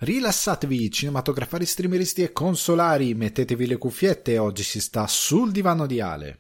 Rilassatevi, cinematografari, streameristi e consolari, mettetevi le cuffiette, oggi si sta sul divano di Ale.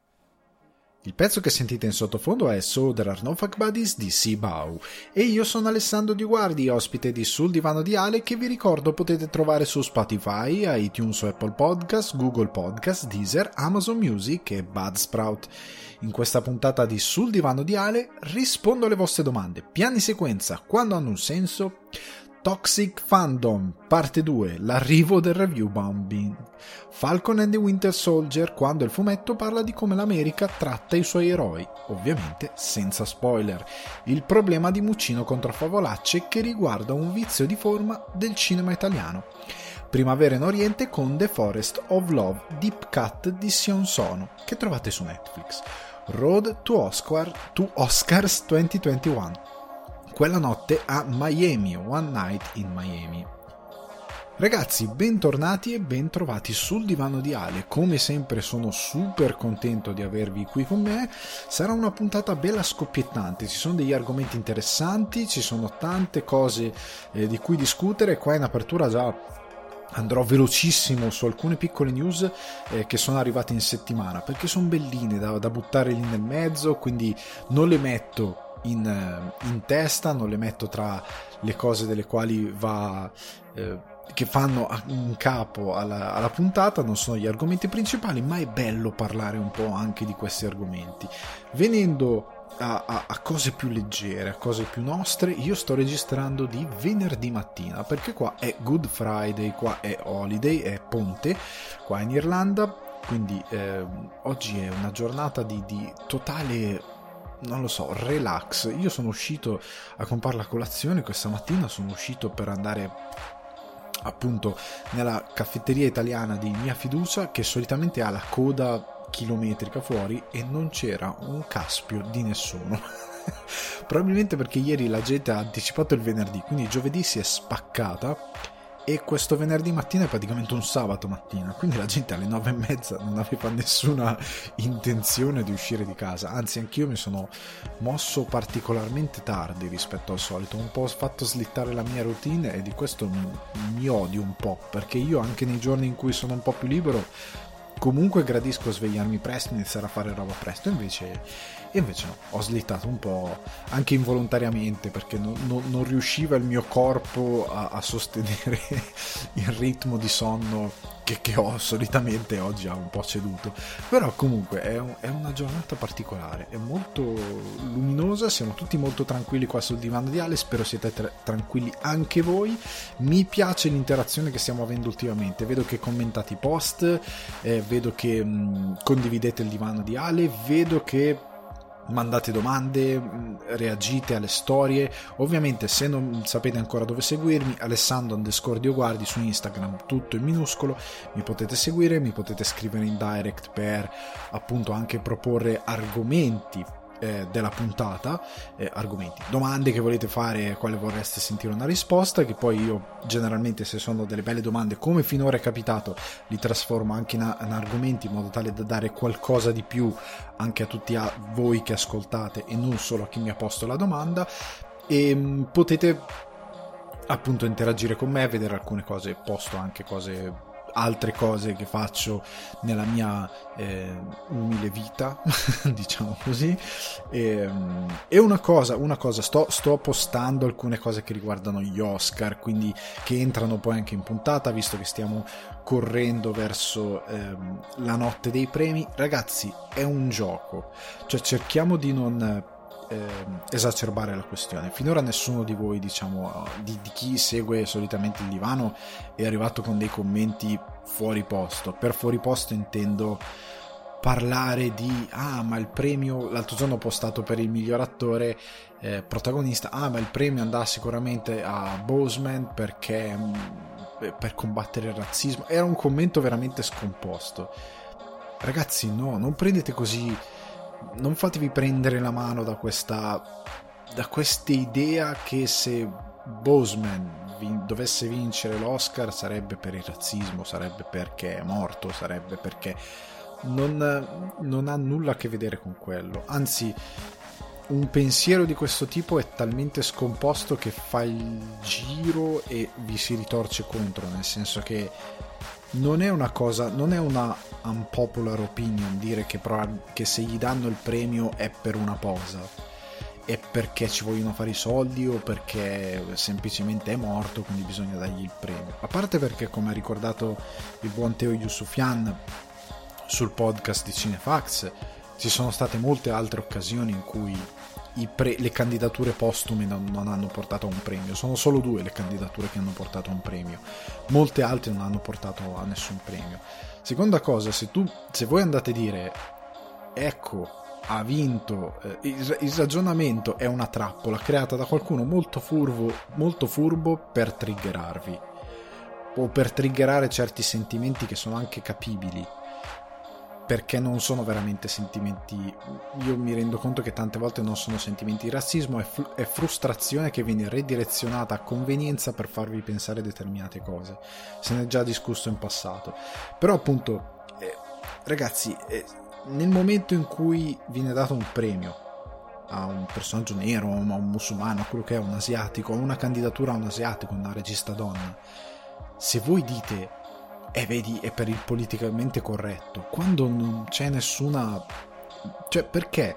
Il pezzo che sentite in sottofondo è So There Are No Fuck Buddies di Sibau e io sono Alessandro Di Guardi, ospite di Sul Divano di Ale, che vi ricordo potete trovare su Spotify, iTunes o Apple Podcast, Google Podcast, Deezer, Amazon Music e Buzzsprout. In questa puntata di Sul Divano di Ale rispondo alle vostre domande. Piani sequenza, quando hanno un senso? Toxic Fandom, parte 2, l'arrivo del review bombing. Falcon and the Winter Soldier, quando il fumetto parla di come l'America tratta i suoi eroi, ovviamente senza spoiler. Il problema di Muccino contro Favolacce, che riguarda un vizio di forma del cinema italiano. Primavera in Oriente con The Forest of Love, Deep Cut di Sion Sono, che trovate su Netflix. Road to Oscars 2021. Quella notte a Miami, One Night in Miami. Ragazzi, bentornati e bentrovati sul divano di Ale. Come sempre sono super contento di avervi qui con me. Sarà una puntata bella scoppiettante, ci sono degli argomenti interessanti, ci sono tante cose di cui discutere. Qua in apertura già andrò velocissimo su alcune piccole news che sono arrivate in settimana, perché sono belline da buttare lì nel mezzo, quindi non le metto in testa, non le metto tra le cose delle quali che fanno un capo alla puntata, non sono gli argomenti principali, ma è bello parlare un po' anche di questi argomenti. Venendo a cose più leggere, a cose più nostre, io sto registrando di venerdì mattina, perché qua è Good Friday, qua è holiday, è ponte qua in Irlanda, quindi oggi è una giornata di totale, non lo so, relax. Io sono uscito a comprare la colazione questa mattina, sono uscito per andare appunto nella caffetteria italiana di mia fiducia, che solitamente ha la coda chilometrica fuori, e non c'era un caspio di nessuno. Probabilmente perché ieri la gente ha anticipato il venerdì, quindi giovedì si è spaccata e questo venerdì mattina è praticamente un sabato mattina, quindi la gente alle 9:30 non aveva nessuna intenzione di uscire di casa. Anzi, anch'io mi sono mosso particolarmente tardi rispetto al solito, un po' fatto slittare la mia routine, e di questo mi odio un po', perché io anche nei giorni in cui sono un po' più libero comunque gradisco svegliarmi presto, iniziare a fare roba presto. Invece no, ho slittato un po', anche involontariamente, perché non riusciva il mio corpo a sostenere il ritmo di sonno che ho solitamente. Oggi ha un po' ceduto, però comunque è una giornata particolare, è molto luminosa, siamo tutti molto tranquilli qua sul divano di Ale, spero siete tranquilli anche voi. Mi piace l'interazione che stiamo avendo ultimamente, vedo che commentate i post, vedo che condividete il divano di Ale, vedo che mandate domande, reagite alle storie. Ovviamente, se non sapete ancora dove seguirmi, Alessandro_Dioguardi su Instagram, tutto in minuscolo, mi potete seguire, mi potete scrivere in direct per appunto anche proporre argomenti della puntata, domande che volete fare, quale vorreste sentire una risposta, che poi io generalmente, se sono delle belle domande come finora è capitato, li trasformo anche in argomenti, in modo tale da dare qualcosa di più anche a tutti voi che ascoltate e non solo a chi mi ha posto la domanda. E potete appunto interagire con me, vedere alcune cose, posto anche altre cose che faccio nella mia umile vita, diciamo così, e una cosa sto postando alcune cose che riguardano gli Oscar, quindi che entrano poi anche in puntata, visto che stiamo correndo verso la notte dei premi. Ragazzi, è un gioco, cioè cerchiamo di non esacerbare la questione. Finora nessuno di voi, diciamo, di chi segue solitamente il divano, è arrivato con dei commenti fuori posto. Per fuori posto intendo parlare di ma il premio, l'altro giorno ho postato per il miglior attore protagonista, ma il premio andrà sicuramente a Boseman perché per combattere il razzismo. Era un commento veramente scomposto. Ragazzi, no, non prendete così, non fatevi prendere la mano da questa idea che se Boseman dovesse vincere l'Oscar sarebbe per il razzismo, sarebbe perché è morto, sarebbe perché non ha nulla a che vedere con quello. Anzi, un pensiero di questo tipo è talmente scomposto che fa il giro e vi si ritorce contro, nel senso che non è una cosa, non è una unpopular opinion dire che se gli danno il premio è per una posa, è perché ci vogliono fare i soldi o perché semplicemente è morto, quindi bisogna dargli il premio. A parte perché, come ha ricordato il buon Teo Yusufian sul podcast di Cinefax, ci sono state molte altre occasioni in cui le candidature postume non hanno portato a un premio. Sono solo 2 le candidature che hanno portato a un premio, molte altre non hanno portato a nessun premio. Seconda cosa, se voi andate a dire ecco, ha vinto, il ragionamento è una trappola creata da qualcuno molto furbo per triggerarvi o per triggerare certi sentimenti che sono anche capibili, perché non sono veramente sentimenti. Io mi rendo conto che tante volte non sono sentimenti di razzismo, è frustrazione che viene ridirezionata a convenienza per farvi pensare determinate cose. Se ne è già discusso in passato, però appunto ragazzi, nel momento in cui viene dato un premio a un personaggio nero, a un musulmano, a quello che è un asiatico, a una candidatura a un asiatico, una regista donna, se voi dite vedi, è per il politicamente corretto, quando non c'è nessuna, cioè, perché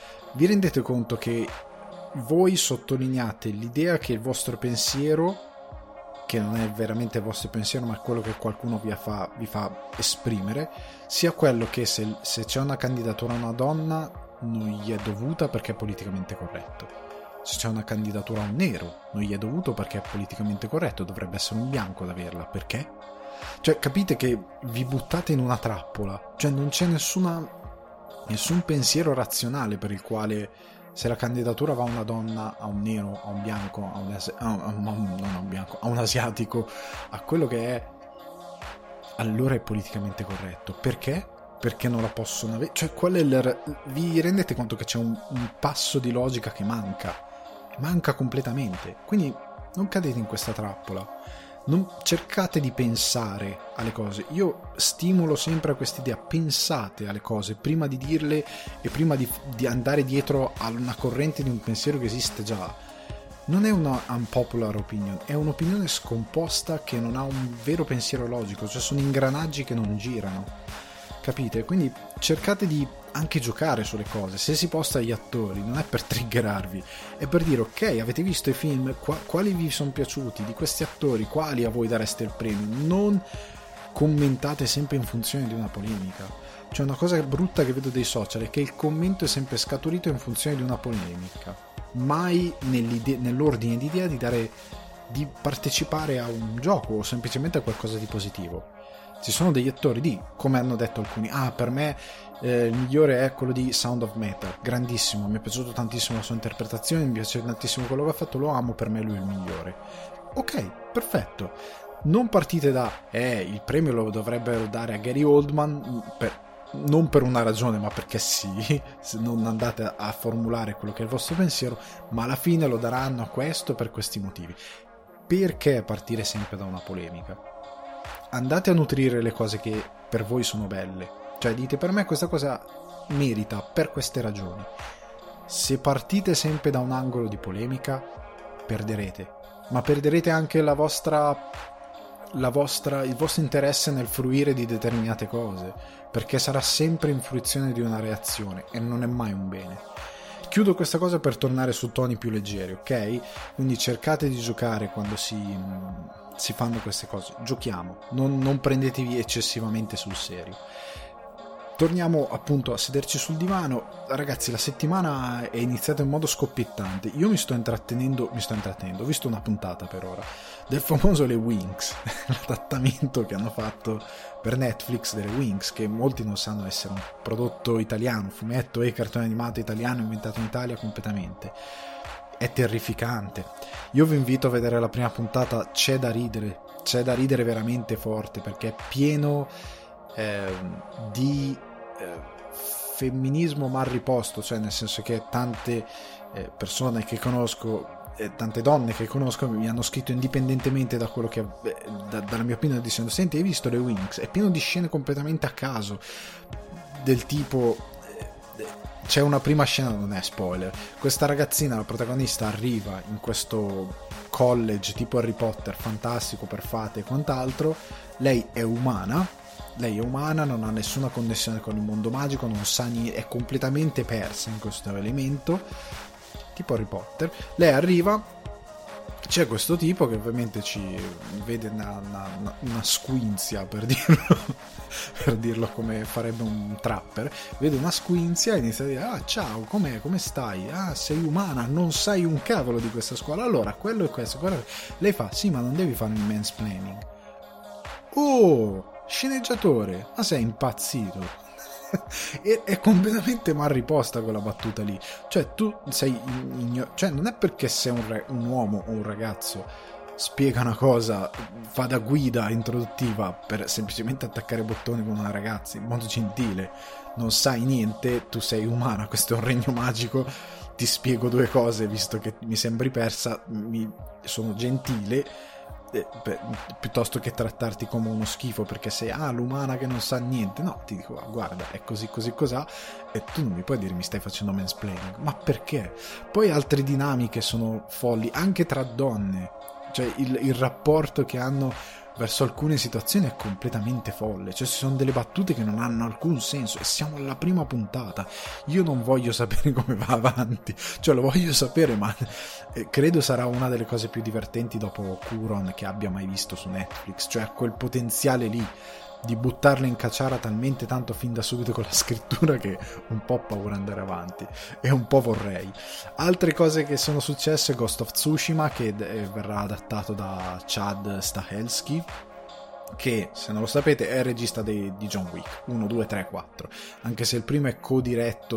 vi rendete conto che voi sottolineate l'idea che il vostro pensiero, che non è veramente il vostro pensiero ma è quello che qualcuno vi fa esprimere, sia quello che se c'è una candidatura a una donna non gli è dovuta perché è politicamente corretto, se c'è una candidatura a un nero non gli è dovuto perché è politicamente corretto, dovrebbe essere un bianco ad averla, perché? Cioè, capite che vi buttate in una trappola, cioè non c'è nessun pensiero razionale per il quale se la candidatura va a una donna, a un nero, a un bianco, a un asiatico, a quello che è, allora è politicamente corretto. Perché? Perché non la possono avere? Cioè, qual è vi rendete conto che c'è un passo di logica che manca completamente, quindi non cadete in questa trappola. Non cercate di pensare alle cose. Io stimolo sempre a quest'idea: pensate alle cose prima di dirle e prima di andare dietro a una corrente di un pensiero che esiste già. Non è una unpopular opinion, è un'opinione scomposta che non ha un vero pensiero logico, cioè sono ingranaggi che non girano, capite? Quindi cercate di anche giocare sulle cose. Se si posta agli attori non è per triggerarvi, è per dire ok, avete visto i film, quali vi sono piaciuti di questi attori, quali a voi dareste il premio. Non commentate sempre in funzione di una polemica. Cioè, una cosa brutta che vedo dei social è che il commento è sempre scaturito in funzione di una polemica, mai nell'ordine di idea di partecipare a un gioco o semplicemente a qualcosa di positivo. Ci sono degli attori come hanno detto alcuni, per me il migliore è quello di Sound of Metal, grandissimo, mi è piaciuto tantissimo la sua interpretazione, mi piace tantissimo quello che ha fatto, lo amo, per me lui è il migliore. Ok, perfetto. Non partite il premio lo dovrebbero dare a Gary Oldman, non per una ragione ma perché sì, non andate a formulare quello che è il vostro pensiero, ma alla fine lo daranno a questo per questi motivi. Perché partire sempre da una polemica? Andate a nutrire le cose che per voi sono belle, cioè dite per me questa cosa merita per queste ragioni. Se partite sempre da un angolo di polemica perderete, ma perderete anche il vostro interesse nel fruire di determinate cose, perché sarà sempre in fruizione di una reazione e non è mai un bene. Chiudo questa cosa per tornare su toni più leggeri, ok? Quindi cercate di giocare quando si fanno queste cose, giochiamo, non prendetevi eccessivamente sul serio. Torniamo appunto a sederci sul divano. Ragazzi, la settimana è iniziata in modo scoppiettante. Io mi sto intrattenendo, ho visto una puntata per ora del famoso Le Winx, l'adattamento che hanno fatto per Netflix delle Winx, che molti non sanno essere un prodotto italiano, fumetto e cartone animato italiano inventato in Italia completamente. È terrificante. Io vi invito a vedere la prima puntata, c'è da ridere veramente forte, perché è pieno di femminismo mal riposto, cioè nel senso che tante persone che conosco, tante donne che conosco mi hanno scritto indipendentemente da quello che dalla mia opinione, dicendo: senti, hai visto le Winx? È pieno di scene completamente a caso, del tipo c'è una prima scena, non è spoiler, questa ragazzina, la protagonista, arriva in questo college tipo Harry Potter, fantastico per fate e quant'altro. Lei è umana, non ha nessuna connessione con il mondo magico, non sa niente, è completamente persa in questo elemento tipo Harry Potter. Lei arriva, c'è questo tipo che ovviamente ci vede una squinzia, per dirlo come farebbe un trapper, vede una squinzia e inizia a dire: ah, ciao, come stai? Ah, sei umana, non sai un cavolo di questa scuola, allora quello e questo, guarda. Lei fa: sì, ma non devi fare il mansplaining. Oh, sceneggiatore, ma sei impazzito? È completamente mal riposta quella battuta lì. Cioè, tu sei cioè, non è perché sei un uomo o un ragazzo spiega una cosa, fa da guida introduttiva per semplicemente attaccare bottoni con una ragazza in modo gentile, non sai niente, tu sei umana, questo è un regno magico, ti spiego due cose visto che mi sembri persa, sono gentile, piuttosto che trattarti come uno schifo perché sei l'umana che non sa niente. No, ti dico: guarda, è così cosà, e tu non mi puoi dire mi stai facendo mansplaining. Ma perché? Poi altre dinamiche sono folli anche tra donne, cioè il rapporto che hanno verso alcune situazioni è completamente folle, cioè ci sono delle battute che non hanno alcun senso e siamo alla prima puntata. Io non voglio sapere come va avanti, cioè lo voglio sapere, ma credo sarà una delle cose più divertenti dopo Curon che abbia mai visto su Netflix, cioè quel potenziale lì di buttarle in cacciara talmente tanto fin da subito con la scrittura che un po' ho paura andare avanti e un po' vorrei. Altre cose che sono successe: Ghost of Tsushima che verrà adattato da Chad Stahelski, che, se non lo sapete, è il regista di John Wick 1, 2, 3, 4, anche se il primo è codiretto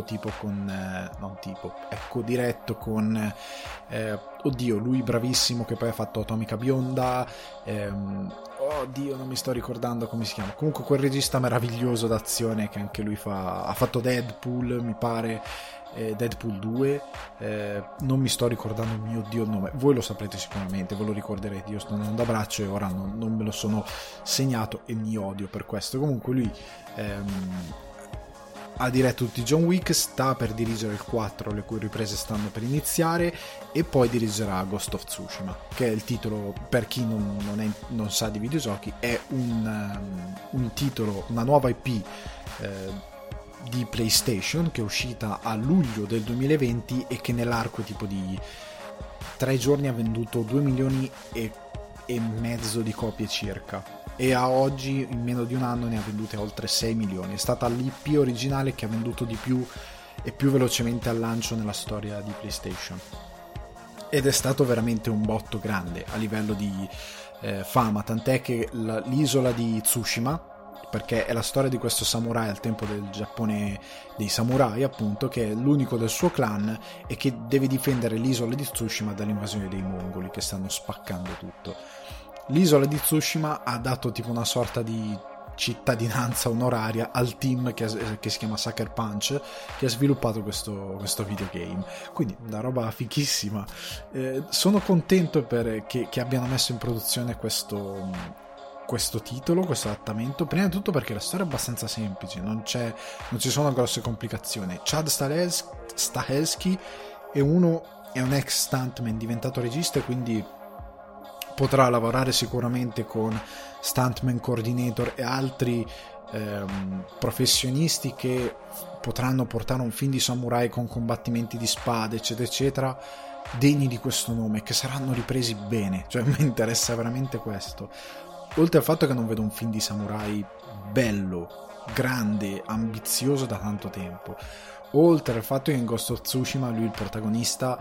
è codiretto con oddio, lui bravissimo che poi ha fatto Atomica Bionda, oddio, non mi sto ricordando come si chiama, comunque quel regista meraviglioso d'azione che anche lui ha fatto Deadpool, mi pare, Deadpool 2, non mi sto ricordando, mio Dio, il nome, voi lo saprete sicuramente, ve lo ricorderete, io sto andando a braccio e ora non me lo sono segnato e mi odio per questo. Comunque lui ha diretto tutti i John Wick, sta per dirigere il 4, le cui riprese stanno per iniziare, e poi dirigerà Ghost of Tsushima, che è il titolo, per chi non sa di videogiochi, è un titolo, una nuova IP di PlayStation che è uscita a luglio del 2020 e che nell'arco tipo di 3 giorni ha venduto 2 milioni e mezzo di copie circa, e a oggi in meno di un anno ne ha vendute oltre 6 milioni. È stata l'IP originale che ha venduto di più e più velocemente al lancio nella storia di PlayStation, ed è stato veramente un botto grande a livello di fama, tant'è che l'isola di Tsushima, perché è la storia di questo samurai al tempo del Giappone dei samurai, appunto, che è l'unico del suo clan e che deve difendere l'isola di Tsushima dall'invasione dei mongoli che stanno spaccando tutto. L'isola di Tsushima ha dato tipo una sorta di cittadinanza onoraria al team che si chiama Sucker Punch, che ha sviluppato questo videogame, quindi una roba fichissima. Sono contento che abbiano messo in produzione questo titolo, questo adattamento, prima di tutto perché la storia è abbastanza semplice, non ci sono grosse complicazioni. Chad Stahelski è un ex stuntman diventato regista, e quindi potrà lavorare sicuramente con stuntman coordinator e altri professionisti che potranno portare un film di samurai con combattimenti di spade eccetera eccetera, degni di questo nome, che saranno ripresi bene, cioè mi interessa veramente questo. Oltre al fatto che non vedo un film di samurai bello, grande, ambizioso da tanto tempo, oltre al fatto che in Ghost of Tsushima lui, il protagonista,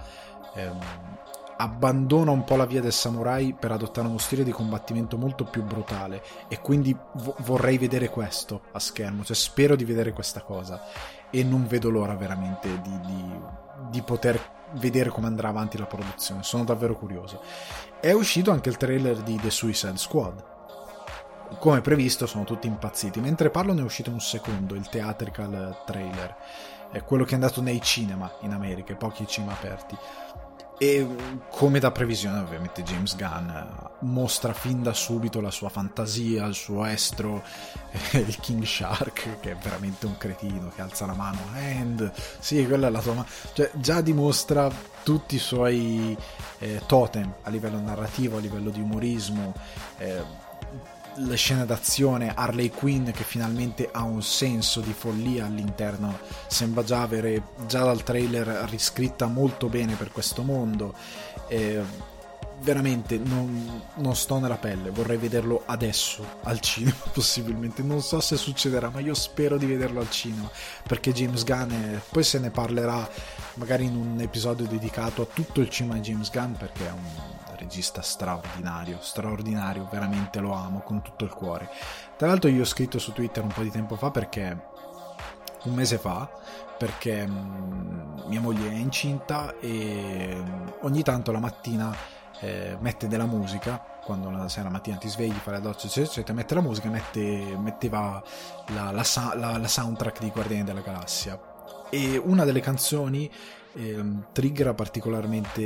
abbandona un po' la via del samurai per adottare uno stile di combattimento molto più brutale, e quindi vorrei vedere questo a schermo, cioè spero di vedere questa cosa, e non vedo l'ora veramente di poter vedere come andrà avanti la produzione, sono davvero curioso. È uscito anche il trailer di The Suicide Squad, come previsto sono tutti impazziti. Mentre parlo ne è uscito un secondo, il theatrical trailer, è quello che è andato nei cinema in America, pochi cinema aperti. E come da previsione, ovviamente, James Gunn mostra fin da subito la sua fantasia, il suo estro, il King Shark, che è veramente un cretino, che alza la mano, and sì, quella è la tua mano, cioè già dimostra tutti i suoi totem a livello narrativo, a livello di umorismo, le scene d'azione, Harley Quinn che finalmente ha un senso di follia all'interno, sembra già avere, già dal trailer, riscritta molto bene per questo mondo. Veramente non sto nella pelle, vorrei vederlo adesso al cinema possibilmente, non so se succederà, ma io spero di vederlo al cinema, perché James Gunn poi se ne parlerà magari in un episodio dedicato a tutto il cinema di James Gunn, perché è un regista straordinario, veramente lo amo con tutto il cuore. Tra l'altro io ho scritto su Twitter un po' di tempo fa, un mese fa, perché mia moglie è incinta e ogni tanto la mattina mette della musica, quando la mattina ti svegli, fai la doccia eccetera, mette la musica, metteva la soundtrack di Guardiani della Galassia, e una delle canzoni triggera particolarmente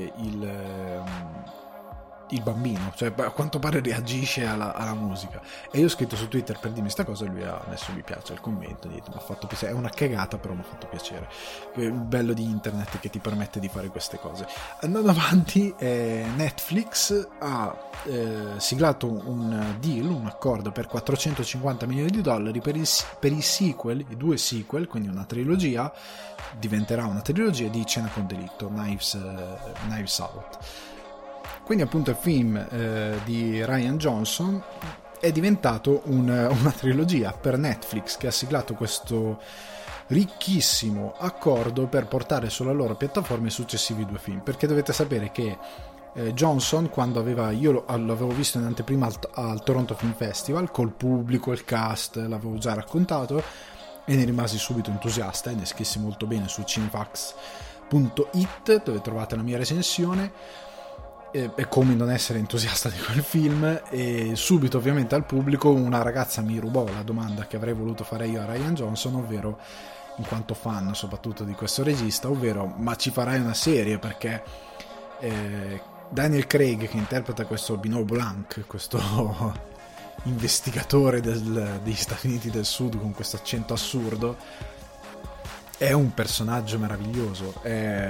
il bambino, cioè a quanto pare reagisce alla musica, e io ho scritto su Twitter per dirmi sta cosa e lui ha messo mi piace, il commento, mi ha fatto piacere, è una cagata però mi ha fatto piacere. Il bello di internet è che ti permette di fare queste cose. Andando avanti, Netflix ha siglato un accordo per $450 milioni per i sequel, i 2 sequel, quindi una trilogia, diventerà una trilogia di Cena con delitto, Knives Out. Quindi appunto il film di Rian Johnson è diventato una trilogia per Netflix, che ha siglato questo ricchissimo accordo per portare sulla loro piattaforma i successivi 2 film, perché dovete sapere che Johnson, quando io l'avevo visto in anteprima al Toronto Film Festival col pubblico, il cast, l'avevo già raccontato e ne rimasi subito entusiasta e ne scrissi molto bene su cinefax.it, dove trovate la mia recensione. E come non essere entusiasta di quel film, e subito ovviamente al pubblico una ragazza mi rubò la domanda che avrei voluto fare io a Rian Johnson, ovvero, in quanto fan soprattutto di questo regista, ovvero: ma ci farai una serie? Perché Daniel Craig, che interpreta questo Benoit Blanc, questo investigatore degli Stati Uniti del Sud con questo accento assurdo, è un personaggio meraviglioso,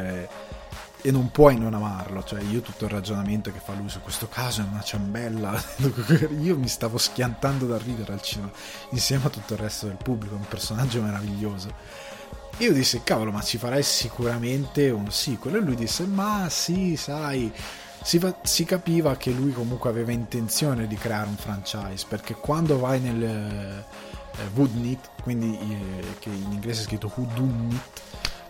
e non puoi non amarlo. Cioè, io tutto il ragionamento che fa lui su questo caso è una ciambella, io mi stavo schiantando da ridere al cinema insieme a tutto il resto del pubblico, è un personaggio meraviglioso. Io dissi: cavolo, ma ci farai sicuramente un sequel? E lui disse: ma sì, sai, si capiva che lui comunque aveva intenzione di creare un franchise, perché quando vai nel Whodunit, quindi che in inglese è scritto Whodunit,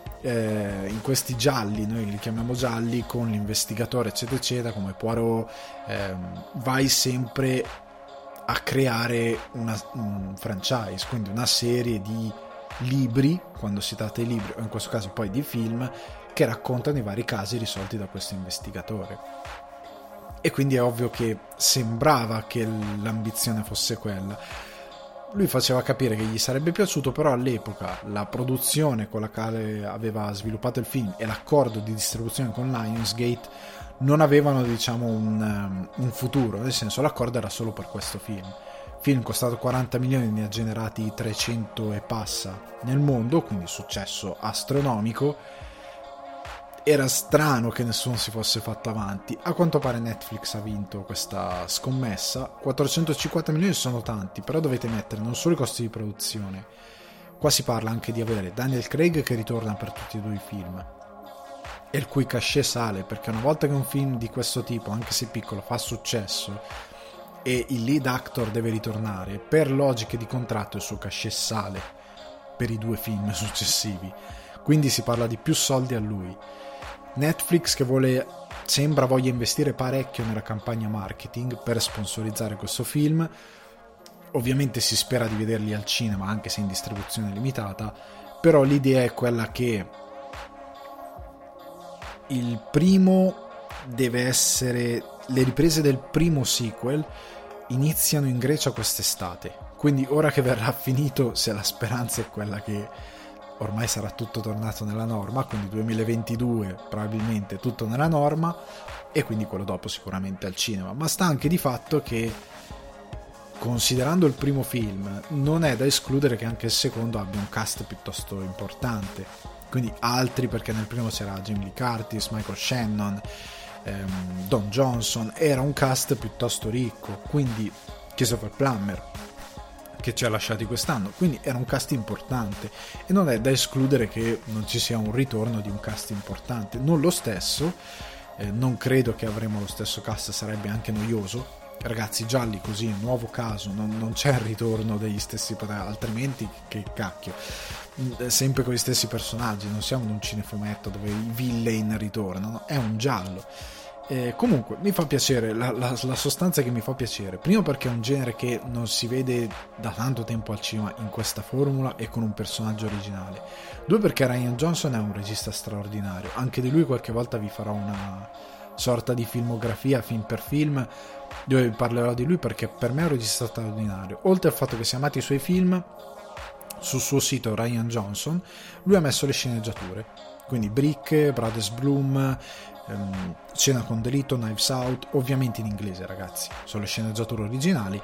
in questi gialli, noi li chiamiamo gialli, con l'investigatore eccetera eccetera, come Poirot, vai sempre a creare un franchise, quindi una serie di libri, quando si tratta di libri, o in questo caso poi di film, che raccontano i vari casi risolti da questo investigatore. E quindi è ovvio che sembrava che l'ambizione fosse quella. Lui faceva capire che gli sarebbe piaciuto, però all'epoca la produzione con la quale aveva sviluppato il film e l'accordo di distribuzione con Lionsgate non avevano, diciamo, un futuro, nel senso, l'accordo era solo per questo film costato 40 milioni, ne ha generati 300 e passa nel mondo, quindi successo astronomico. Era strano che nessuno si fosse fatto avanti. A quanto pare Netflix ha vinto questa scommessa. 450 milioni sono tanti, però dovete mettere non solo i costi di produzione, qua si parla anche di avere Daniel Craig che ritorna per tutti e 2 i film, e il cui cachet sale, perché una volta che un film di questo tipo, anche se piccolo, fa successo e il lead actor deve ritornare, per logiche di contratto il suo cachet sale per i 2 film successivi, quindi si parla di più soldi a lui. Netflix, che sembra voglia investire parecchio nella campagna marketing per sponsorizzare questo film, ovviamente si spera di vederli al cinema anche se in distribuzione limitata, però l'idea è quella che il primo deve essere, le riprese del primo sequel iniziano in Grecia quest'estate, quindi ora che verrà finito, se la speranza è quella che ormai sarà tutto tornato nella norma, quindi 2022 probabilmente tutto nella norma, e quindi quello dopo sicuramente al cinema. Ma sta anche di fatto che, considerando il primo film, non è da escludere che anche il secondo abbia un cast piuttosto importante, quindi altri, perché nel primo c'era Jamie Lee Curtis, Michael Shannon, Don Johnson, era un cast piuttosto ricco, quindi Christopher Plummer che ci ha lasciati quest'anno, quindi era un cast importante e non è da escludere che non ci sia un ritorno di un cast importante. Non lo stesso, non credo che avremo lo stesso cast, sarebbe anche noioso. Ragazzi, gialli così, nuovo caso, non c'è il ritorno degli stessi, altrimenti che cacchio, sempre con gli stessi personaggi, non siamo in un cinefumetto dove i villain ritornano, no? È un giallo. Comunque mi fa piacere, la sostanza che mi fa piacere, primo perché è un genere che non si vede da tanto tempo al cinema in questa formula e con un personaggio originale, due perché Rian Johnson è un regista straordinario, anche di lui qualche volta vi farò una sorta di filmografia film per film dove vi parlerò di lui, perché per me è un regista straordinario. Oltre al fatto che si è amati i suoi film, sul suo sito Rian Johnson lui ha messo le sceneggiature, quindi Brick, Brothers Bloom, Cena con delitto, Knives Out, ovviamente in inglese ragazzi, sono le sceneggiature originali.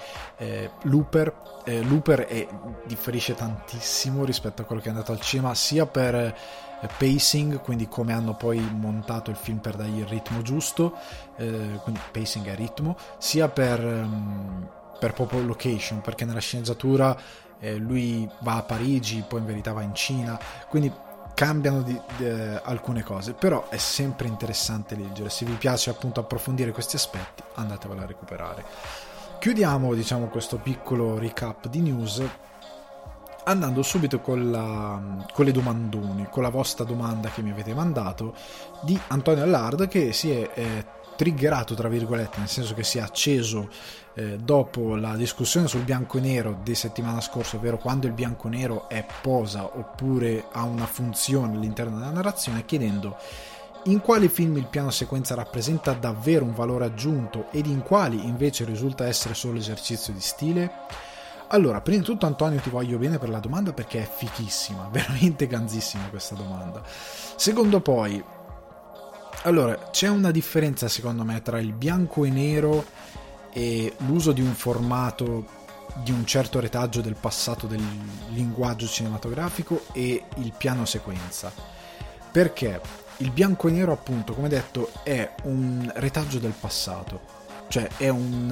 Looper differisce tantissimo rispetto a quello che è andato al cinema, sia per pacing, quindi come hanno poi montato il film per dargli il ritmo giusto, quindi pacing e ritmo, sia per proprio location, perché nella sceneggiatura lui va a Parigi, poi in verità va in Cina, quindi cambiano di alcune cose, però è sempre interessante leggere. Se vi piace appunto approfondire questi aspetti, andatevela a recuperare. Chiudiamo diciamo questo piccolo recap di news andando subito con le domandoni, con la vostra domanda che mi avete mandato di Antonio Allard, che si è triggerato tra virgolette, nel senso che si è acceso dopo la discussione sul bianco e nero di settimana scorsa, ovvero quando il bianco e nero è posa oppure ha una funzione all'interno della narrazione, chiedendo in quali film il piano sequenza rappresenta davvero un valore aggiunto ed in quali invece risulta essere solo esercizio di stile. Allora, prima di tutto Antonio, ti voglio bene per la domanda, perché è fichissima, veramente ganzissima questa domanda. Secondo poi, allora, c'è una differenza secondo me tra il bianco e nero e l'uso di un formato di un certo retaggio del passato del linguaggio cinematografico e il piano sequenza, perché il bianco e nero appunto, come detto, è un retaggio del passato, cioè è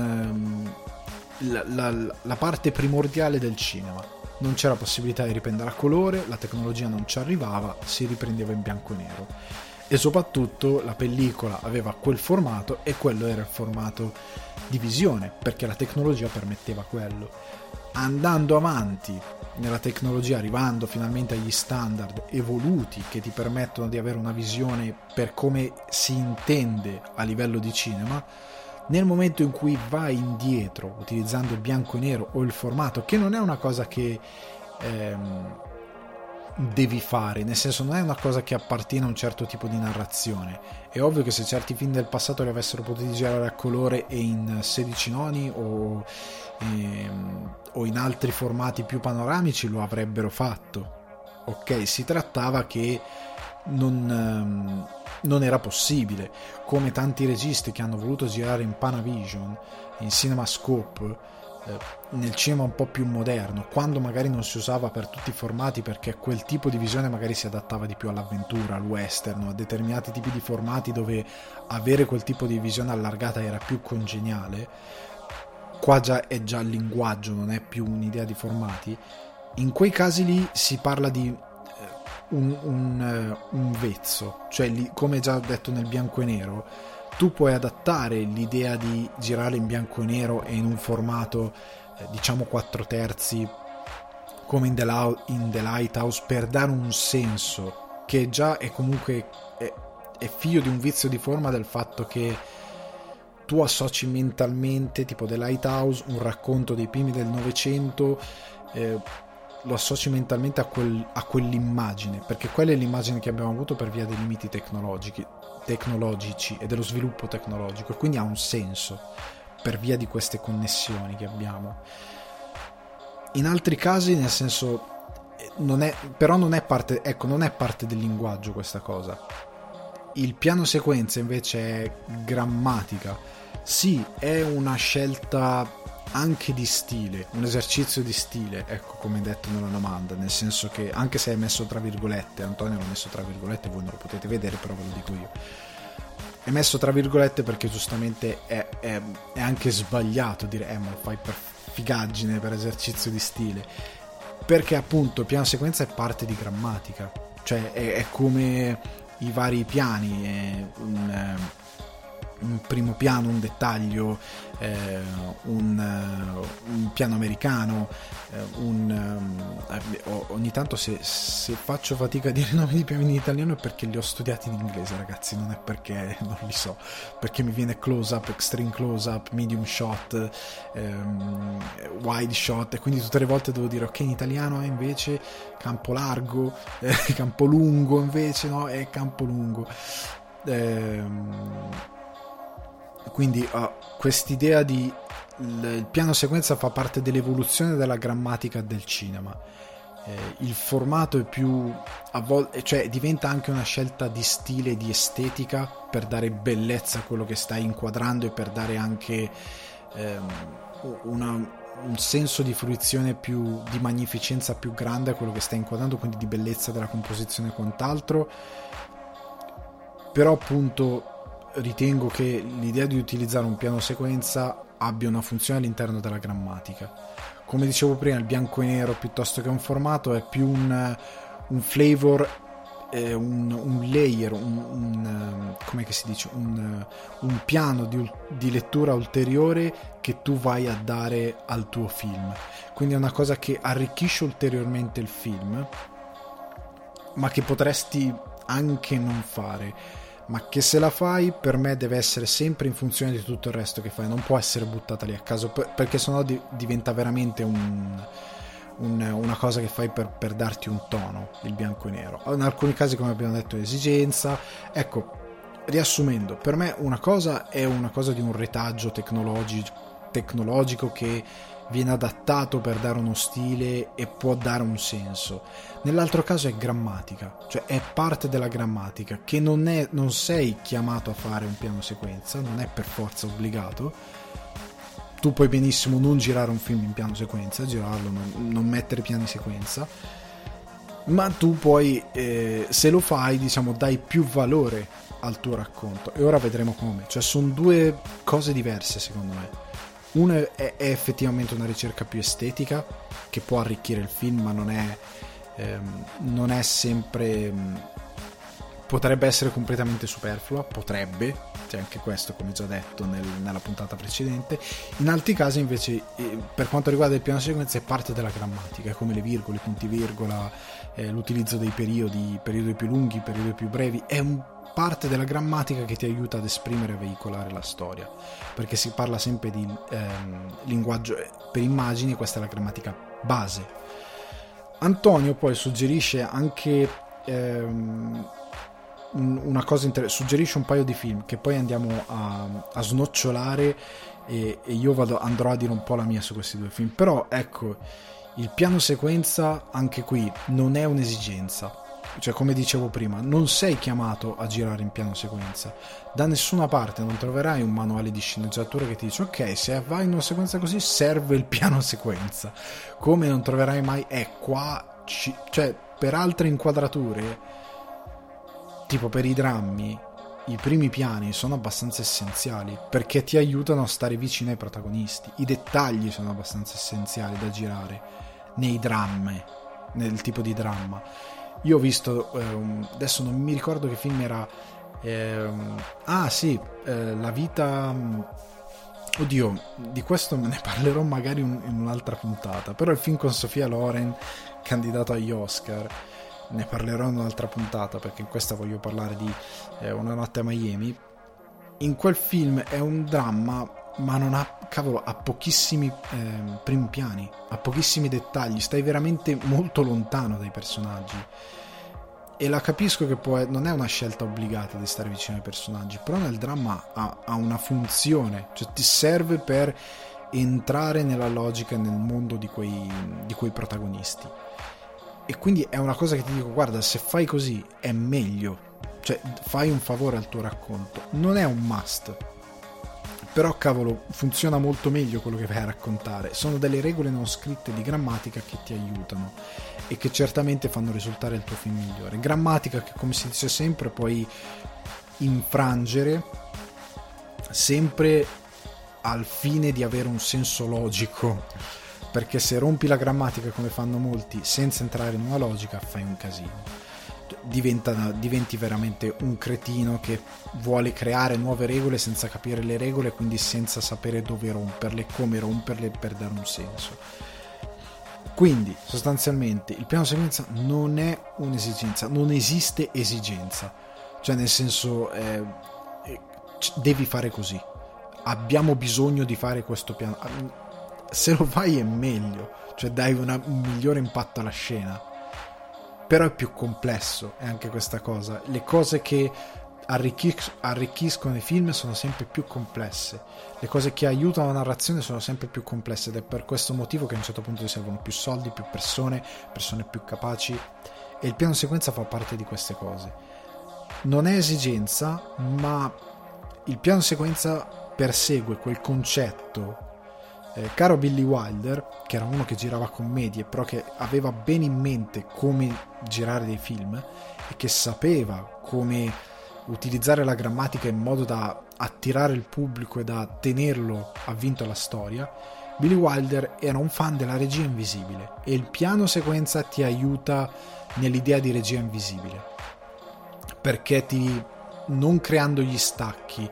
la parte primordiale del cinema. Non c'era possibilità di riprendere a colore, la tecnologia non ci arrivava, si riprendeva in bianco e nero e soprattutto la pellicola aveva quel formato e quello era il formato di visione, perché la tecnologia permetteva quello. Andando avanti nella tecnologia, arrivando finalmente agli standard evoluti che ti permettono di avere una visione per come si intende a livello di cinema, nel momento in cui vai indietro utilizzando il bianco e nero o il formato, che non è una cosa che devi fare, nel senso non è una cosa che appartiene a un certo tipo di narrazione. È ovvio che se certi film del passato li avessero potuti girare a colore e in 16 noni o in altri formati più panoramici lo avrebbero fatto, ok? Si trattava che non era possibile, come tanti registi che hanno voluto girare in Panavision, in CinemaScope, nel cinema un po' più moderno, quando magari non si usava per tutti i formati, perché quel tipo di visione magari si adattava di più all'avventura, al western, a determinati tipi di formati dove avere quel tipo di visione allargata era più congeniale. Qua già è già il linguaggio, non è più un'idea di formati. In quei casi lì si parla di un vezzo, cioè come già detto nel bianco e nero, tu puoi adattare l'idea di girare in bianco e nero e in un formato diciamo 4/3 come in The Lighthouse, per dare un senso che già è comunque è figlio di un vizio di forma, del fatto che tu associ mentalmente, tipo The Lighthouse, un racconto dei primi del Novecento, lo associ mentalmente a quell'immagine, perché quella è l'immagine che abbiamo avuto per via dei limiti tecnologici e dello sviluppo tecnologico, e quindi ha un senso per via di queste connessioni che abbiamo. In altri casi, nel senso, però non è parte, ecco, non è parte del linguaggio questa cosa. Il piano sequenza invece è grammatica. Sì, è una scelta anche di stile, un esercizio di stile, ecco, come detto nella domanda, nel senso che anche se è messo tra virgolette, Antonio l'ha messo tra virgolette, voi non lo potete vedere, però ve lo dico io, è messo tra virgolette perché giustamente è anche sbagliato dire ma lo fai per figaggine, per esercizio di stile, perché appunto il piano sequenza è parte di grammatica, cioè è come i vari piani, è un primo piano, un dettaglio, un piano americano, ogni tanto se faccio fatica a dire i nomi di piani in italiano è perché li ho studiati in inglese, ragazzi, non è perché non li so, perché mi viene close up, extreme close up, medium shot, wide shot, e quindi tutte le volte devo dire ok, in italiano è invece campo largo, campo lungo invece no, è campo lungo. Quindi quest'idea di il piano sequenza fa parte dell'evoluzione della grammatica del cinema. Il formato è più a volte, cioè diventa anche una scelta di stile, di estetica, per dare bellezza a quello che stai inquadrando e per dare anche un senso di fruizione più, di magnificenza più grande a quello che stai inquadrando, quindi di bellezza della composizione e quant'altro. Però appunto ritengo che l'idea di utilizzare un piano sequenza abbia una funzione all'interno della grammatica. Come dicevo prima, il bianco e nero piuttosto che un formato è più un flavor, un layer, come si dice, un piano di lettura ulteriore che tu vai a dare al tuo film. Quindi è una cosa che arricchisce ulteriormente il film, ma che potresti anche non fare, ma che se la fai per me deve essere sempre in funzione di tutto il resto che fai, non può essere buttata lì a caso, perché sennò diventa veramente una cosa che fai per darti un tono, il bianco e nero. In alcuni casi, come abbiamo detto, è esigenza. Ecco, riassumendo, per me una cosa è una cosa di un retaggio tecnologico che viene adattato per dare uno stile e può dare un senso. Nell'altro caso è grammatica, cioè è parte della grammatica, che non sei chiamato a fare un piano sequenza, non è per forza obbligato. Tu puoi benissimo non girare un film in piano sequenza, girarlo, non mettere piani sequenza, ma tu puoi, se lo fai, diciamo, dai più valore al tuo racconto, e ora vedremo come. Cioè sono due cose diverse secondo me. Una è effettivamente una ricerca più estetica che può arricchire il film, ma non è sempre, potrebbe essere completamente superflua, potrebbe, c'è anche questo, come già detto nella puntata precedente. In altri casi invece, per quanto riguarda il piano sequenza, è parte della grammatica, come le virgole, i punti virgola, l'utilizzo dei periodi più lunghi, periodi più brevi, è parte della grammatica che ti aiuta ad esprimere e veicolare la storia, perché si parla sempre di linguaggio per immagini, e questa è la grammatica base. Antonio poi suggerisce anche una cosa suggerisce un paio di film che poi andiamo a snocciolare, e io andrò a dire un po' la mia su questi due film. Però ecco, il piano sequenza anche qui non è un'esigenza, cioè come dicevo prima, non sei chiamato a girare in piano sequenza, da nessuna parte non troverai un manuale di sceneggiatura che ti dice ok, se vai in una sequenza così serve il piano sequenza, come non troverai mai qua cioè per altre inquadrature, tipo per i drammi, i primi piani sono abbastanza essenziali perché ti aiutano a stare vicino ai protagonisti, i dettagli sono abbastanza essenziali da girare nei drammi, nel tipo di dramma. Io ho visto, adesso non mi ricordo che film era, La vita, oddio, di questo me ne parlerò magari in un'altra puntata, però il film con Sofia Loren, candidato agli Oscar, ne parlerò in un'altra puntata, perché in questa voglio parlare di Una notte a Miami. In quel film è un dramma, ma non ha, cavolo, ha pochissimi primi piani, ha pochissimi dettagli, stai veramente molto lontano dai personaggi, e la capisco che non è una scelta obbligata di stare vicino ai personaggi, però nel dramma ha una funzione, cioè ti serve per entrare nella logica e nel mondo di quei protagonisti. e quindi è una cosa che ti dico, guarda, se fai così è meglio, cioè fai un favore al tuo racconto, non è un must, però cavolo, funziona molto meglio quello che vai a raccontare, sono delle regole non scritte di grammatica che ti aiutano e che certamente fanno risultare il tuo film migliore. Grammatica che, come si dice sempre, puoi infrangere sempre al fine di avere un senso logico, perché se rompi la grammatica come fanno molti senza entrare in una logica fai un casino, diventi veramente un cretino che vuole creare nuove regole senza capire le regole, quindi senza sapere dove romperle, come romperle per dare un senso. Quindi sostanzialmente il piano sequenza non è un'esigenza, non esiste esigenza, cioè nel senso devi fare così, abbiamo bisogno di fare questo piano, se lo fai è meglio, cioè dai un migliore impatto alla scena, però è più complesso, è anche questa cosa, le cose che arricchiscono i film sono sempre più complesse, le cose che aiutano la narrazione sono sempre più complesse, ed è per questo motivo che a un certo punto ti servono più soldi, più persone più capaci, e il piano sequenza fa parte di queste cose. Non è esigenza, ma il piano sequenza persegue quel concetto, caro Billy Wilder, che era uno che girava commedie però che aveva bene in mente come girare dei film e che sapeva come utilizzare la grammatica in modo da attirare il pubblico e da tenerlo avvinto alla storia. Billy Wilder era un fan della regia invisibile e il piano sequenza ti aiuta nell'idea di regia invisibile, perché non creando gli stacchi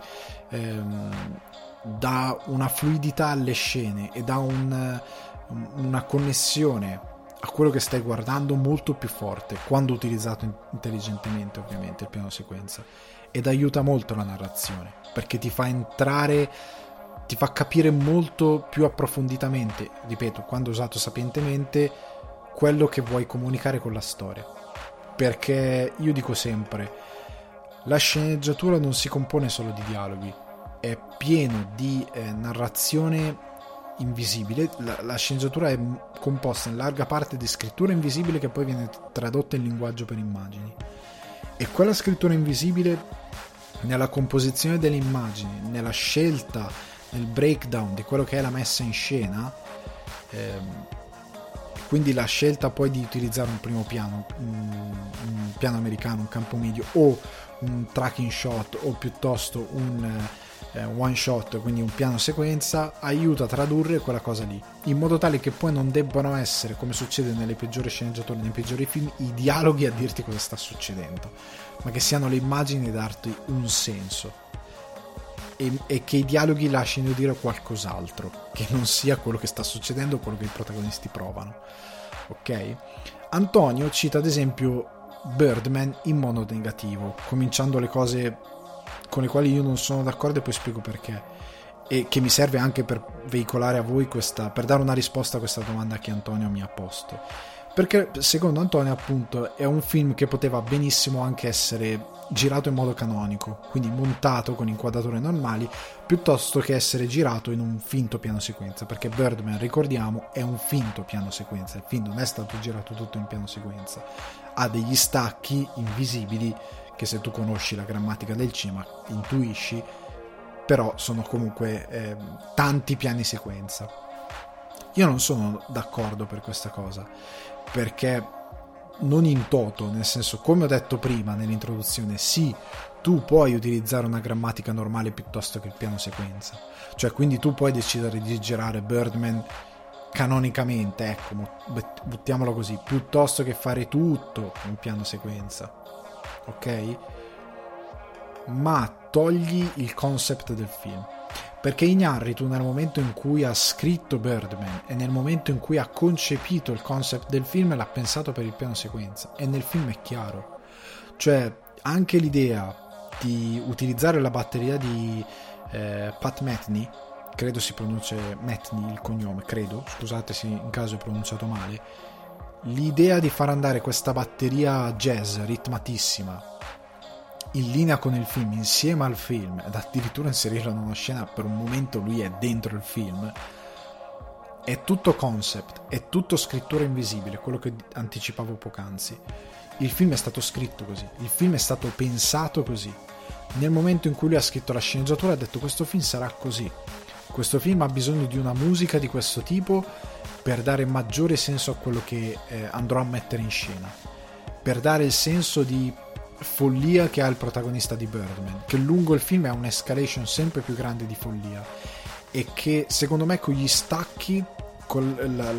dà una fluidità alle scene e dà una connessione a quello che stai guardando molto più forte quando utilizzato intelligentemente, ovviamente, il piano sequenza, ed aiuta molto la narrazione perché ti fa entrare, ti fa capire molto più approfonditamente, ripeto, quando usato sapientemente, quello che vuoi comunicare con la storia. Perché io dico sempre, la sceneggiatura non si compone solo di dialoghi, è pieno di narrazione invisibile. La sceneggiatura è composta in larga parte di scrittura invisibile che poi viene tradotta in linguaggio per immagini, e quella scrittura invisibile nella composizione delle immagini, nella scelta, nel breakdown di quello che è la messa in scena, quindi la scelta poi di utilizzare un primo piano, un piano americano, un campo medio, o un tracking shot, o piuttosto un one shot, quindi un piano sequenza, aiuta a tradurre quella cosa lì in modo tale che poi non debbano essere, come succede nelle peggiori sceneggiature, nei peggiori film, i dialoghi a dirti cosa sta succedendo, ma che siano le immagini a darti un senso, e che i dialoghi lasciano dire qualcos'altro che non sia quello che sta succedendo o quello che i protagonisti provano. Ok? Antonio cita ad esempio Birdman in modo negativo, cominciando le cose con le quali io non sono d'accordo, e poi spiego perché, e che mi serve anche per veicolare a voi per dare una risposta a questa domanda che Antonio mi ha posto, perché secondo Antonio appunto è un film che poteva benissimo anche essere girato in modo canonico, quindi montato con inquadrature normali, piuttosto che essere girato in un finto piano sequenza, perché Birdman, ricordiamo, è un finto piano sequenza, il film non è stato girato tutto in piano sequenza, ha degli stacchi invisibili che, se tu conosci la grammatica del cinema, intuisci, però sono comunque tanti piani sequenza. Io non sono d'accordo per questa cosa, perché non in toto, nel senso, come ho detto prima nell'introduzione, sì, tu puoi utilizzare una grammatica normale piuttosto che il piano sequenza, cioè quindi tu puoi decidere di girare Birdman canonicamente, ecco, buttiamolo così, piuttosto che fare tutto in piano sequenza, ok? Ma togli il concept del film, perché Iñárritu, nel momento in cui ha scritto Birdman e nel momento in cui ha concepito il concept del film, l'ha pensato per il piano sequenza, e nel film è chiaro, cioè anche l'idea di utilizzare la batteria di Pat Metheny, credo si pronuncia Metheny il cognome, credo, scusate se in caso ho pronunciato male, l'idea di far andare questa batteria jazz ritmatissima in linea con il film, insieme al film, ed addirittura inserirlo in una scena, per un momento lui è dentro il film, è tutto concept, è tutto scrittura invisibile, quello che anticipavo poc'anzi. Il film è stato scritto così, il film è stato pensato così. Nel momento in cui lui ha scritto la sceneggiatura ha detto questo film sarà così, questo film ha bisogno di una musica di questo tipo per dare maggiore senso a quello che andrò a mettere in scena, per dare il senso di follia che ha il protagonista di Birdman, che lungo il film ha un'escalation sempre più grande di follia e che secondo me con gli stacchi, con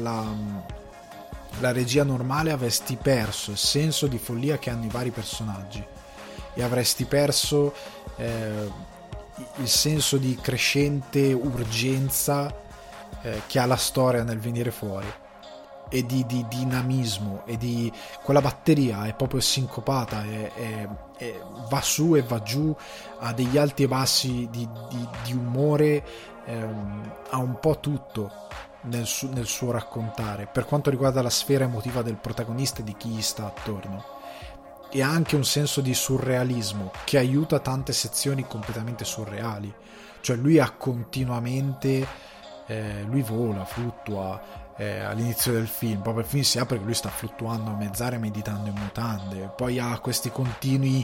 la regia normale avresti perso il senso di follia che hanno i vari personaggi e avresti perso il senso di crescente urgenza che ha la storia nel venire fuori, e di dinamismo, e di quella batteria è proprio sincopata, va su e va giù, ha degli alti e bassi di umore, ha un po' tutto nel suo raccontare per quanto riguarda la sfera emotiva del protagonista e di chi gli sta attorno, e ha anche un senso di surrealismo che aiuta tante sezioni completamente surreali, cioè lui ha continuamente lui vola, fluttua all'inizio del film, proprio il film si apre che lui sta fluttuando a mezz'aria meditando in mutande, poi ha questi continui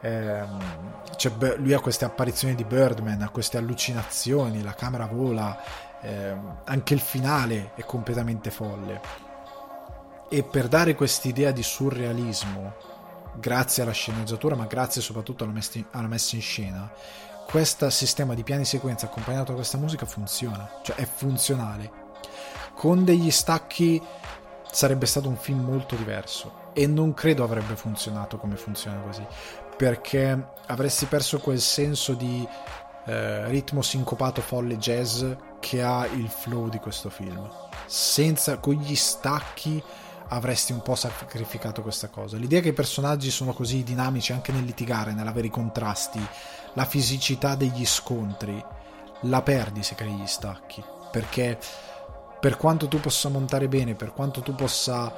lui ha queste apparizioni di Birdman, ha queste allucinazioni, la camera vola, anche il finale è completamente folle, e per dare quest'idea di surrealismo grazie alla sceneggiatura ma grazie soprattutto alla messa in scena, questo sistema di piani sequenza accompagnato da questa musica funziona, cioè è funzionale. Con degli stacchi sarebbe stato un film molto diverso e non credo avrebbe funzionato come funziona così, perché avresti perso quel senso di ritmo sincopato folle jazz che ha il flow di questo film. Con gli stacchi avresti un po' sacrificato questa cosa. L'idea che i personaggi sono così dinamici anche nel litigare, nell'avere i contrasti, la fisicità degli scontri, la perdi se crei gli stacchi, perché per quanto tu possa montare bene, per quanto tu possa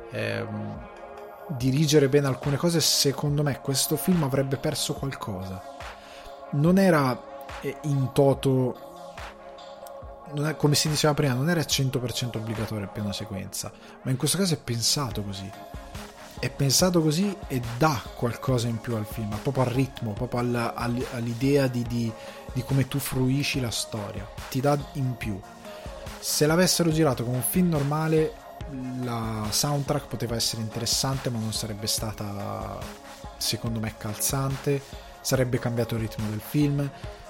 dirigere bene alcune cose, secondo me questo film avrebbe perso qualcosa. Non era in toto, come si diceva prima, non era 100% obbligatorio il piano sequenza, ma in questo caso è pensato così e dà qualcosa in più al film, proprio al ritmo, proprio all'idea di come tu fruisci la storia, ti dà in più. Se l'avessero girato come un film normale, la soundtrack poteva essere interessante ma non sarebbe stata, secondo me, calzante, sarebbe cambiato il ritmo del film,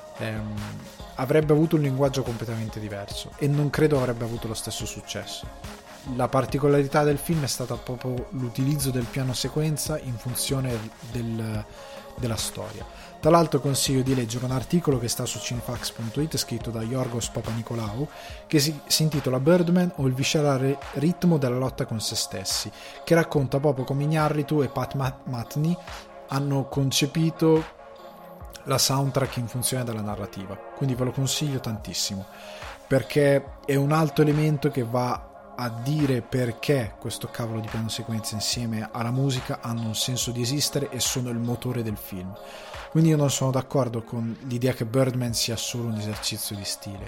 avrebbe avuto un linguaggio completamente diverso e non credo avrebbe avuto lo stesso successo. La particolarità del film è stata proprio l'utilizzo del piano sequenza in funzione della storia. Tra l'altro consiglio di leggere un articolo che sta su cinefax.it scritto da Yorgos Papanicolaou che si intitola Birdman o il viscerale ritmo della lotta con se stessi, che racconta proprio come Iñárritu e Pat Metheny hanno concepito la soundtrack in funzione della narrativa, quindi ve lo consiglio tantissimo perché è un altro elemento che va a dire perché questo cavolo di piano sequenza insieme alla musica hanno un senso di esistere e sono il motore del film. Quindi io non sono d'accordo con l'idea che Birdman sia solo un esercizio di stile,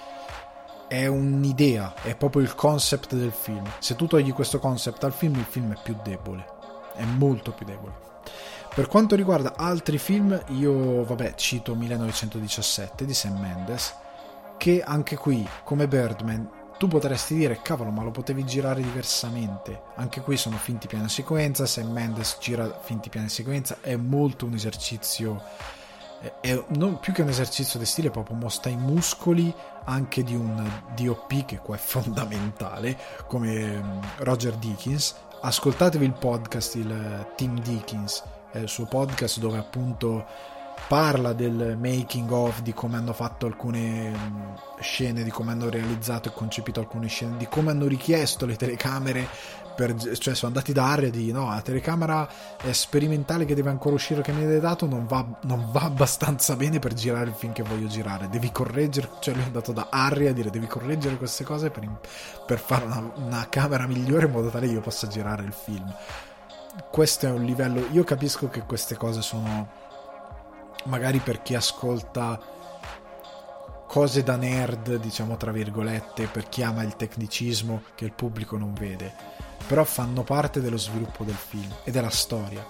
è un'idea, è proprio il concept del film. Se tu togli questo concept al film, il film è più debole, è molto più debole. Per quanto riguarda altri film, io cito 1917 di Sam Mendes, che anche qui, come Birdman, tu potresti dire cavolo, ma lo potevi girare diversamente. Anche qui sono finti piani sequenza, Sam Mendes gira finti piani sequenza, è molto un esercizio, è non più che un esercizio di stile, proprio mostra i muscoli anche di un DOP che qua è fondamentale, come Roger Deakins. Ascoltatevi il podcast, il Tim Deakins, è il suo podcast dove appunto parla del making of, di come hanno fatto alcune scene, di come hanno realizzato e concepito alcune scene, di come hanno richiesto le telecamere cioè sono andati da Harry e di no, la telecamera sperimentale che deve ancora uscire, che mi avete dato, non va abbastanza bene per girare il film che voglio girare, devi correggere, cioè lui è andato da Harry a dire devi correggere queste cose per fare una camera migliore in modo tale che io possa girare il film. Questo è un livello, io capisco che queste cose sono magari per chi ascolta cose da nerd, diciamo tra virgolette, per chi ama il tecnicismo che il pubblico non vede, però fanno parte dello sviluppo del film e della storia.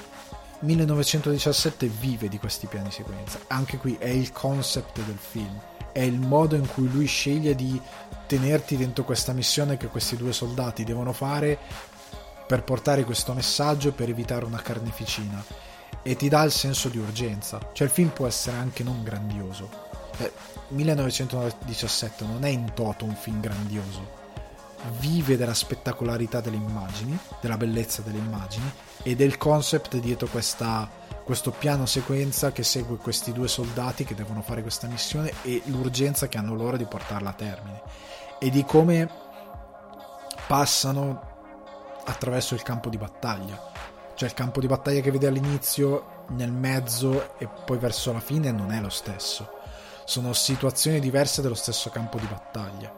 1917 vive di questi piani sequenza, anche qui è il concept del film, è il modo in cui lui sceglie di tenerti dentro questa missione che questi due soldati devono fare per portare questo messaggio e per evitare una carneficina, e ti dà il senso di urgenza. Cioè il film può essere anche non grandioso, 1917 non è in toto un film grandioso, vive della spettacolarità delle immagini, della bellezza delle immagini e del concept dietro questo piano sequenza che segue questi due soldati che devono fare questa missione e l'urgenza che hanno loro di portarla a termine, e di come passano attraverso il campo di battaglia. Cioè il campo di battaglia che vede all'inizio, nel mezzo e poi verso la fine non è lo stesso, sono situazioni diverse dello stesso campo di battaglia,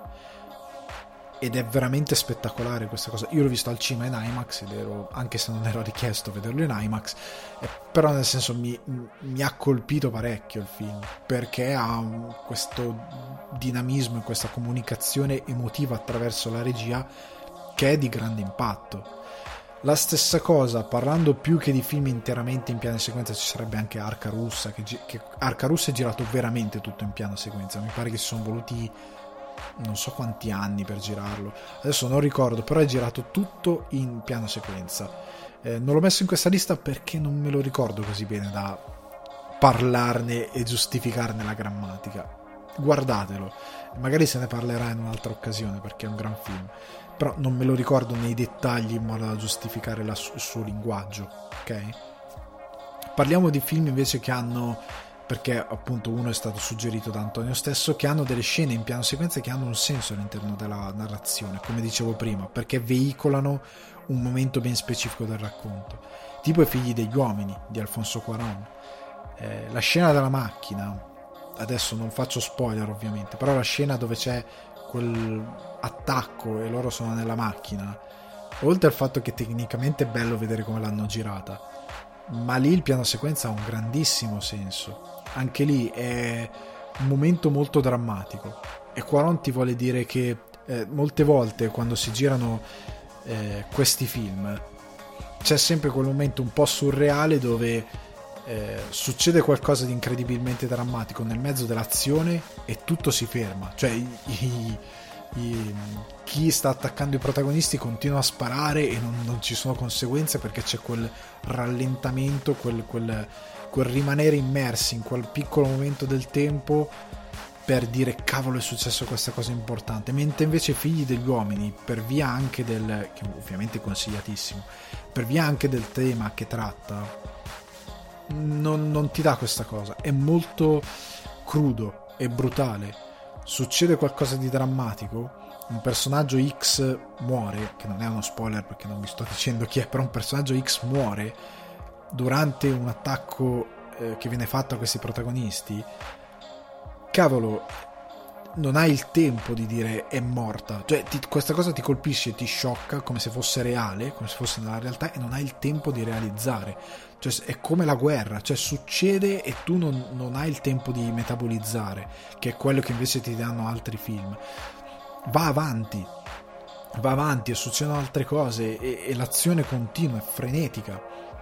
ed è veramente spettacolare questa cosa. Io l'ho visto al cinema in IMAX ed ero, anche se non ero richiesto vederlo in IMAX, però nel senso mi ha colpito parecchio il film, perché ha questo dinamismo e questa comunicazione emotiva attraverso la regia che è di grande impatto. La stessa cosa, parlando più che di film interamente in piano sequenza, ci sarebbe anche Arca Russa, che Arca Russa è girato veramente tutto in piano sequenza, mi pare che si sono voluti non so quanti anni per girarlo, adesso non ricordo, però è girato tutto in piano sequenza. Non l'ho messo in questa lista perché non me lo ricordo così bene da parlarne e giustificarne la grammatica. Guardatelo, magari se ne parlerà in un'altra occasione perché è un gran film, però non me lo ricordo nei dettagli in modo da giustificare il suo linguaggio, ok? Parliamo di film invece che hanno, perché appunto uno è stato suggerito da Antonio stesso, che hanno delle scene in piano sequenza che hanno un senso all'interno della narrazione, come dicevo prima, perché veicolano un momento ben specifico del racconto, tipo I figli degli uomini di Alfonso Cuarón. La scena della macchina, adesso non faccio spoiler ovviamente, però la scena dove c'è quell'attacco e loro sono nella macchina, oltre al fatto che tecnicamente è bello vedere come l'hanno girata, ma lì il piano sequenza ha un grandissimo senso, anche lì è un momento molto drammatico, e Cuarón ti vuole dire che molte volte quando si girano questi film c'è sempre quel momento un po' surreale dove succede qualcosa di incredibilmente drammatico nel mezzo dell'azione e tutto si ferma, cioè chi sta attaccando i protagonisti continua a sparare e non ci sono conseguenze perché c'è quel rallentamento, quel rimanere immersi in quel piccolo momento del tempo per dire cavolo è successo questa cosa importante, mentre invece Figli degli uomini, per via anche del, che ovviamente è consigliatissimo, per via anche del tema che tratta, non ti dà questa cosa, è molto crudo e brutale, succede qualcosa di drammatico, un personaggio X muore, che non è uno spoiler perché non vi sto dicendo chi è, però un personaggio X muore durante un attacco che viene fatto a questi protagonisti. Cavolo, non hai il tempo di dire è morta, cioè questa cosa ti colpisce e ti sciocca come se fosse reale, come se fosse nella realtà, e non hai il tempo di realizzare, cioè è come la guerra, cioè succede e tu non hai il tempo di metabolizzare, che è quello che invece ti danno altri film. Va avanti e succedono altre cose e l'azione continua, è frenetica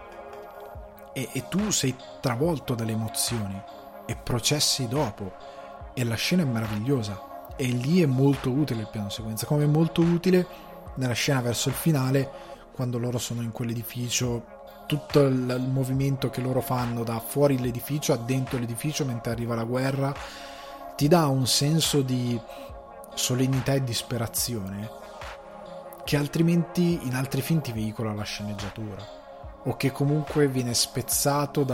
e tu sei travolto dalle emozioni e processi dopo, e la scena è meravigliosa, e lì è molto utile il piano sequenza, come è molto utile nella scena verso il finale quando loro sono in quell'edificio, tutto il movimento che loro fanno da fuori l'edificio a dentro l'edificio mentre arriva la guerra ti dà un senso di solennità e disperazione che altrimenti in altri film ti veicola la sceneggiatura, o che comunque viene spezzato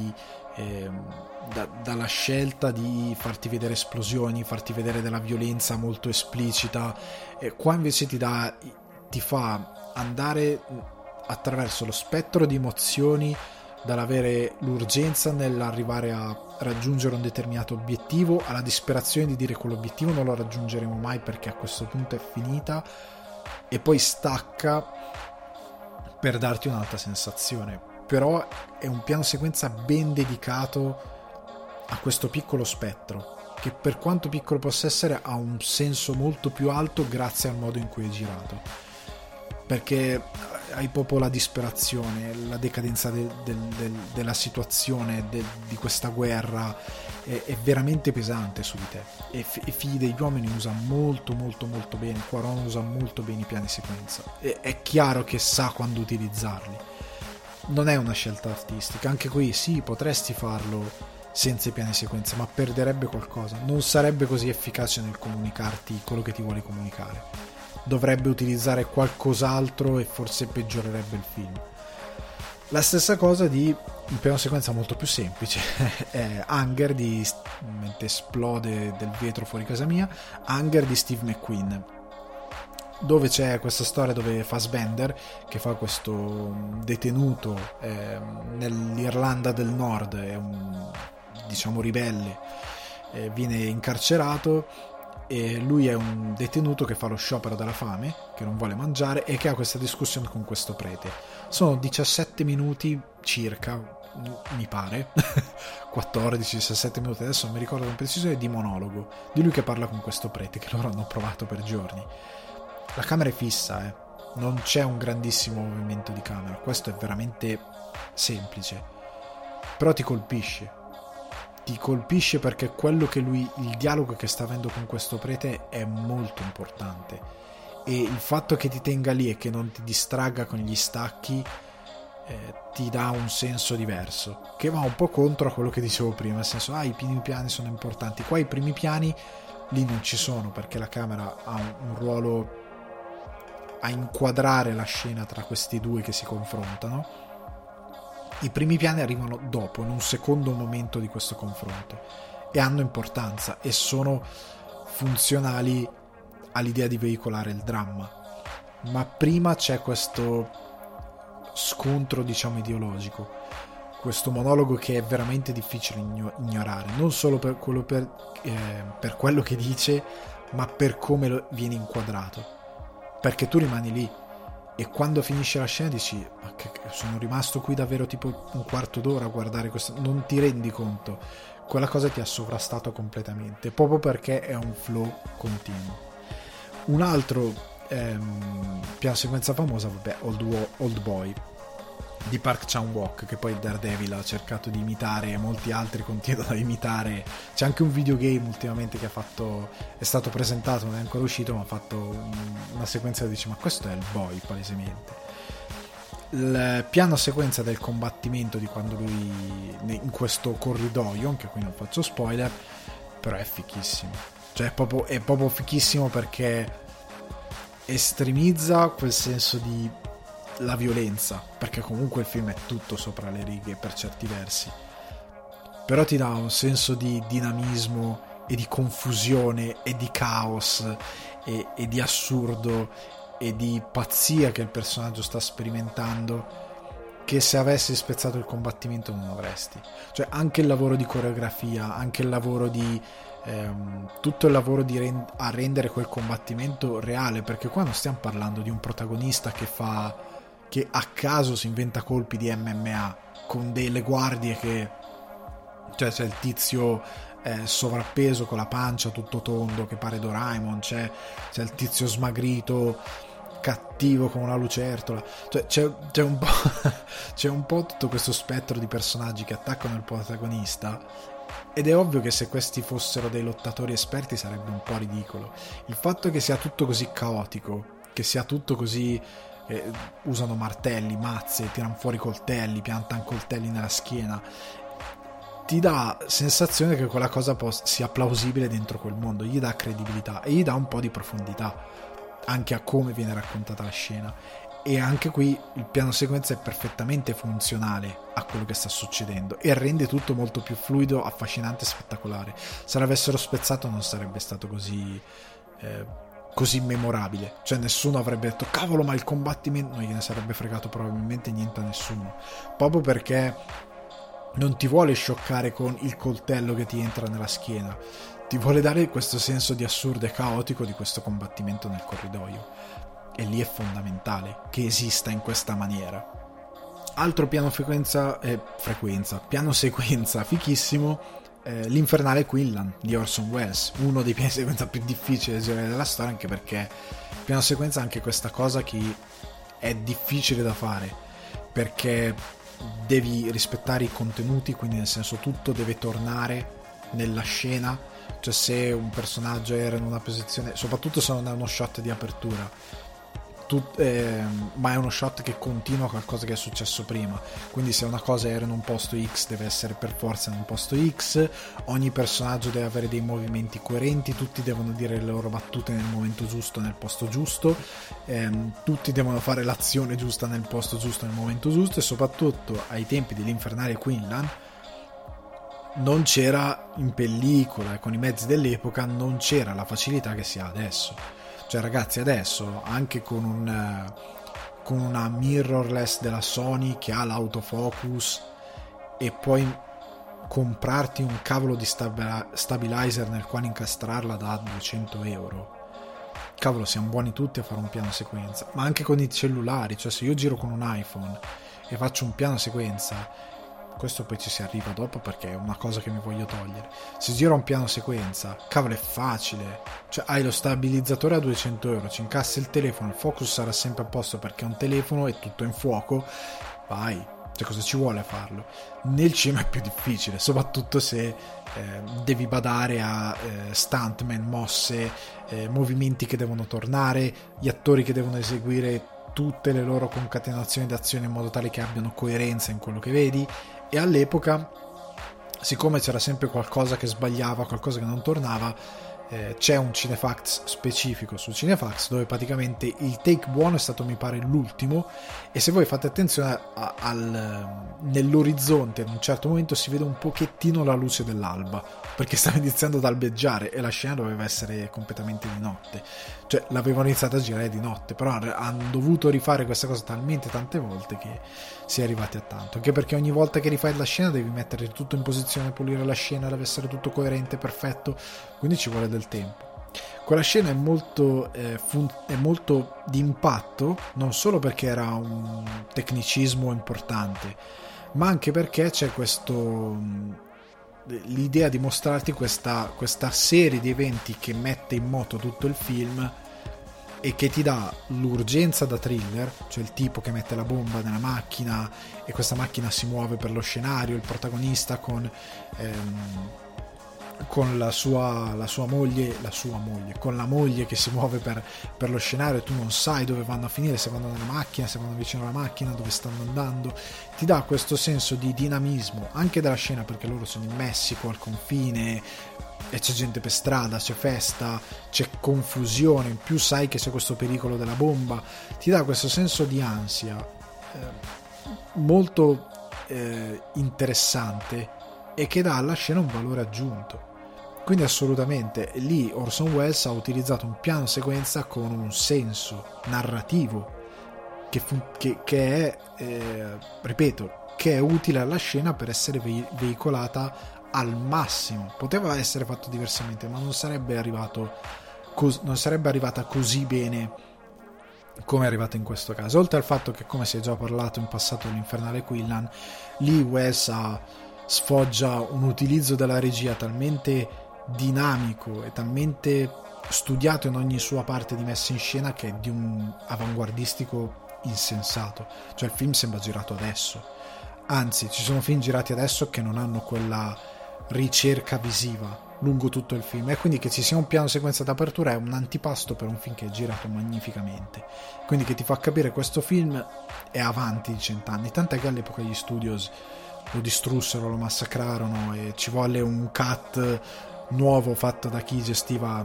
dalla scelta di farti vedere esplosioni, farti vedere della violenza molto esplicita. Qua invece ti fa andare attraverso lo spettro di emozioni, dall'avere l'urgenza nell'arrivare a raggiungere un determinato obiettivo alla disperazione di dire quell'obiettivo non lo raggiungeremo mai perché a questo punto è finita, e poi stacca per darti un'altra sensazione. Però è un piano sequenza ben dedicato a questo piccolo spettro, che per quanto piccolo possa essere ha un senso molto più alto grazie al modo in cui è girato, perché hai proprio la disperazione, la decadenza della situazione, di questa guerra è veramente pesante su di te, e Figli degli Uomini usa molto molto molto bene, Cuarón usa molto bene i piani sequenza, è chiaro che sa quando utilizzarli, non è una scelta artistica. Anche qui sì, potresti farlo senza i piani sequenza, ma perderebbe qualcosa, non sarebbe così efficace nel comunicarti quello che ti vuole comunicare, dovrebbe utilizzare qualcos'altro e forse peggiorerebbe il film. La stessa cosa di un piano sequenza molto più semplice è Hunger mentre esplode del vetro fuori casa mia, Hunger di Steve McQueen, dove c'è questa storia dove Fassbender, che fa questo detenuto nell'Irlanda del Nord, è un, diciamo, ribelle, viene incarcerato, e lui è un detenuto che fa lo sciopero della fame, che non vuole mangiare, e che ha questa discussione con questo prete. Sono 17 minuti circa, mi pare 14-17 minuti, adesso non mi ricordo con precisione, di monologo di lui che parla con questo prete, che loro hanno provato per giorni. La camera è fissa, non c'è un grandissimo movimento di camera, questo è veramente semplice, però ti colpisce perché quello che il dialogo che sta avendo con questo prete è molto importante, e il fatto che ti tenga lì e che non ti distragga con gli stacchi ti dà un senso diverso, che va un po' contro a quello che dicevo prima, nel senso i primi piani sono importanti, qua i primi piani lì non ci sono, perché la camera ha un ruolo a inquadrare la scena tra questi due che si confrontano. I primi piani arrivano dopo, in un secondo momento di questo confronto, e hanno importanza e sono funzionali all'idea di veicolare il dramma, ma prima c'è questo scontro, diciamo, ideologico, questo monologo che è veramente difficile ignorare, non solo per quello che dice, ma per come viene inquadrato, perché tu rimani lì e quando finisce la scena dici ma che sono rimasto qui davvero tipo un quarto d'ora a guardare questo, non ti rendi conto, quella cosa ti ha sovrastato completamente, proprio perché è un flow continuo. Un altro piano sequenza famosa, Old Boy di Park Chan-wook, che poi Daredevil ha cercato di imitare e molti altri continuano a imitare. C'è anche un videogame ultimamente che è stato presentato, non è ancora uscito, ma ha fatto una sequenza che dice ma questo è il boy, palesemente. Il piano sequenza del combattimento di quando lui in questo corridoio, anche qui non faccio spoiler, però è fichissimo, cioè è proprio fichissimo perché estremizza quel senso di la violenza, perché comunque il film è tutto sopra le righe per certi versi, però ti dà un senso di dinamismo e di confusione e di caos e di assurdo e di pazzia che il personaggio sta sperimentando, che se avessi spezzato il combattimento non avresti. Cioè anche il lavoro di coreografia, anche il lavoro di tutto il lavoro a rendere quel combattimento reale, perché qua non stiamo parlando di un protagonista che a caso si inventa colpi di MMA con delle guardie cioè c'è il tizio sovrappeso con la pancia tutto tondo che pare Doraemon, c'è il tizio smagrito cattivo come una lucertola, cioè c'è un po' c'è un po' tutto questo spettro di personaggi che attaccano il protagonista, ed è ovvio che se questi fossero dei lottatori esperti sarebbe un po' ridicolo. Il fatto che sia tutto così caotico, che sia tutto così usano martelli, mazze, tirano fuori coltelli, piantano coltelli nella schiena, ti dà sensazione che quella cosa sia plausibile dentro quel mondo, gli dà credibilità e gli dà un po' di profondità anche a come viene raccontata la scena. E anche qui il piano sequenza è perfettamente funzionale a quello che sta succedendo e rende tutto molto più fluido, affascinante e spettacolare. Se l'avessero spezzato non sarebbe stato così memorabile, cioè nessuno avrebbe detto cavolo, ma il combattimento, non gliene sarebbe fregato probabilmente niente a nessuno, proprio perché non ti vuole scioccare con il coltello che ti entra nella schiena, ti vuole dare questo senso di assurdo e caotico di questo combattimento nel corridoio, e lì è fondamentale che esista in questa maniera. Altro piano sequenza fichissimo l'Infernale Quinlan di Orson Welles, uno dei piani sequenza più difficili da girare della storia, anche perché il piano sequenza è anche questa cosa che è difficile da fare, perché devi rispettare i contenuti, quindi nel senso tutto deve tornare nella scena, cioè se un personaggio era in una posizione, soprattutto se non è uno shot di apertura, ma è uno shot che continua qualcosa che è successo prima, quindi se una cosa era in un posto X deve essere per forza in un posto X, ogni personaggio deve avere dei movimenti coerenti, tutti devono dire le loro battute nel momento giusto, nel posto giusto, tutti devono fare l'azione giusta nel posto giusto, nel momento giusto, e soprattutto ai tempi dell'Infernale Quinlan non c'era in pellicola, e con i mezzi dell'epoca non c'era la facilità che si ha adesso. Cioè ragazzi, adesso anche con una mirrorless della Sony che ha l'autofocus e puoi comprarti un cavolo di stabilizer nel quale incastrarla da 200 euro, cavolo, siamo buoni tutti a fare un piano sequenza. Ma anche con i cellulari, cioè se io giro con un iPhone e faccio un piano sequenza, questo poi ci si arriva dopo perché è una cosa che mi voglio togliere, se giro un piano sequenza, cavolo, è facile, cioè hai lo stabilizzatore a 200 euro, ci incassi il telefono, il focus sarà sempre a posto perché è un telefono e tutto in fuoco, vai, cioè cosa ci vuole a farlo? Nel cinema è più difficile, soprattutto se devi badare a stuntman, mosse, movimenti che devono tornare, gli attori che devono eseguire tutte le loro concatenazioni d'azione in modo tale che abbiano coerenza in quello che vedi. E all'epoca, siccome c'era sempre qualcosa che sbagliava, qualcosa che non tornava, c'è un Cinefax specifico su Cinefax dove praticamente il take buono è stato, mi pare, l'ultimo, e se voi fate attenzione nell'orizzonte ad un certo momento si vede un pochettino la luce dell'alba perché stava iniziando ad albeggiare e la scena doveva essere completamente di notte, cioè l'avevano iniziato a girare di notte, però hanno dovuto rifare questa cosa talmente tante volte che si è arrivati a tanto, anche perché ogni volta che rifai la scena devi mettere tutto in posizione, pulire la scena, deve essere tutto coerente, perfetto, quindi ci vuole del tempo. Quella scena è molto di impatto, non solo perché era un tecnicismo importante, ma anche perché c'è l'idea di mostrarti questa serie di eventi che mette in moto tutto il film e che ti dà l'urgenza da thriller, cioè il tipo che mette la bomba nella macchina e questa macchina si muove per lo scenario, il protagonista con la sua moglie, con la moglie che si muove per lo scenario, tu non sai dove vanno a finire, se vanno nella macchina, se vanno vicino alla macchina, dove stanno andando, ti dà questo senso di dinamismo anche della scena, perché loro sono in Messico al confine e c'è gente per strada, c'è festa, c'è confusione, in più sai che c'è questo pericolo della bomba, ti dà questo senso di ansia molto interessante e che dà alla scena un valore aggiunto. Quindi assolutamente lì Orson Welles ha utilizzato un piano sequenza con un senso narrativo che è ripeto, che è utile alla scena per essere veicolata al massimo. Poteva essere fatto diversamente, ma non sarebbe arrivata così bene come è arrivata in questo caso. Oltre al fatto che, come si è già parlato in passato dell'Infernale Quinlan, lì Welles sfoggia un utilizzo della regia talmente dinamico e talmente studiato in ogni sua parte di messa in scena che è di un avanguardistico insensato. Cioè il film sembra girato adesso, anzi ci sono film girati adesso che non hanno quella ricerca visiva lungo tutto il film, e quindi che ci sia un piano sequenza d'apertura è un antipasto per un film che è girato magnificamente, quindi che ti fa capire questo film è avanti di 100 anni, tant'è che all'epoca gli studios lo distrussero, lo massacrarono e ci volle un cut nuovo fatto da chi gestiva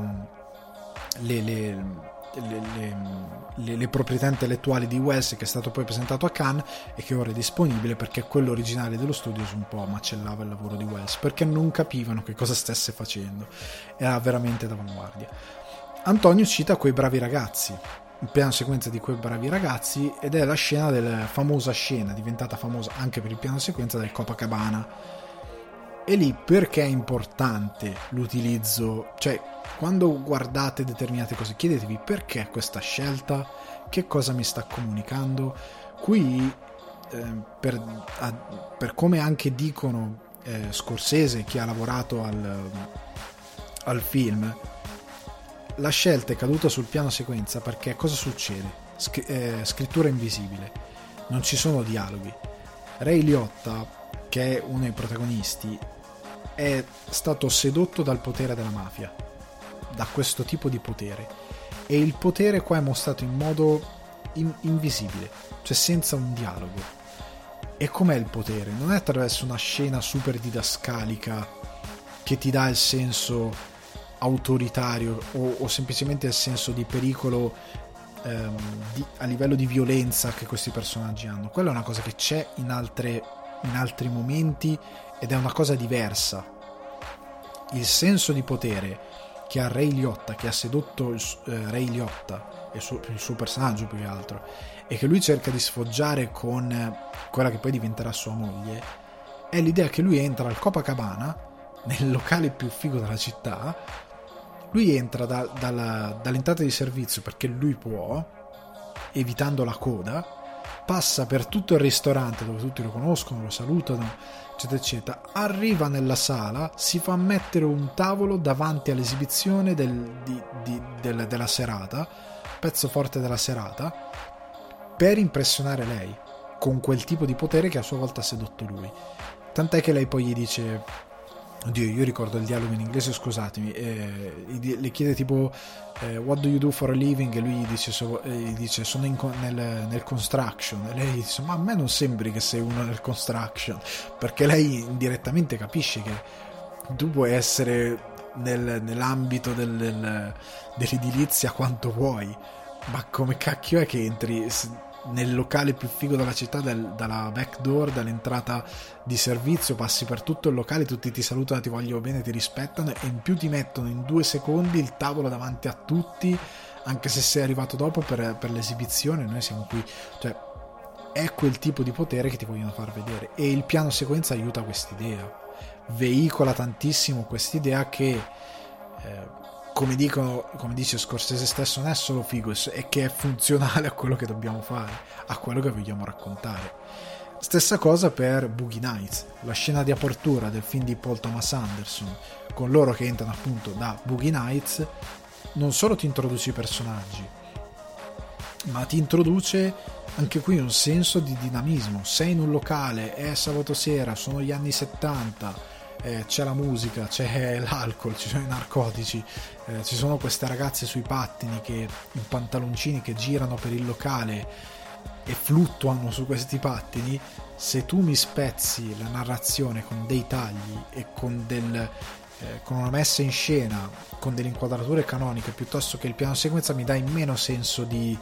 le proprietà intellettuali di Welles, che è stato poi presentato a Cannes e che ora è disponibile, perché quello originale dello studio un po' macellava il lavoro di Welles perché non capivano che cosa stesse facendo, era veramente d'avanguardia. Antonio cita Quei bravi ragazzi, un piano sequenza di Quei bravi ragazzi, ed è la scena diventata famosa anche per il piano sequenza del Copacabana. E lì perché è importante l'utilizzo, cioè quando guardate determinate cose chiedetevi perché questa scelta, che cosa mi sta comunicando. Qui per come anche dicono Scorsese, chi ha lavorato al film, la scelta è caduta sul piano sequenza perché cosa succede? Scrittura invisibile, non ci sono dialoghi. Ray Liotta, che è uno dei protagonisti, è stato sedotto dal potere della mafia, da questo tipo di potere, e il potere qua è mostrato in modo invisibile, cioè senza un dialogo. E com'è il potere? Non è attraverso una scena super didascalica che ti dà il senso autoritario o semplicemente il senso di pericolo a livello di violenza che questi personaggi hanno. Quella è una cosa che c'è in altri momenti ed è una cosa diversa. Il senso di potere che ha Ray Liotta, che ha sedotto Ray Liotta e il suo personaggio più che altro, e che lui cerca di sfoggiare con quella che poi diventerà sua moglie, è l'idea che lui entra al Copacabana, nel locale più figo della città. Lui entra dall'entrata di servizio perché lui può, evitando la coda, passa per tutto il ristorante dove tutti lo conoscono, lo salutano, eccetera eccetera, arriva nella sala, si fa mettere un tavolo davanti all'esibizione della serata, pezzo forte della serata, per impressionare lei con quel tipo di potere che a sua volta ha sedotto lui. Tant'è che lei poi gli dice, oddio, io ricordo il dialogo in inglese, scusatemi, le chiede tipo what do you do for a living, e lui gli dice sono nel construction, e lei dice ma a me non sembri che sei uno nel construction, perché lei indirettamente capisce che tu puoi essere nell'ambito dell'edilizia quanto vuoi, ma come cacchio è che entri nel locale più figo della città, dalla back door, dall'entrata di servizio, passi per tutto il locale, tutti ti salutano, ti vogliono bene, ti rispettano, e in più ti mettono in 2 secondi il tavolo davanti a tutti, anche se sei arrivato dopo per l'esibizione. Noi siamo qui, cioè è quel tipo di potere che ti vogliono far vedere, e il piano sequenza aiuta quest'idea, veicola tantissimo quest'idea che come dice Scorsese stesso, non è solo figo, è che è funzionale a quello che dobbiamo fare, a quello che vogliamo raccontare. Stessa cosa per Boogie Nights, la scena di apertura del film di Paul Thomas Anderson, con loro che entrano appunto da Boogie Nights, non solo ti introduce i personaggi, ma ti introduce anche qui un senso di dinamismo. Sei in un locale, è sabato sera, sono gli anni 70, c'è la musica, c'è l'alcol, ci sono i narcotici, ci sono queste ragazze sui pattini in pantaloncini che girano per il locale e fluttuano su questi pattini. Se tu mi spezzi la narrazione con dei tagli e con una messa in scena, con delle inquadrature canoniche piuttosto che il piano sequenza, mi dai meno senso di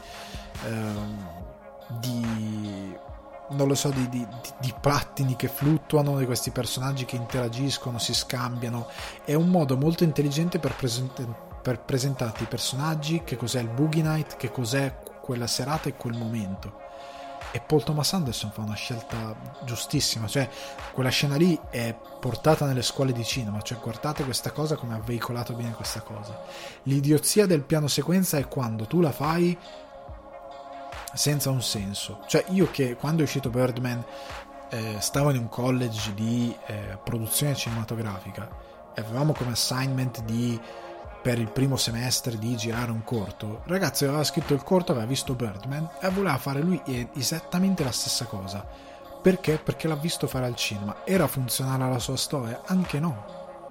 non lo so, di pattini che fluttuano, di questi personaggi che interagiscono, si scambiano. È un modo molto intelligente per presentarti i personaggi, che cos'è il Boogie Night, che cos'è quella serata e quel momento. E Paul Thomas Anderson fa una scelta giustissima, cioè quella scena lì è portata nelle scuole di cinema, cioè guardate questa cosa, come ha veicolato bene questa cosa. L'idiozia del piano sequenza è quando tu la fai senza un senso. Cioè io, che quando è uscito Birdman stavo in un college di produzione cinematografica e avevamo come assignment per il primo semestre di girare un corto. Il ragazzo aveva scritto il corto, aveva visto Birdman e voleva fare lui esattamente la stessa cosa. Perché? Perché l'ha visto fare al cinema. Era funzionale alla sua storia? Anche no.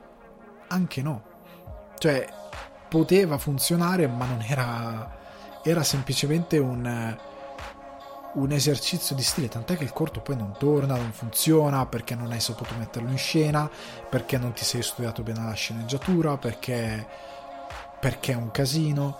Cioè poteva funzionare, ma non era semplicemente un esercizio di stile, tant'è che il corto poi non torna, non funziona, perché non hai saputo metterlo in scena, perché non ti sei studiato bene la sceneggiatura, perché è un casino.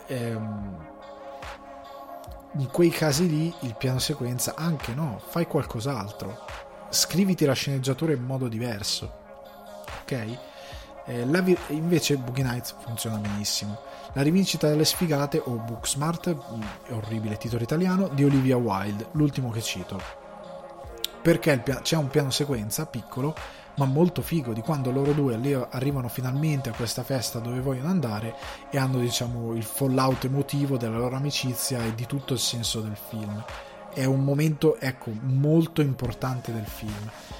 In quei casi lì il piano sequenza, anche no, fai qualcos'altro, scriviti la sceneggiatura in modo diverso, ok? Invece Boogie Nights funziona benissimo. La rivincita delle sfigate, o Booksmart, è orribile titolo italiano, di Olivia Wilde, l'ultimo che cito, perché c'è un piano sequenza piccolo ma molto figo di quando loro due arrivano finalmente a questa festa dove vogliono andare e hanno, diciamo, il fallout emotivo della loro amicizia e di tutto il senso del film. È un momento, ecco, molto importante del film.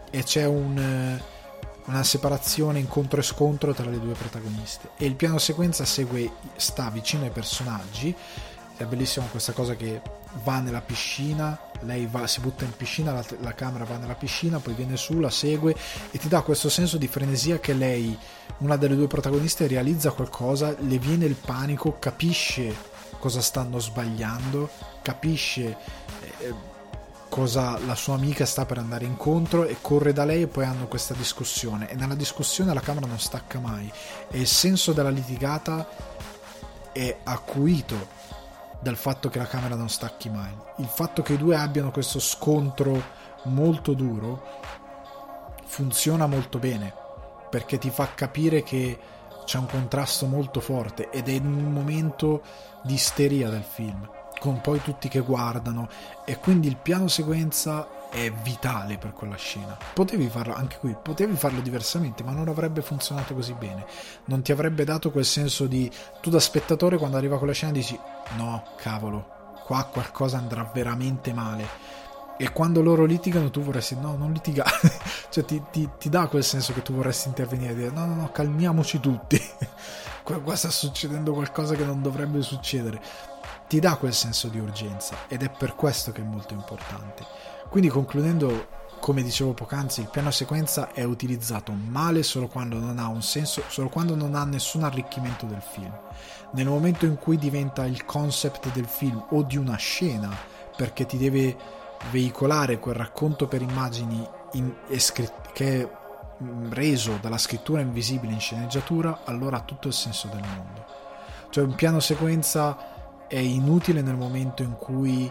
e c'è una separazione, incontro e scontro tra le due protagoniste, e il piano sequenza sta vicino ai personaggi. È bellissima questa cosa che va nella piscina, lei si butta in piscina, la camera va nella piscina, poi viene su, la segue, e ti dà questo senso di frenesia che lei, una delle due protagoniste, realizza qualcosa, le viene il panico, capisce cosa stanno sbagliando, capisce cosa la sua amica sta per andare incontro, e corre da lei, e poi hanno questa discussione, e nella discussione la camera non stacca mai, e il senso della litigata è acuito dal fatto che la camera non stacchi mai. Il fatto che i due abbiano questo scontro molto duro funziona molto bene, perché ti fa capire che c'è un contrasto molto forte, ed è in un momento di isteria del film, con poi tutti che guardano, e quindi il piano sequenza è vitale per quella scena. Potevi farlo anche qui, potevi farlo diversamente, ma non avrebbe funzionato così bene, non ti avrebbe dato quel senso di, tu da spettatore quando arriva quella scena dici no, cavolo, qua qualcosa andrà veramente male, e quando loro litigano tu vorresti no, non litigare cioè ti dà quel senso che tu vorresti intervenire e dire no, calmiamoci tutti qua sta succedendo qualcosa che non dovrebbe succedere, ti dà quel senso di urgenza, ed è per questo che è molto importante. Quindi, concludendo, come dicevo poc'anzi, il piano sequenza è utilizzato male solo quando non ha un senso, solo quando non ha nessun arricchimento del film. Nel momento in cui diventa il concept del film o di una scena, perché ti deve veicolare quel racconto per immagini che è reso dalla scrittura invisibile in sceneggiatura, allora ha tutto il senso del mondo. Cioè, un piano sequenza è inutile nel momento in cui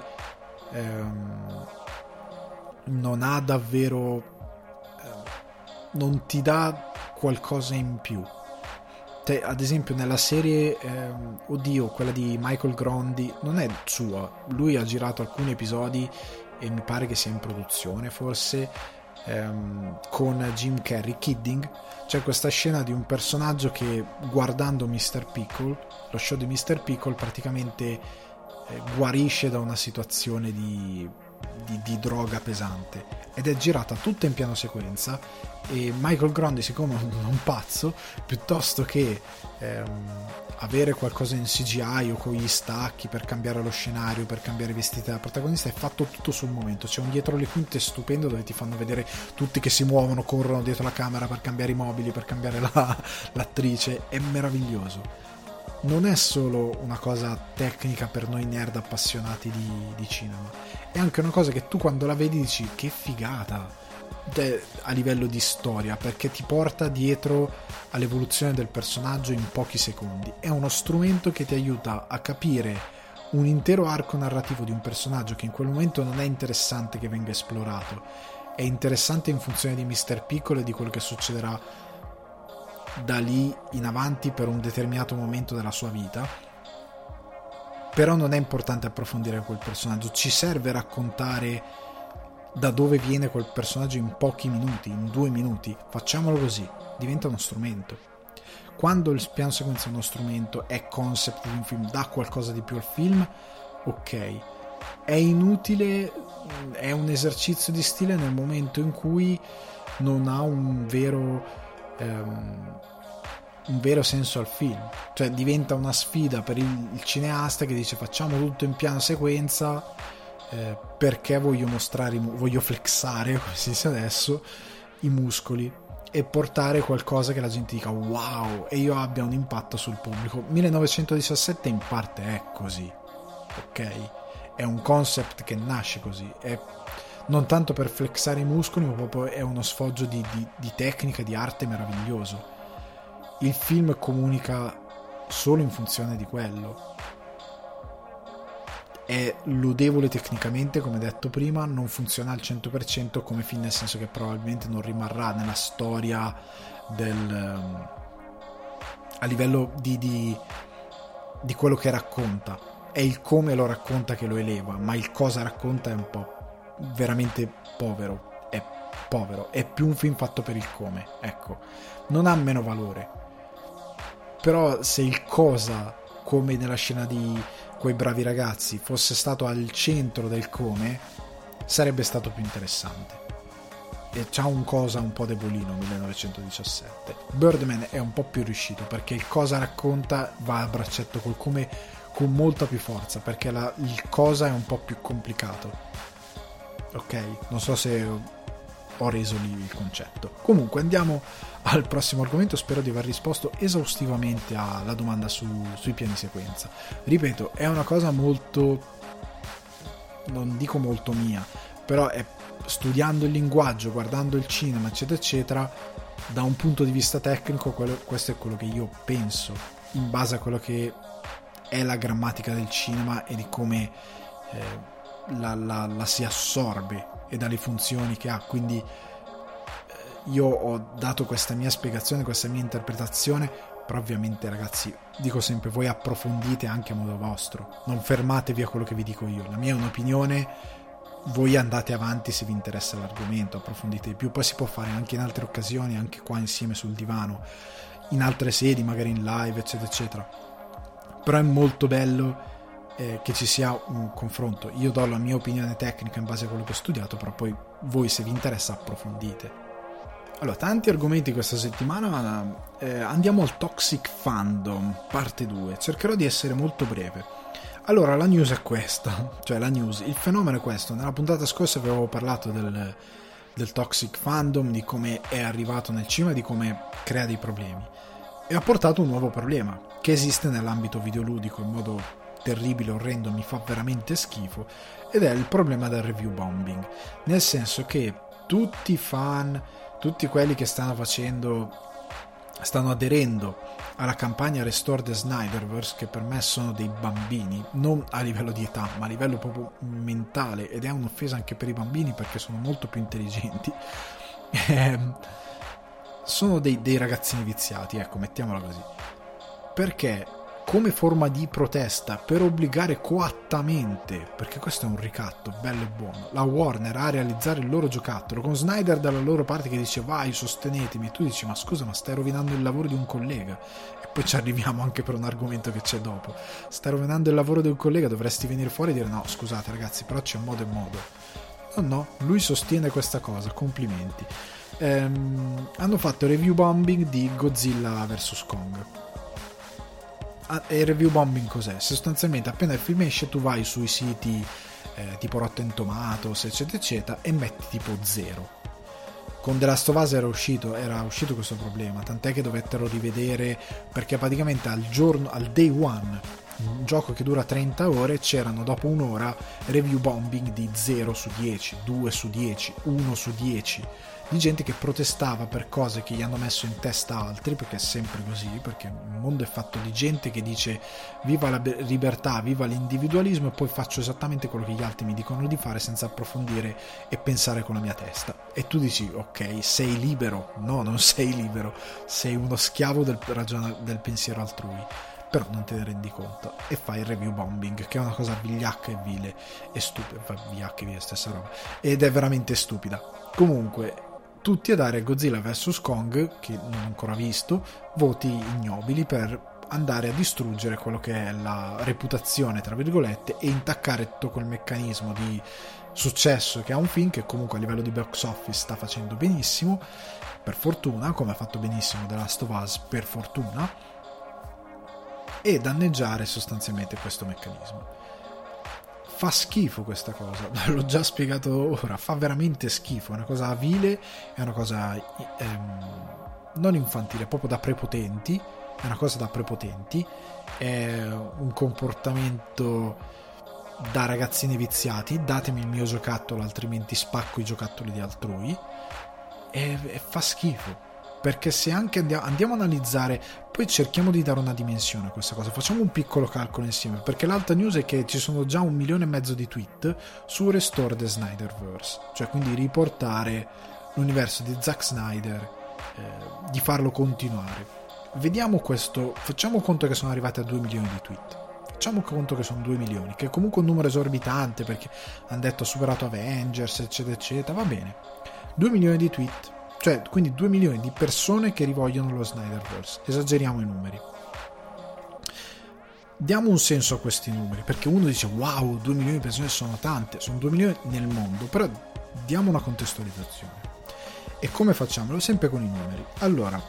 non ha davvero non ti dà qualcosa in più. Ad esempio nella serie quella di Michael Grandi non è sua, lui ha girato alcuni episodi e mi pare che sia in produzione forse, con Jim Carrey, Kidding. C'è questa scena di un personaggio che, guardando Mr. Pickle, lo show di Mr. Pickle, praticamente guarisce da una situazione di droga pesante, ed è girata tutta in piano sequenza, e Michael Grandi, siccome è un pazzo, piuttosto che avere qualcosa in CGI o con gli stacchi per cambiare lo scenario, per cambiare i vestiti della protagonista, è fatto tutto sul momento. C'è un dietro le quinte stupendo dove ti fanno vedere tutti che si muovono, corrono dietro la camera per cambiare i mobili, per cambiare l'attrice. È meraviglioso. Non è solo una cosa tecnica per noi nerd appassionati di cinema, è anche una cosa che tu quando la vedi dici che figata a livello di storia, perché ti porta dietro all'evoluzione del personaggio in pochi secondi. È uno strumento che ti aiuta a capire un intero arco narrativo di un personaggio che in quel momento non è interessante che venga esplorato, è interessante in funzione di Mr. Piccolo e di quello che succederà da lì in avanti per un determinato momento della sua vita, però non è importante approfondire quel personaggio, ci serve raccontare da dove viene quel personaggio in pochi minuti, in 2 minuti, facciamolo così, diventa uno strumento. Quando il piano sequenza è uno strumento, è concept di un film, dà qualcosa di più al film, ok, è inutile, è un esercizio di stile nel momento in cui non ha un vero senso al film, cioè diventa una sfida per il cineasta che dice facciamo tutto in piano sequenza perché voglio flexare, come si dice adesso, i muscoli e portare qualcosa che la gente dica wow e io abbia un impatto sul pubblico. 1917 in parte è così, ok? È un concept che nasce così, è non tanto per flexare i muscoli, ma proprio è uno sfoggio di tecnica, di arte meraviglioso. Il film comunica solo in funzione di quello. È lodevole tecnicamente, come detto prima, non funziona al 100% come film, nel senso che probabilmente non rimarrà nella storia a livello di quello che racconta. È il come lo racconta che lo eleva, ma il cosa racconta è un po' veramente povero. È povero, è più un film fatto per il come, ecco. Non ha meno valore, però se il cosa, come nella scena di quei bravi ragazzi, fosse stato al centro del come, sarebbe stato più interessante. e c'ha un cosa un po' debolino 1917. Birdman è un po' più riuscito perché il cosa racconta va a braccetto col come con molta più forza, perché il cosa è un po' più complicato. Ok, non so se ho reso lì il concetto. Comunque andiamo al prossimo argomento. Spero di aver risposto esaustivamente alla domanda sui piani sequenza. Ripeto, è una cosa molto, non dico molto mia, però è studiando il linguaggio, guardando il cinema, eccetera eccetera, da un punto di vista tecnico questo è quello che io penso in base a quello che è la grammatica del cinema e di come la si assorbe e dalle funzioni che ha. Quindi io ho dato questa mia spiegazione, questa mia interpretazione, però ovviamente ragazzi, dico sempre, voi approfondite anche a modo vostro, non fermatevi a quello che vi dico io. La mia è un'opinione, voi andate avanti se vi interessa l'argomento, approfondite di più. Poi si può fare anche in altre occasioni, anche qua insieme sul divano, in altre sedi, magari in live, eccetera eccetera. Però è molto bello che ci sia un confronto. Io do la mia opinione tecnica in base a quello che ho studiato, però poi voi, se vi interessa, approfondite. Allora, tanti argomenti questa settimana. Andiamo al Toxic Fandom, parte 2. Cercherò di essere molto breve. Allora, la news è questa, cioè la news, il fenomeno è questo. Nella puntata scorsa avevo parlato del Toxic Fandom, di come è arrivato nel cinema, di come crea dei problemi. E ha portato un nuovo problema che esiste nell'ambito videoludico in modo terribile, orrendo, mi fa veramente schifo, ed è il problema del review bombing, nel senso che tutti i fan, tutti quelli che stanno aderendo alla campagna Restore the Snyderverse, che per me sono dei bambini, non a livello di età ma a livello proprio mentale, ed è un'offesa anche per i bambini perché sono molto più intelligenti. Sono dei ragazzini viziati, ecco, mettiamola così, perché come forma di protesta, per obbligare coattamente, perché questo è un ricatto bello e buono, la Warner a realizzare il loro giocattolo, con Snyder dalla loro parte che dice vai, sostenetemi, e tu dici ma scusa, ma stai rovinando il lavoro di un collega. E poi ci arriviamo anche per un argomento che c'è dopo, stai rovinando il lavoro di un collega, dovresti venire fuori e dire no, scusate ragazzi, però c'è modo e modo. No, lui sostiene questa cosa, complimenti. Hanno fatto review bombing di Godzilla vs Kong. E review bombing cos'è? Sostanzialmente appena il film esce tu vai sui siti tipo Rotten Tomatoes eccetera eccetera e metti tipo 0. Con The Last of Us era uscito questo problema, tant'è che dovettero rivedere, perché praticamente al day one, un gioco che dura 30 ore, c'erano dopo un'ora review bombing di 0 su 10, 2 su 10, 1 su 10, di gente che protestava per cose che gli hanno messo in testa altri, perché è sempre così, perché il mondo è fatto di gente che dice viva la libertà, viva l'individualismo, e poi faccio esattamente quello che gli altri mi dicono di fare senza approfondire e pensare con la mia testa. E tu dici ok, sei libero? No, non sei libero, sei uno schiavo del pensiero altrui, però non te ne rendi conto e fai il review bombing, che è una cosa vigliacca e vile e stupida, vigliacca e vile, stessa roba, ed è veramente stupida. Comunque tutti a dare Godzilla vs Kong, che non ho ancora visto, voti ignobili per andare a distruggere quello che è la reputazione tra virgolette e intaccare tutto quel meccanismo di successo che ha un film che comunque a livello di box office sta facendo benissimo, per fortuna, come ha fatto benissimo The Last of Us, per fortuna, e danneggiare sostanzialmente questo meccanismo. Fa schifo questa cosa, l'ho già spiegato ora, fa veramente schifo, è una cosa vile, è una cosa non infantile, proprio da prepotenti, è una cosa da prepotenti, è un comportamento da ragazzini viziati, datemi il mio giocattolo altrimenti spacco i giocattoli di altrui, e fa schifo. Perché se anche andiamo a analizzare, poi cerchiamo di dare una dimensione a questa cosa, facciamo un piccolo calcolo insieme, perché l'altra news è che ci sono già 1,5 milioni di tweet su Restore the Snyderverse, cioè quindi riportare l'universo di Zack Snyder, di farlo continuare. Vediamo questo, facciamo conto che sono arrivati a 2 milioni di tweet, facciamo conto che sono 2 milioni, che è comunque un numero esorbitante perché hanno detto ha superato Avengers eccetera eccetera, va bene, 2 milioni di tweet, cioè quindi 2 milioni di persone che rivogliono lo Snyderverse, esageriamo i numeri, diamo un senso a questi numeri, perché uno dice wow, 2 milioni di persone sono tante, sono 2 milioni nel mondo, però diamo una contestualizzazione. E come facciamolo? Sempre con i numeri. Allora,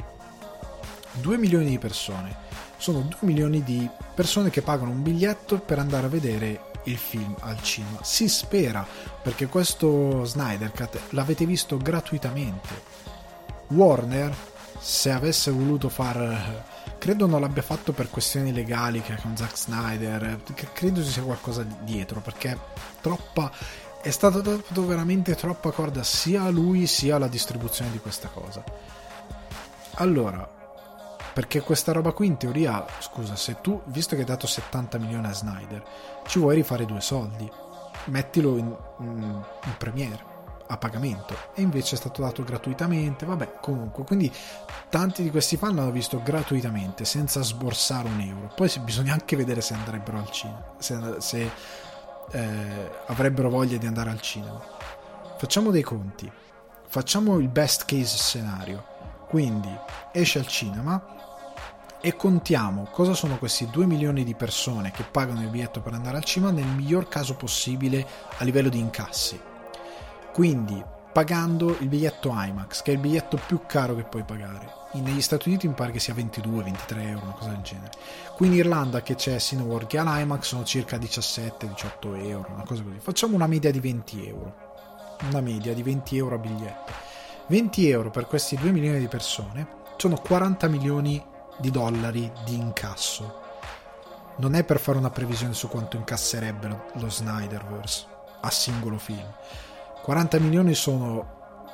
2 milioni di persone sono 2 milioni di persone che pagano un biglietto per andare a vedere il film al cinema. Si spera, perché questo Snyder Cut l'avete visto gratuitamente. Warner, se avesse voluto credo non l'abbia fatto per questioni legali che con Zack Snyder, credo ci sia qualcosa dietro, perché è stata data veramente troppa corda sia a lui sia alla distribuzione di questa cosa. Allora, perché questa roba qui in teoria, scusa, se tu, visto che hai dato 70 milioni a Snyder, ci vuoi rifare 2 soldi, mettilo in premiere a pagamento, e invece è stato dato gratuitamente. Vabbè, comunque, quindi tanti di questi fan l'hanno visto gratuitamente senza sborsare un euro. Poi bisogna anche vedere se andrebbero al cinema, se avrebbero voglia di andare al cinema. Facciamo dei conti, facciamo il best case scenario, quindi esce al cinema e contiamo cosa sono questi 2 milioni di persone che pagano il biglietto per andare al cinema nel miglior caso possibile a livello di incassi. Quindi pagando il biglietto IMAX, che è il biglietto più caro che puoi pagare. Negli Stati Uniti mi pare che sia 22-23 euro, una cosa del genere. Qui in Irlanda, che c'è Cineworld che ha l'IMAX, sono circa 17-18 euro, una cosa così. Facciamo una media di 20 euro. Una media di 20 euro a biglietto. 20 euro per questi 2 milioni di persone sono 40 milioni di dollari di incasso. Non è per fare una previsione su quanto incasserebbe lo Snyderverse a singolo film. 40 milioni sono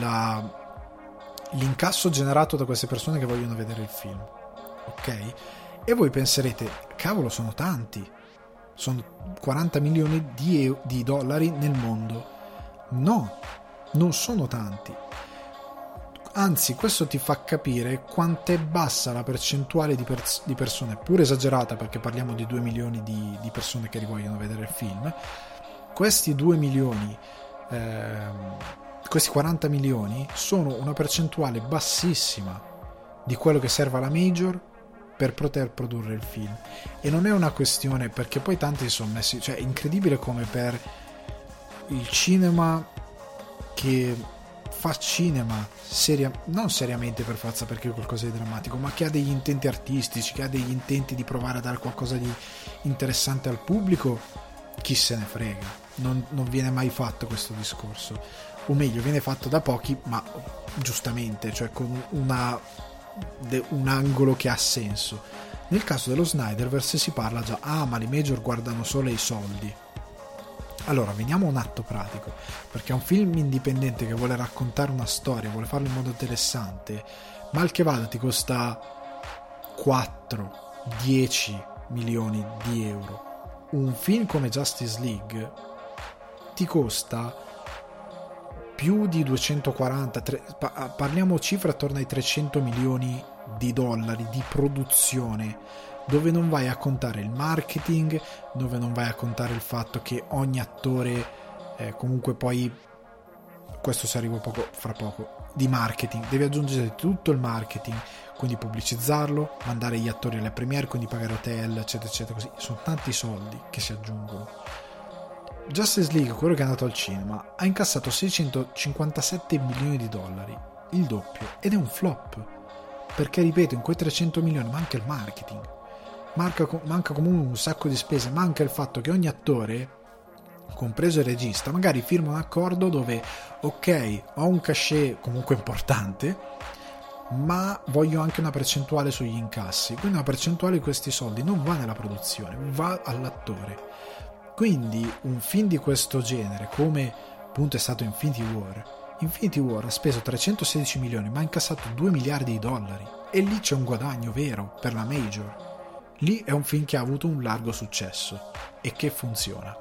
l'incasso generato da queste persone che vogliono vedere il film, ok? E voi penserete, cavolo, sono tanti, sono 40 milioni di dollari nel mondo. No, non sono tanti. Anzi, questo ti fa capire quanto è bassa la percentuale di persone, pur esagerata perché parliamo di 2 milioni di persone che vogliono vedere il film. Questi 2 milioni, questi 40 milioni sono una percentuale bassissima di quello che serve alla major per poter produrre il film. E non è una questione, perché poi tanti si sono messi, cioè è incredibile come per il cinema che fa cinema non seriamente per forza perché è qualcosa di drammatico, ma che ha degli intenti artistici, che ha degli intenti di provare a dare qualcosa di interessante al pubblico, chi se ne frega. Non viene mai fatto questo discorso, o meglio viene fatto da pochi, ma giustamente, cioè con un angolo che ha senso. Nel caso dello Snyderverse si parla già, ma le major guardano solo i soldi. Allora, veniamo a un atto pratico, perché è un film indipendente che vuole raccontare una storia, vuole farlo in modo interessante, mal che vada ti costa 4-10 milioni di euro. Un film come Justice League ti costa più di 240, parliamo cifre attorno ai 300 milioni di dollari di produzione, dove non vai a contare il marketing, dove non vai a contare il fatto che ogni attore comunque poi, questo si arriva fra poco, di marketing, devi aggiungere tutto il marketing, quindi pubblicizzarlo, mandare gli attori alle premiere, quindi pagare hotel eccetera eccetera, così sono tanti soldi che si aggiungono. Justice League, quello che è andato al cinema, ha incassato 657 milioni di dollari, il doppio, ed è un flop, perché ripeto, in quei 300 milioni manca il marketing, manca comunque un sacco di spese, manca il fatto che ogni attore, compreso il regista, magari firma un accordo dove ok, ho un cachet comunque importante, ma voglio anche una percentuale sugli incassi, quindi una percentuale di questi soldi non va nella produzione, va all'attore. Quindi un film di questo genere, come appunto è stato Infinity War ha speso 316 milioni ma ha incassato 2 miliardi di dollari, e lì c'è un guadagno vero per la major. Lì è un film che ha avuto un largo successo e che funziona.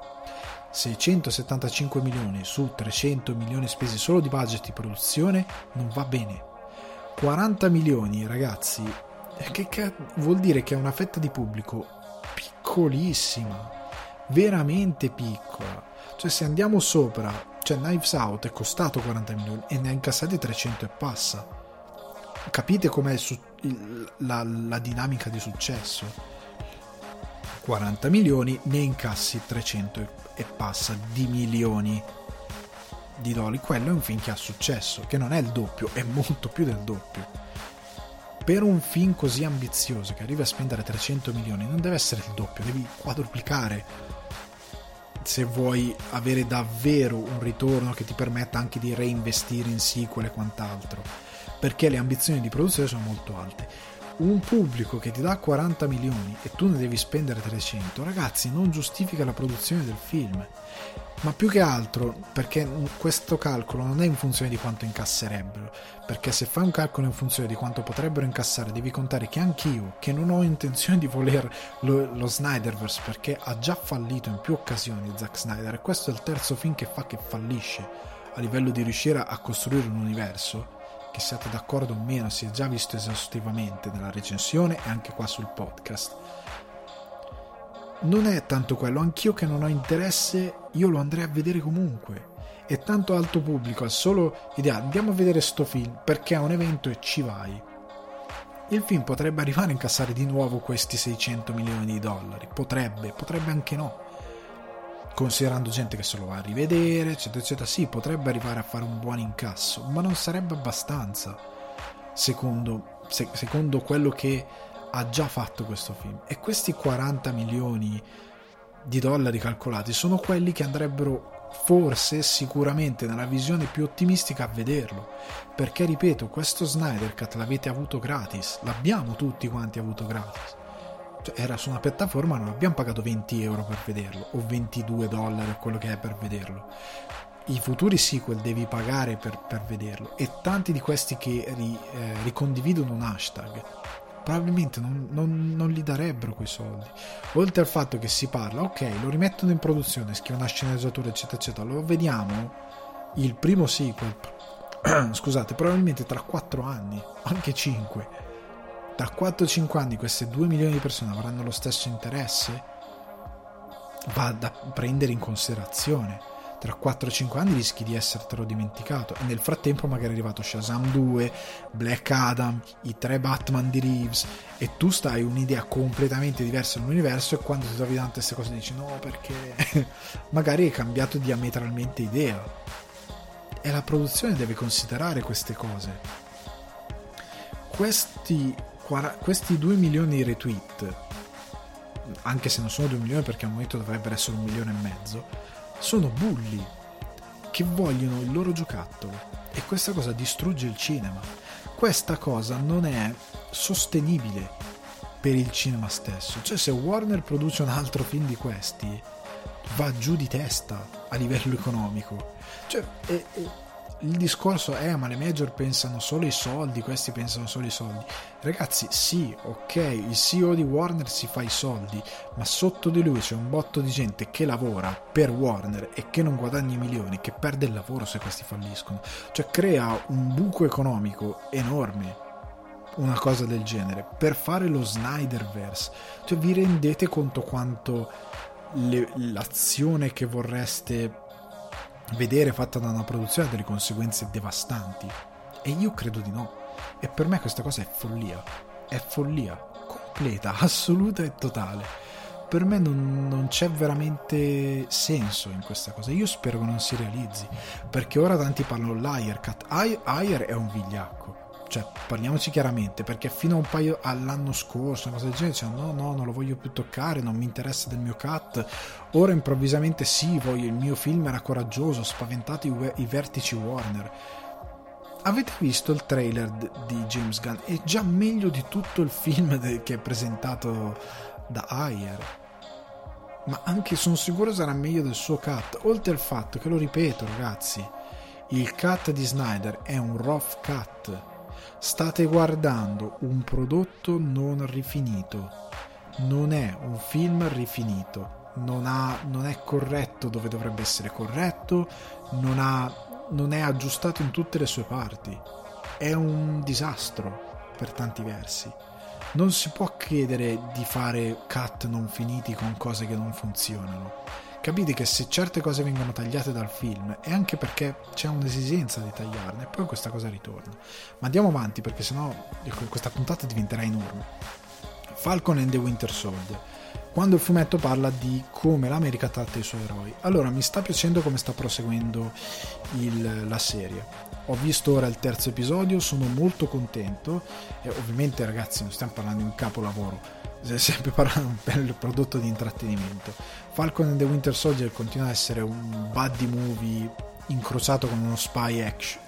675 milioni su 300 milioni spesi solo di budget di produzione non va bene. 40 milioni, ragazzi, che vuol dire che è una fetta di pubblico piccolissima, veramente piccola. Cioè, se andiamo sopra, cioè Knives Out è costato 40 milioni e ne ha incassati 300 e passa. Capite com'è la dinamica di successo? 40 milioni, ne incassi 300 e passa di milioni di dollari. Quello è un film che ha successo, che non è il doppio, è molto più del doppio. Per un film così ambizioso che arriva a spendere 300 milioni non deve essere il doppio, devi quadruplicare se vuoi avere davvero un ritorno che ti permetta anche di reinvestire in sequel e quant'altro, perché le ambizioni di produzione sono molto alte. Un pubblico che ti dà 40 milioni e tu ne devi spendere 300, ragazzi, non giustifica la produzione del film. Ma più che altro perché questo calcolo non è in funzione di quanto incasserebbero, perché se fai un calcolo in funzione di quanto potrebbero incassare devi contare che anch'io, che non ho intenzione di voler lo Snyderverse, perché ha già fallito in più occasioni Zack Snyder, e questo è il terzo film che fa che fallisce a livello di riuscire a costruire un universo, che siate d'accordo o meno si è già visto esaustivamente nella recensione e anche qua sul podcast. Non è tanto quello, anch'io che non ho interesse, io lo andrei a vedere comunque. È tanto alto pubblico, al solo idea, andiamo a vedere sto film perché è un evento e ci vai. Il film potrebbe arrivare a incassare di nuovo questi 600 milioni di dollari, potrebbe anche no, considerando gente che se lo va a rivedere, eccetera eccetera. Sì, potrebbe arrivare a fare un buon incasso, ma non sarebbe abbastanza secondo quello che ha già fatto questo film. E questi 40 milioni di dollari calcolati sono quelli che andrebbero forse, sicuramente, nella visione più ottimistica a vederlo, perché ripeto, questo Snyder Cut l'avete avuto gratis, l'abbiamo tutti quanti avuto gratis, cioè era su una piattaforma, non abbiamo pagato 20 euro per vederlo o 22 dollari o quello che è per vederlo. I futuri sequel devi pagare per vederlo, e tanti di questi che ricondividono un hashtag probabilmente non gli darebbero quei soldi. Oltre al fatto che si parla, ok, lo rimettono in produzione, scrivono una sceneggiatura eccetera eccetera, lo vediamo il primo sequel scusate, probabilmente tra 4 anni, anche 5, tra 4-5 anni queste 2 milioni di persone avranno lo stesso interesse? Va da prendere in considerazione. Tra 4-5 anni rischi di essertelo dimenticato, e nel frattempo magari è arrivato Shazam 2, Black Adam, i 3 Batman di Reeves, e tu stai un'idea completamente diversa dell'universo, e quando ti trovi davanti a queste cose dici no, perché magari hai cambiato diametralmente idea, e la produzione deve considerare queste cose. Questi 2 milioni di retweet, anche se non sono 2 milioni perché al momento dovrebbero essere 1,5 milioni, sono bulli che vogliono il loro giocattolo, e questa cosa distrugge il cinema. Questa cosa non è sostenibile per il cinema stesso. Cioè, se Warner produce un altro film di questi, va giù di testa a livello economico. Cioè, il discorso è ma le major pensano solo ai soldi, questi pensano solo ai soldi. Ragazzi, sì, ok, il CEO di Warner si fa i soldi, ma sotto di lui c'è un botto di gente che lavora per Warner e che non guadagna i milioni, che perde il lavoro se questi falliscono. Cioè, crea un buco economico enorme una cosa del genere per fare lo Snyderverse. Cioè, vi rendete conto quanto l'azione che vorreste vedere fatta da una produzione ha delle conseguenze devastanti? E io credo di no, e per me questa cosa è follia completa, assoluta e totale. Per me non c'è veramente senso in questa cosa. Io spero che non si realizzi, perché ora tanti parlano Ayer Cut. Ayer è un vigliacco, cioè parliamoci chiaramente, perché fino a un paio all'anno scorso, una cosa del genere, dicevano no, non lo voglio più toccare, non mi interessa del mio cut. Ora improvvisamente sì, il mio film era coraggioso, spaventato i vertici Warner. Avete visto il trailer di James Gunn? È già meglio di tutto il film che è presentato da Ayer, ma anche sono sicuro sarà meglio del suo cut. Oltre al fatto che, lo ripeto ragazzi, il cut di Snyder è un rough cut. State guardando un prodotto non rifinito, non è un film rifinito, non è corretto dove dovrebbe essere corretto, non è aggiustato in tutte le sue parti, è un disastro per tanti versi. Non si può chiedere di fare cut non finiti con cose che non funzionano. Capite che se certe cose vengono tagliate dal film è anche perché c'è un'esigenza di tagliarne, e poi questa cosa ritorna. Ma andiamo avanti, perché sennò questa puntata diventerà enorme. Falcon and the Winter Soldier. quando il fumetto parla di come l'America tratta i suoi eroi. Allora, mi sta piacendo come sta proseguendo la serie. Ho visto ora il terzo episodio, sono molto contento, e ovviamente ragazzi non stiamo parlando di un capolavoro, stiamo sempre parlando di un bel prodotto di intrattenimento. Falcon and the Winter Soldier continua a essere un buddy movie incrociato con uno spy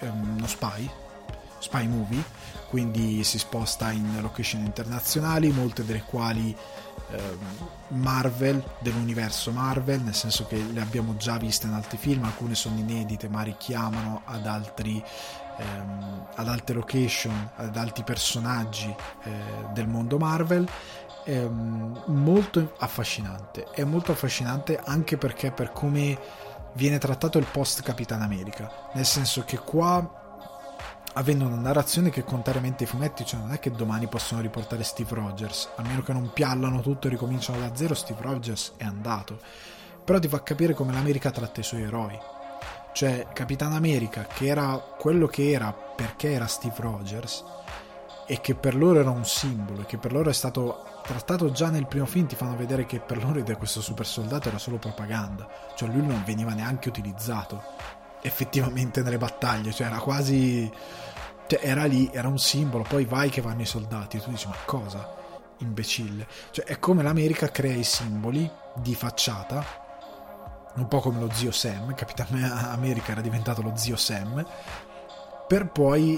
movie, quindi si sposta in location internazionali, molte delle quali Marvel, dell'universo Marvel, nel senso che le abbiamo già viste in altri film, alcune sono inedite ma richiamano ad altre location, ad altri personaggi del mondo Marvel. È molto affascinante, anche perché per come viene trattato il post Capitan America, nel senso che qua, avendo una narrazione che contrariamente ai fumetti, cioè non è che domani possono riportare Steve Rogers, a meno che non piallano tutto e ricominciano da zero. Steve Rogers è andato, però ti fa capire come l'America tratta i suoi eroi. Cioè Capitan America, che era quello che era perché era Steve Rogers, e che per loro era un simbolo, e che per loro è stato trattato già nel primo film, ti fanno vedere che per loro questo super soldato era solo propaganda, cioè lui non veniva neanche utilizzato effettivamente nelle battaglie, cioè era quasi, cioè era lì, era un simbolo, poi vai che vanno i soldati e tu dici ma cosa, imbecille. Cioè è come l'America crea i simboli di facciata, un po' come lo zio Sam. Capitan America era diventato lo zio Sam, per poi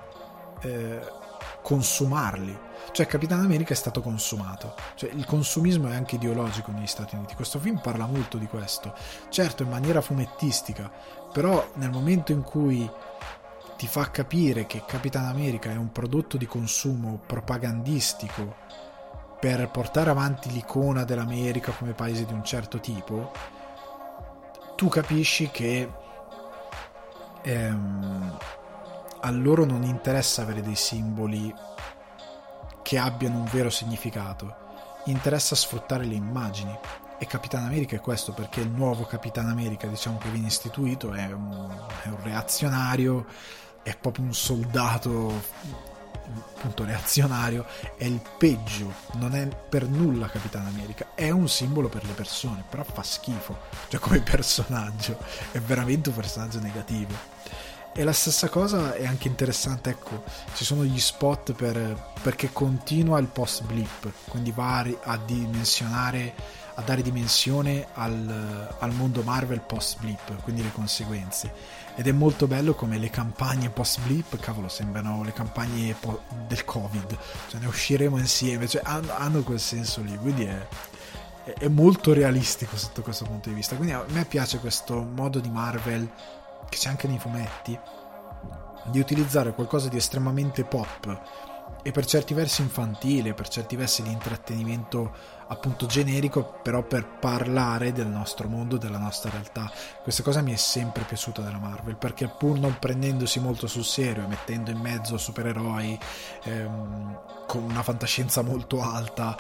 consumarli. Cioè Capitan America è stato consumato, cioè il consumismo è anche ideologico negli Stati Uniti. Questo film parla molto di questo, certo in maniera fumettistica, però nel momento in cui ti fa capire che Capitan America è un prodotto di consumo propagandistico per portare avanti l'icona dell'America come paese di un certo tipo, tu capisci che a loro non interessa avere dei simboli che abbiano un vero significato, interessa sfruttare le immagini, e Capitan America è questo, perché il nuovo Capitan America, diciamo, che viene istituito è un reazionario, è proprio un soldato appunto reazionario, è il peggio, non è per nulla Capitan America, è un simbolo per le persone, però fa schifo, cioè come personaggio è veramente un personaggio negativo. E la stessa cosa è anche interessante, ecco, ci sono gli spot perché continua il post blip, quindi va a dare dimensione al mondo Marvel post blip, quindi le conseguenze. Ed è molto bello come le campagne post blip, cavolo, sembrano le campagne del Covid, cioè ne usciremo insieme, cioè hanno quel senso lì, quindi è molto realistico sotto questo punto di vista. Quindi a me piace questo modo di Marvel, che c'è anche nei fumetti, di utilizzare qualcosa di estremamente pop e per certi versi infantile, per certi versi di intrattenimento appunto generico, però per parlare del nostro mondo, della nostra realtà. Questa cosa mi è sempre piaciuta della Marvel, perché pur non prendendosi molto sul serio e mettendo in mezzo supereroi con una fantascienza molto alta,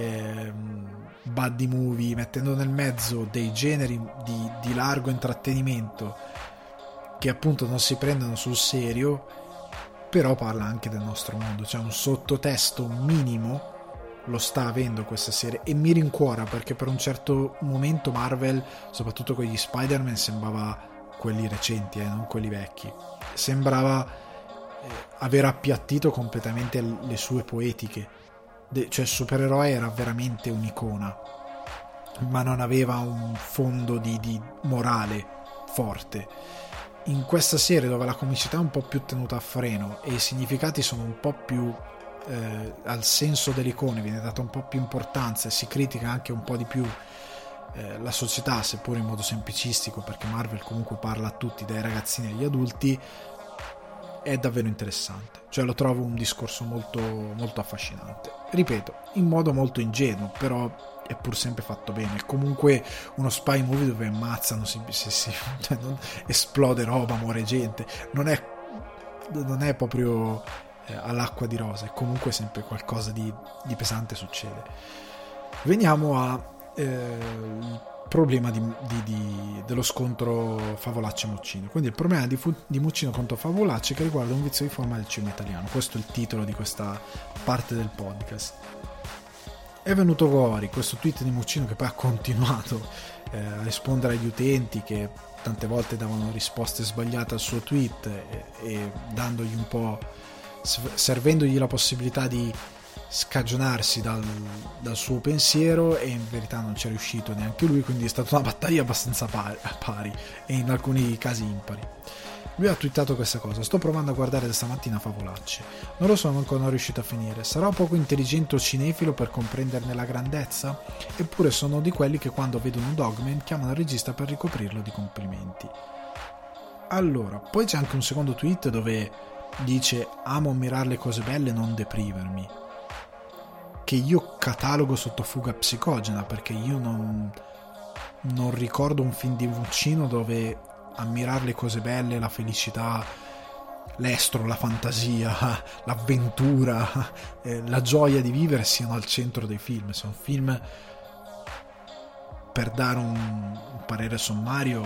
buddy movie, mettendo nel mezzo dei generi di largo intrattenimento che appunto non si prendono sul serio, però parla anche del nostro mondo, cioè un sottotesto minimo lo sta avendo questa serie, e mi rincuora, perché per un certo momento Marvel, soprattutto con gli Spider-Man, sembrava, quelli recenti, non quelli vecchi, sembrava aver appiattito completamente le sue poetiche, cioè il supereroe era veramente un'icona, ma non aveva un fondo di morale forte. In questa serie, dove la comicità è un po' più tenuta a freno e i significati sono un po' più al senso delle icone, viene data un po' più importanza e si critica anche un po' di più la società, seppur in modo semplicistico, perché Marvel comunque parla a tutti, dai ragazzini agli adulti, è davvero interessante. Cioè lo trovo un discorso molto, molto affascinante, ripeto, in modo molto ingenuo, però è pur sempre fatto bene. È comunque uno spy movie dove ammazzano, cioè non esplode roba, muore gente, non è proprio all'acqua di rose, è comunque sempre qualcosa di pesante succede. Veniamo a il problema dello scontro Favolacci e Muccino. Quindi il problema di Muccino contro Favolacci, che riguarda un vizio di forma del cinema italiano. Questo è il titolo di questa parte del podcast. è venuto fuori questo tweet di Muccino, che poi ha continuato a rispondere agli utenti che tante volte davano risposte sbagliate al suo tweet, e dandogli un po', servendogli la possibilità di scagionarsi dal suo pensiero, e in verità non ci è riuscito neanche lui, quindi è stata una battaglia abbastanza pari e in alcuni casi impari. Lui ha twittato questa cosa: sto provando a guardare da stamattina Favolacce, non lo so, ancora non riuscito a finire, sarò poco intelligente o cinefilo per comprenderne la grandezza? Eppure sono di quelli che quando vedono un Dogman chiamano il regista per ricoprirlo di complimenti. Allora, poi c'è anche un secondo tweet dove dice: amo ammirare le cose belle, non deprimermi, che io catalogo sotto fuga psicogena, perché io non ricordo un film di Muccino dove ammirare le cose belle, la felicità, l'estro, la fantasia, l'avventura, la gioia di vivere siano al centro dei film. Sono film, per dare un parere sommario,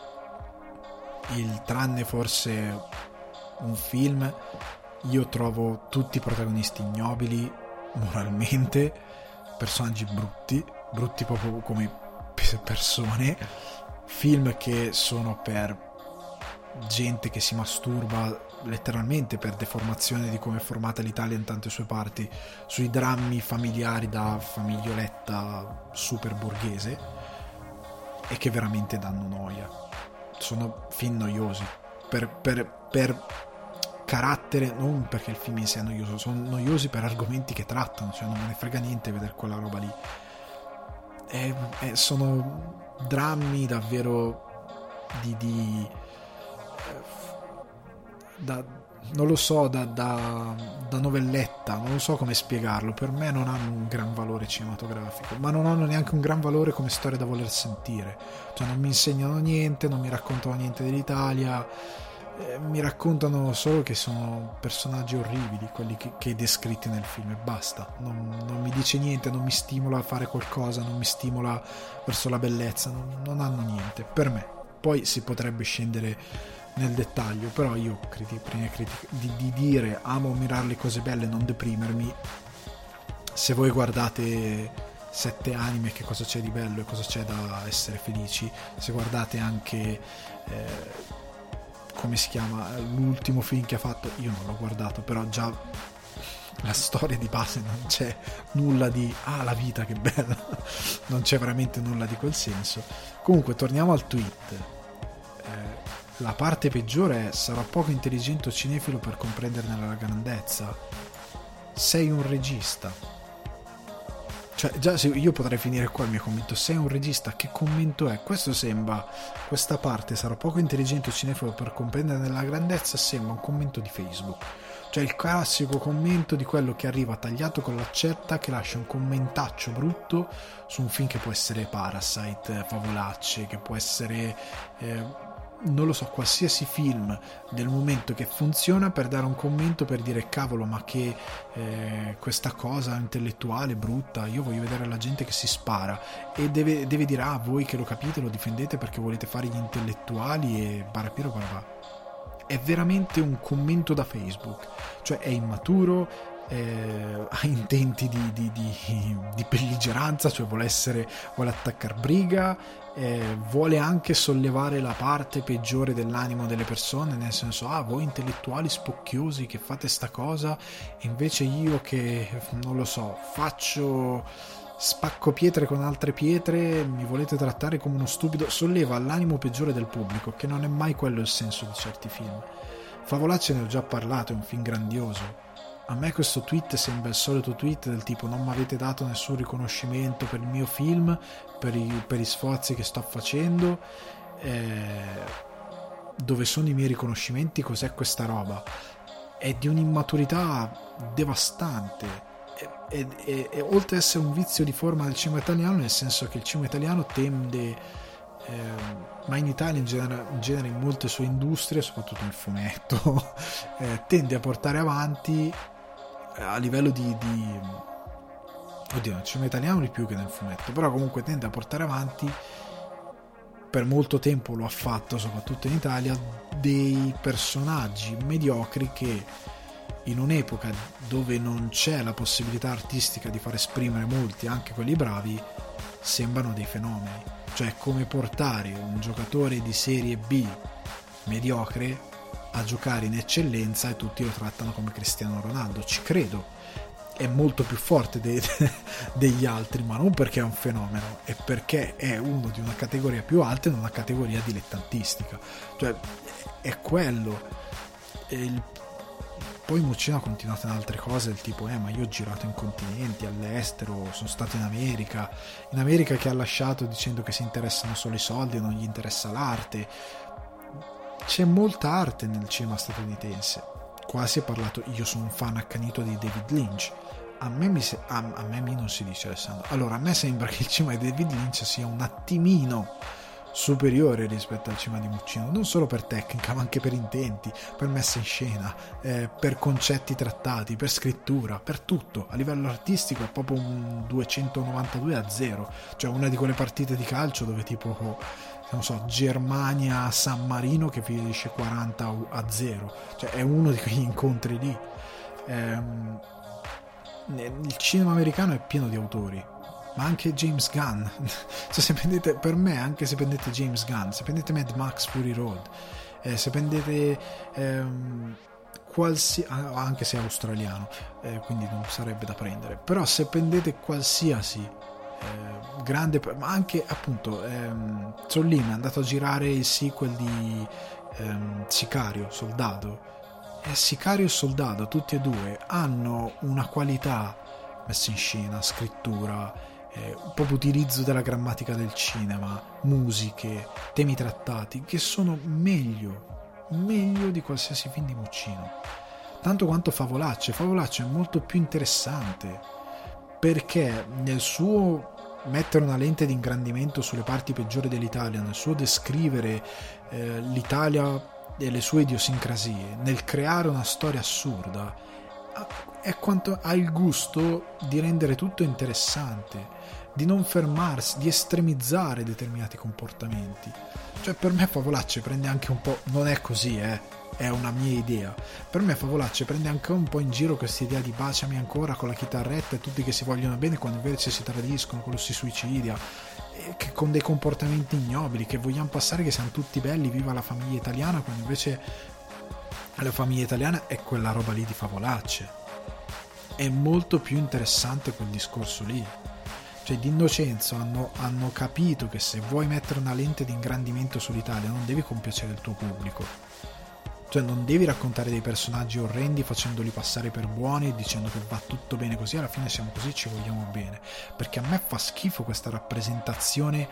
tranne forse un film, io trovo tutti i protagonisti ignobili moralmente, personaggi brutti proprio come persone, film che sono per gente che si masturba letteralmente per deformazione di come è formata l'Italia in tante sue parti, sui drammi familiari da famiglioletta super borghese, e che veramente danno noia. Sono film noiosi per carattere, non perché il film in sé è noioso, sono noiosi per argomenti che trattano, cioè non me ne frega niente vedere quella roba lì. Sono drammi davvero non lo so, da novelletta, non lo so come spiegarlo. Per me non hanno un gran valore cinematografico, ma non hanno neanche un gran valore come storia da voler sentire, cioè non mi insegnano niente, non mi raccontano niente dell'Italia, mi raccontano solo che sono personaggi orribili quelli che descritti nel film, e basta. Non mi dice niente, non mi stimola a fare qualcosa, non mi stimola verso la bellezza, non hanno niente per me. Poi si potrebbe scendere nel dettaglio, però io prima di dire amo ammirare le cose belle, non deprimermi, se voi guardate 7 anime, che cosa c'è di bello e cosa c'è da essere felici, se guardate anche come si chiama l'ultimo film che ha fatto, io non l'ho guardato, però già la storia di base non c'è nulla di la vita che bella, non c'è veramente nulla di quel senso. Comunque torniamo al tweet. La parte peggiore è: sarò poco intelligente o cinefilo per comprenderne la grandezza. Sei un regista. Cioè, già se io potrei finire qua il mio commento. Sei un regista, che commento è? Questo sembra, questa parte, sarò poco intelligente o cinefilo per comprenderne la grandezza, sembra un commento di Facebook. Cioè il classico commento di quello che arriva tagliato con l'accetta, che lascia un commentaccio brutto su un film che può essere Parasite, Favolacce, che può essere non lo so, qualsiasi film del momento che funziona, per dare un commento, per dire cavolo, ma che questa cosa intellettuale brutta, io voglio vedere la gente che si spara, e deve dire voi che lo capite, lo difendete perché volete fare gli intellettuali e barapiro barabà. È veramente un commento da Facebook, cioè è immaturo, ha intenti di belligeranza, cioè vuole attaccare briga, vuole anche sollevare la parte peggiore dell'animo delle persone, nel senso voi intellettuali spocchiosi che fate sta cosa, e invece io che non lo so, spacco pietre con altre pietre, mi volete trattare come uno stupido. Solleva l'animo peggiore del pubblico, che non è mai quello il senso di certi film. Favolacce ne ho già parlato, è un film grandioso. A me questo tweet sembra il solito tweet del tipo: non mi avete dato nessun riconoscimento per il mio film, per gli sforzi che sto facendo, dove sono i miei riconoscimenti, cos'è questa roba? È di un'immaturità devastante, e oltre ad essere un vizio di forma del cinema italiano, nel senso che il cinema italiano tende, ma in Italia in genere in molte sue industrie, soprattutto nel fumetto, tende a portare avanti a livello di oddio, nel cinema italiano di più che nel fumetto, però comunque tende a portare avanti, per molto tempo lo ha fatto soprattutto in Italia, dei personaggi mediocri che in un'epoca dove non c'è la possibilità artistica di far esprimere molti, anche quelli bravi, sembrano dei fenomeni. Cioè è come portare un giocatore di serie B mediocre a giocare in eccellenza e tutti lo trattano come Cristiano Ronaldo. Ci credo, è molto più forte degli altri, ma non perché è un fenomeno, è perché è uno di una categoria più alta e non una categoria dilettantistica. Cioè è quello. Poi Muccino ha continuato in altre cose del tipo ma io ho girato in continenti, all'estero, sono stato in America che ha lasciato dicendo che si interessano solo i soldi e non gli interessa l'arte. C'è molta arte nel cinema statunitense. Qua si è parlato, io sono un fan accanito di David Lynch. A me non si dice, Alessandro. Allora, a me sembra che il cinema di David Lynch sia un attimino superiore rispetto al cinema di Muccino, non solo per tecnica ma anche per intenti, per messa in scena, per concetti trattati, per scrittura, per tutto. A livello artistico è proprio un 292-0, cioè una di quelle partite di calcio dove tipo, non so, Germania-San Marino che finisce 40-0, cioè è uno di quegli incontri lì. Il cinema americano è pieno di autori, ma anche James Gunn. Cioè, se prendete, per me, anche se prendete James Gunn, se prendete Mad Max Fury Road, se prendete anche se è australiano, quindi non sarebbe da prendere, però se prendete qualsiasi grande, ma anche appunto Zollin è andato a girare il sequel di Sicario, Soldato, e Sicario e Soldato, tutti e due hanno una qualità messa in scena, scrittura, proprio utilizzo della grammatica del cinema, musiche, temi trattati, che sono meglio di qualsiasi film di Muccino. Tanto quanto Favolacci è molto più interessante, perché nel suo mettere una lente di ingrandimento sulle parti peggiori dell'Italia, nel suo descrivere l'Italia e le sue idiosincrasie, nel creare una storia assurda, è quanto ha il gusto di rendere tutto interessante, di non fermarsi, di estremizzare determinati comportamenti. Cioè per me Favolacci prende anche un po', non è così, è una mia idea, per me Favolacci prende anche un po' in giro questa idea di baciami ancora con la chitarretta e tutti che si vogliono bene quando invece si tradiscono, quello si suicidia, che con dei comportamenti ignobili, che vogliamo passare che siamo tutti belli, viva la famiglia italiana, quando invece la famiglia italiana è quella roba lì di Favolacci. È molto più interessante quel discorso lì. Cioè di Innocenzo hanno capito che se vuoi mettere una lente di ingrandimento sull'Italia non devi compiacere il tuo pubblico, cioè non devi raccontare dei personaggi orrendi facendoli passare per buoni e dicendo che va tutto bene così, alla fine siamo così, ci vogliamo bene, perché a me fa schifo questa rappresentazione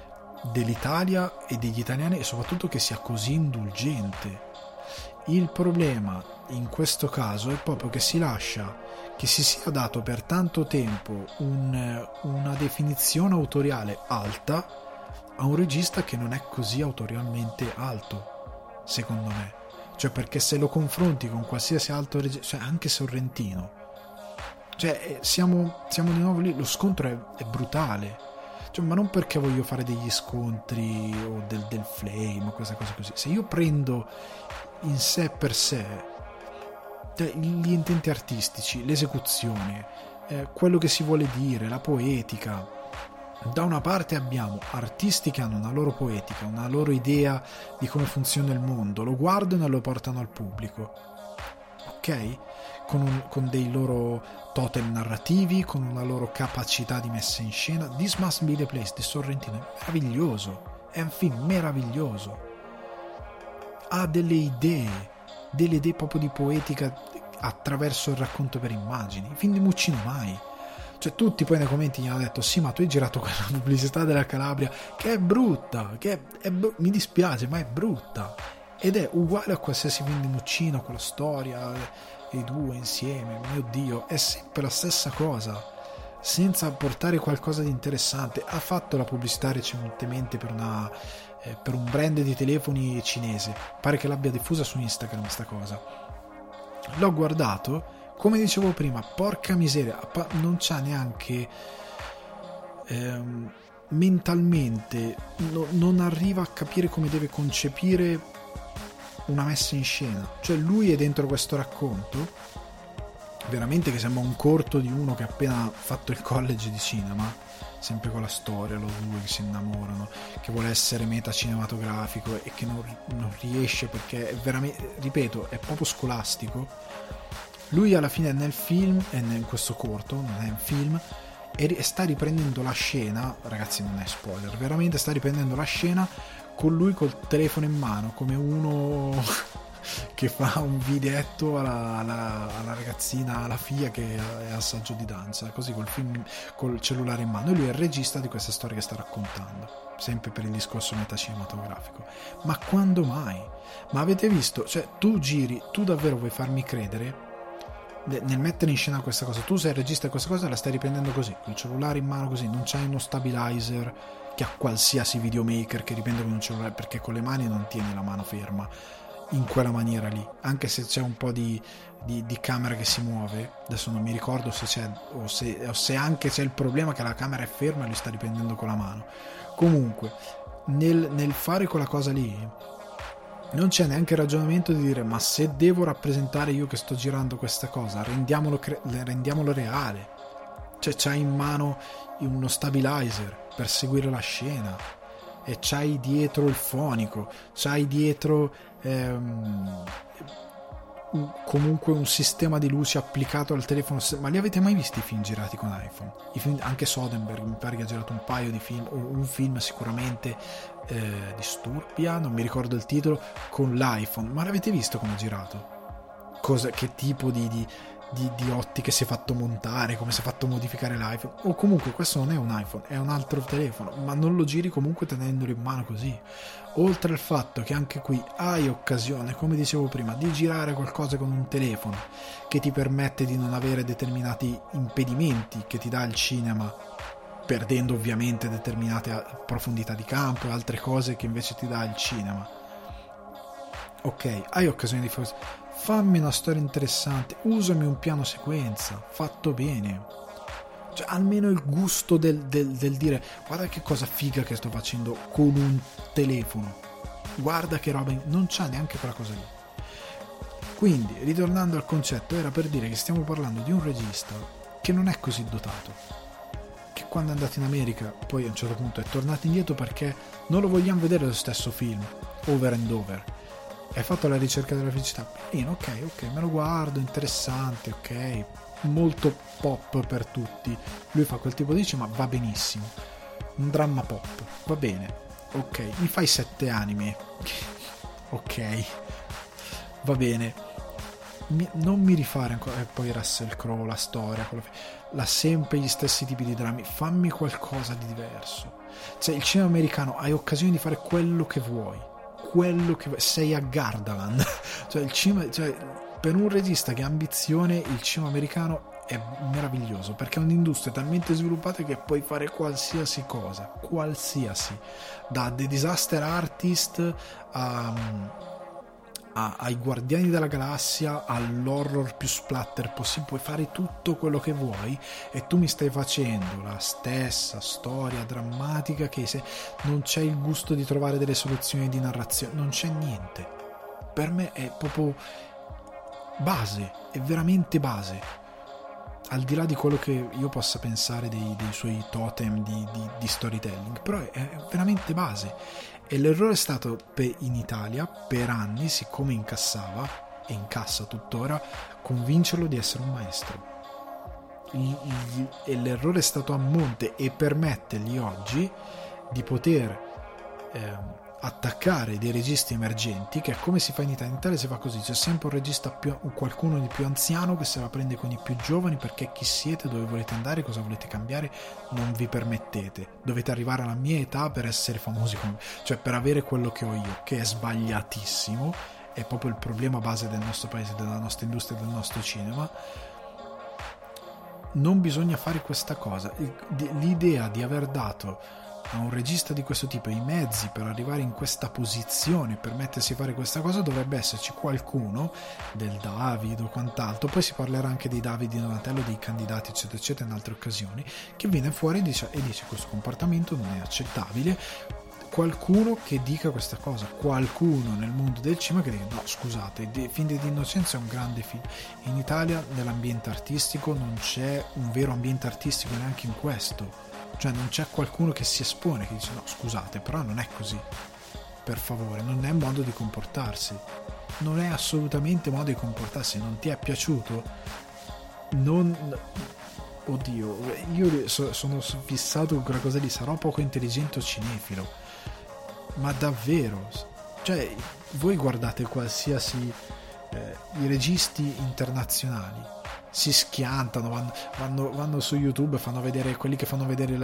dell'Italia e degli italiani, e soprattutto che sia così indulgente. Il problema in questo caso è proprio che si lascia che si sia dato per tanto tempo una definizione autoriale alta a un regista che non è così autorialmente alto, secondo me. Cioè perché se lo confronti con qualsiasi altro regista, cioè anche Sorrentino, cioè siamo di nuovo lì, lo scontro è brutale. Cioè, ma non perché voglio fare degli scontri o del flame o queste cose così. Se io prendo in sé per sé gli intenti artistici, l'esecuzione, quello che si vuole dire, la poetica, da una parte abbiamo artisti che hanno una loro poetica, una loro idea di come funziona il mondo, lo guardano e lo portano al pubblico, ok? Con dei loro totem narrativi, con una loro capacità di messa in scena. This Must Be the Place di Sorrentino è meraviglioso, è un film meraviglioso, ha delle idee proprio di poetica attraverso il racconto per immagini. I film di Muccino mai. Cioè tutti poi nei commenti gli hanno detto sì, ma tu hai girato quella pubblicità della Calabria che è brutta, mi dispiace, ma è brutta, ed è uguale a qualsiasi film di Muccino, quella storia, i due insieme, mio Dio, è sempre la stessa cosa, senza portare qualcosa di interessante. Ha fatto la pubblicità recentemente per un brand di telefoni cinese, pare che l'abbia diffusa su Instagram sta cosa, l'ho guardato, come dicevo prima, porca miseria, non c'ha neanche mentalmente, non arriva a capire come deve concepire una messa in scena. Cioè lui è dentro questo racconto veramente che sembra un corto di uno che ha appena fatto il college di cinema, sempre con la storia, loro due che si innamorano, che vuole essere meta cinematografico e che non riesce perché è veramente, ripeto, è proprio scolastico. Lui alla fine nel film, e in questo corto, non è un film, e sta riprendendo la scena, ragazzi non è spoiler, veramente sta riprendendo la scena con lui col telefono in mano, come uno che fa un videetto alla ragazzina, alla figlia che è assaggio di danza, così col cellulare in mano, e lui è il regista di questa storia che sta raccontando, sempre per il discorso metacinematografico. Ma quando mai? Ma avete visto? Cioè tu davvero vuoi farmi credere nel mettere in scena questa cosa? Tu sei il regista di questa cosa e la stai riprendendo così, col cellulare in mano così, non c'hai uno stabilizer che ha qualsiasi videomaker che riprende con un cellulare, perché con le mani non tieni la mano ferma in quella maniera lì, anche se c'è un po' di camera che si muove. Adesso non mi ricordo se c'è o se anche c'è il problema che la camera è ferma e lui sta riprendendo con la mano. Comunque nel fare quella cosa lì non c'è neanche il ragionamento di dire: ma se devo rappresentare io che sto girando questa cosa, rendiamolo reale. Cioè c'hai in mano uno stabilizer per seguire la scena, e c'hai dietro il fonico, c'hai dietro comunque un sistema di luci applicato al telefono. Ma li avete mai visti i film girati con iPhone? I film, anche Soderbergh mi pare che ha girato un paio di film, un film sicuramente Disturbia, non mi ricordo il titolo, con l'iPhone. Ma l'avete visto come è girato? Che tipo di ottiche si è fatto montare, come si è fatto modificare l'iPhone? O comunque questo non è un iPhone, è un altro telefono, ma non lo giri comunque tenendolo in mano così. Oltre al fatto che anche qui hai occasione, come dicevo prima, di girare qualcosa con un telefono che ti permette di non avere determinati impedimenti che ti dà il cinema, perdendo ovviamente determinate profondità di campo e altre cose che invece ti dà il cinema. Ok, hai occasione di fare, fammi una storia interessante, usami un piano sequenza fatto bene, cioè almeno il gusto del dire: guarda che cosa figa che sto facendo con un telefono, guarda che roba, non c'ha neanche quella cosa lì. Quindi, ritornando al concetto, era per dire che stiamo parlando di un regista che non è così dotato, che quando è andato in America poi a un certo punto è tornato indietro perché non lo vogliamo vedere lo stesso film over and over. Hai fatto la ricerca della felicità? Bene, ok, me lo guardo, interessante, ok, molto pop per tutti. Lui fa quel tipo di dice, ma va benissimo. Un dramma pop, va bene, ok. Mi fai 7 anime, ok, va bene. Non mi rifare ancora, e poi Russell Crowe, la storia, sempre gli stessi tipi di drammi. Fammi qualcosa di diverso. Cioè, il cinema americano, hai occasione di fare quello che vuoi. Sei a Gardaland. Cioè il cinema, per un regista che ha ambizione, il cinema americano è meraviglioso, perché è un'industria talmente sviluppata che puoi fare qualsiasi cosa, qualsiasi, da The Disaster Artist ai Guardiani della Galassia, all'horror più splatter possibile. Puoi fare tutto quello che vuoi e tu mi stai facendo la stessa storia drammatica che se non c'è il gusto di trovare delle soluzioni di narrazione, non c'è niente. Per me è proprio base, è veramente base, al di là di quello che io possa pensare dei suoi totem di storytelling, però è veramente base. E l'errore è stato in Italia per anni, siccome incassava e incassa tuttora, convincerlo di essere un maestro, e l'errore è stato a monte, e permettergli oggi di poter attaccare dei registi emergenti, che è come si fa in Italia. In Italia si fa così, c'è sempre un regista qualcuno di più anziano che se la prende con i più giovani, perché chi siete, dove volete andare, cosa volete cambiare, non vi permettete, dovete arrivare alla mia età per essere famosi, cioè per avere quello che ho io, che è sbagliatissimo. È proprio il problema base del nostro paese, della nostra industria, del nostro cinema. Non bisogna fare questa cosa. L'idea di aver dato a un regista di questo tipo i mezzi per arrivare in questa posizione, per mettersi a fare questa cosa, dovrebbe esserci qualcuno del David o quant'altro, poi si parlerà anche dei David di Donatello, dei candidati eccetera eccetera in altre occasioni, che viene fuori e dice questo comportamento non è accettabile, qualcuno che dica questa cosa, qualcuno nel mondo del cinema che dica no scusate, Fin di Innocenza è un grande film. In Italia nell'ambiente artistico non c'è un vero ambiente artistico neanche in questo, cioè non c'è qualcuno che si espone, che dice no scusate però non è così, per favore, non è modo di comportarsi, non è assolutamente modo di comportarsi, non ti è piaciuto, non... Oddio, io sono fissato con quella cosa lì, sarò poco intelligente o cinefilo, ma davvero, cioè voi guardate qualsiasi i registi internazionali si schiantano, vanno su YouTube, fanno vedere quelli che fanno vedere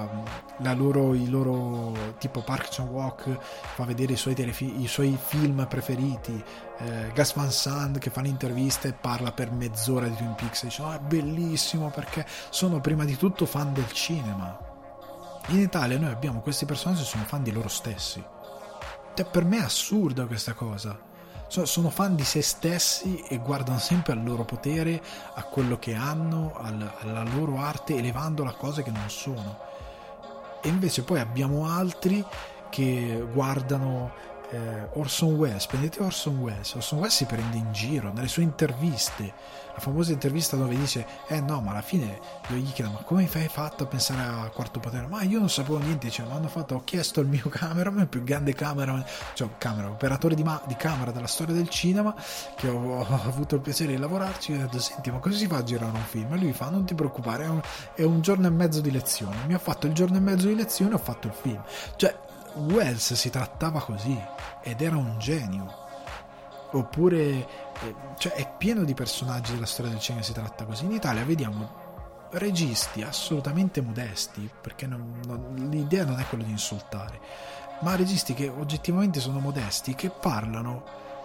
i loro tipo Park Chan-wook fa vedere i suoi film preferiti, Gus Van Sant che fa l'intervista e parla per mezz'ora di Twin Peaks e dice no, è bellissimo perché sono prima di tutto fan del cinema. In Italia noi abbiamo questi personaggi che sono fan di loro stessi, cioè, per me è assurda questa cosa. Sono fan di se stessi e guardano sempre al loro potere, a quello che hanno, alla loro arte, elevandola a cose che non sono. E invece poi abbiamo altri che guardano Orson Welles. Prendete Orson Welles si prende in giro nelle sue interviste, la famosa intervista dove dice no ma alla fine io gli chiedo ma come hai fatto a pensare a Quarto Potere, ma io non sapevo niente, dice ma ho chiesto al mio cameraman, il più grande operatore di camera della storia del cinema, che ho avuto il piacere di lavorarci, e ho detto senti ma cosa si fa a girare un film, e lui fa non ti preoccupare, è un giorno e mezzo di lezione, mi ha fatto il giorno e mezzo di lezione e ho fatto il film. Cioè Wells si trattava così ed era un genio. Oppure cioè è pieno di personaggi della storia del cinema, si tratta così. In Italia vediamo registi assolutamente modesti, perché l'idea non è quella di insultare, ma registi che oggettivamente sono modesti, che parlano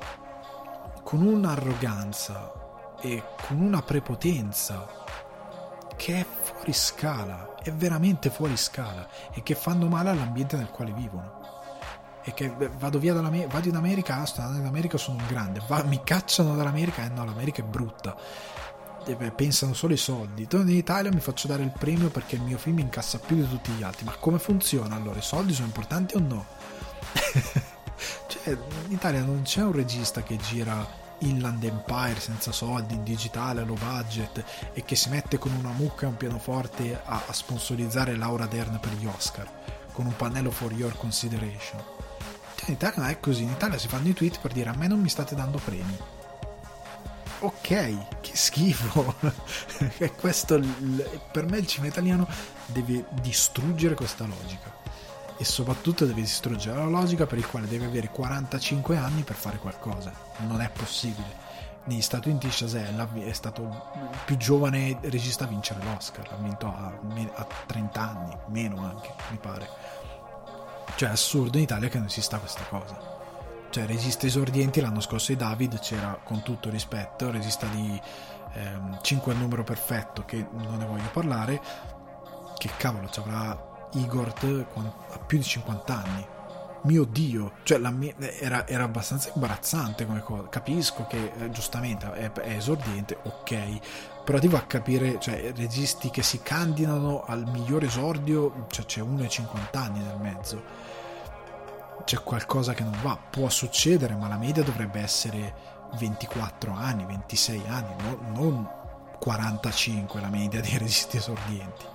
con un'arroganza e con una prepotenza che è fuori scala, è veramente fuori scala, e che fanno male all'ambiente nel quale vivono. E che vado in America, sto andando in America, sono un grande, mi cacciano dall'America, no, l'America è brutta, pensano solo ai soldi. Torno in Italia, mi faccio dare il premio perché il mio film incassa più di tutti gli altri. Ma come funziona allora? I soldi sono importanti o no? Cioè in Italia non c'è un regista che gira Inland Empire senza soldi, in digitale, low budget, e che si mette con una mucca e un pianoforte a sponsorizzare Laura Dern per gli Oscar con un pannello for your consideration. Cioè, in Italia non è così. In Italia si fanno i tweet per dire a me non mi state dando premi. Ok, che schifo. E questo, per me il cinema italiano deve distruggere questa logica, e soprattutto deve distruggere la logica per il quale deve avere 45 anni per fare qualcosa. Non è possibile. Negli Stati Uniti Chazelle è stato il più giovane regista a vincere l'Oscar, ha vinto a 30 anni, meno anche, mi pare. Cioè è assurdo in Italia che non esista questa cosa. Cioè regista esordienti, l'anno scorso di David c'era, con tutto rispetto, il regista di 5 al numero perfetto, che non ne voglio parlare, che cavolo ci avrà Igor a più di 50 anni. Mio Dio, cioè era abbastanza imbarazzante come cosa. Capisco che giustamente è esordiente, ok, però devo capire, cioè registi che si candidano al miglior esordio, cioè c'è uno ai 50 anni nel mezzo, c'è qualcosa che non va. Può succedere, ma la media dovrebbe essere 24 anni, 26 anni, non 45 la media dei registi esordienti.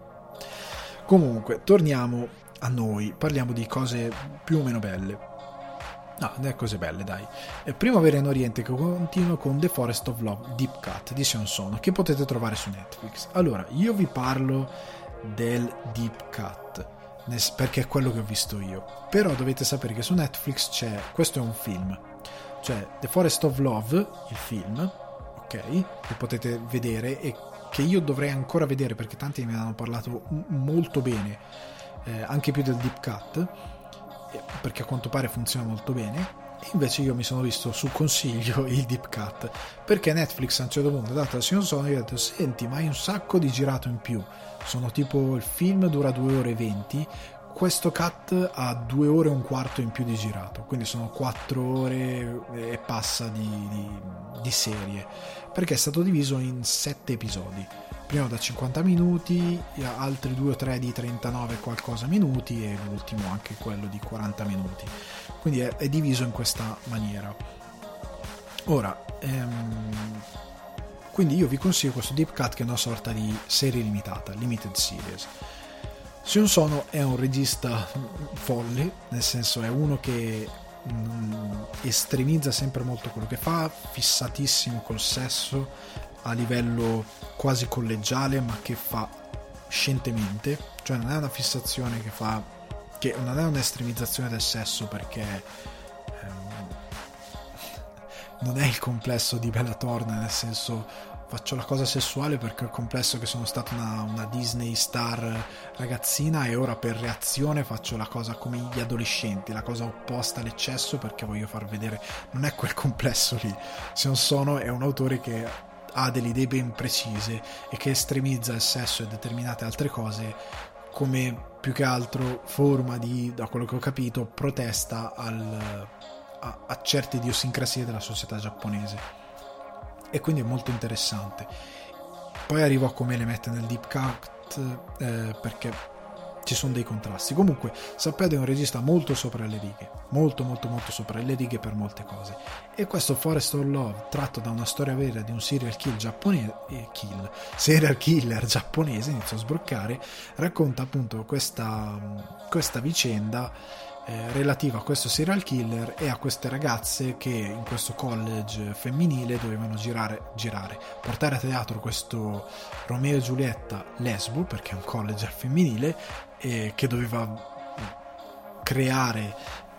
Comunque torniamo a noi, parliamo di cose più o meno belle. No, non è cose belle, dai. Primavera in Oriente, che continua con The Forest of Love Deep Cut di Sion Sono, che potete trovare su Netflix. Allora, io vi parlo del Deep Cut perché è quello che ho visto io, però dovete sapere che su Netflix c'è, questo è un film, cioè The Forest of Love, il film, ok, che potete vedere e che io dovrei ancora vedere perché tanti mi hanno parlato molto bene, anche più del Deep Cut, perché a quanto pare funziona molto bene. E invece io mi sono visto su consiglio il Deep Cut, perché Netflix a un certo punto, dato la Sion Sono, io ho detto senti, ma hai un sacco di girato in più, sono tipo, il film dura 2 ore e 20, questo cut ha 2 ore e un quarto in più di girato, quindi sono 4 ore e passa di serie, perché è stato diviso in 7 episodi, primo da 50 minuti, altri 2 o 3 di 39 qualcosa minuti e l'ultimo anche quello di 40 minuti, quindi è diviso in questa maniera. Ora quindi io vi consiglio questo Deep Cut, che è una sorta di serie limitata, limited series. Sion Sono è un regista folle, nel senso è uno che estremizza sempre molto quello che fa, fissatissimo col sesso a livello quasi collegiale, ma che fa scientemente, cioè non è una fissazione che non è un'estremizzazione del sesso, perché non è il complesso di Bella Thorne, nel senso faccio la cosa sessuale perché ho il complesso che sono stata una Disney star ragazzina e ora per reazione faccio la cosa come gli adolescenti, la cosa opposta all'eccesso perché voglio far vedere. Non è quel complesso lì. Sion Sono è un autore che ha delle idee ben precise e che estremizza il sesso e determinate altre cose come più che altro forma di, da quello che ho capito, protesta a certe idiosincrasie della società giapponese, e quindi è molto interessante. Poi arrivo a come le mette nel Deep Cut, perché ci sono dei contrasti. Comunque sappiate, è un regista molto sopra le righe, molto sopra le righe per molte cose, e questo Forest of Love, tratto da una storia vera di un serial killer giapponese, inizio a sbroccare, racconta appunto questa vicenda relativa a questo serial killer e a queste ragazze che in questo college femminile dovevano portare a teatro questo Romeo e Giulietta lesbo, perché è un college femminile, che doveva creare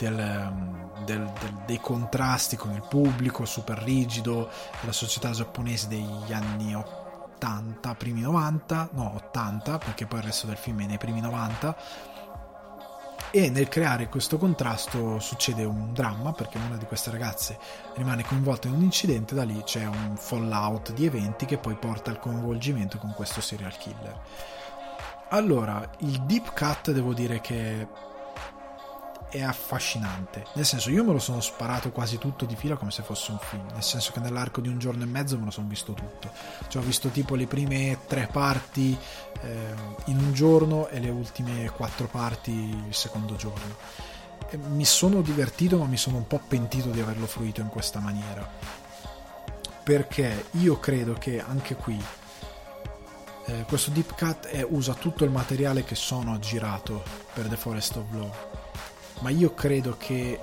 dei contrasti con il pubblico super rigido della società giapponese degli anni 80, primi 90, no 80, perché poi il resto del film è nei primi 90. E nel creare questo contrasto succede un dramma, perché una di queste ragazze rimane coinvolta in un incidente. Da lì c'è un fallout di eventi che poi porta al coinvolgimento con questo serial killer. Allora, il Deep Cut devo dire che è affascinante, nel senso, io me lo sono sparato quasi tutto di fila come se fosse un film, nel senso che nell'arco di un giorno e mezzo me lo sono visto tutto, cioè ho visto tipo le prime 3 parti in un giorno e le ultime 4 parti il secondo giorno. E mi sono divertito, ma mi sono un po' pentito di averlo fruito in questa maniera, perché io credo che anche qui questo Deep Cut usa tutto il materiale che Sono ha girato per The Forest of Love, ma io credo che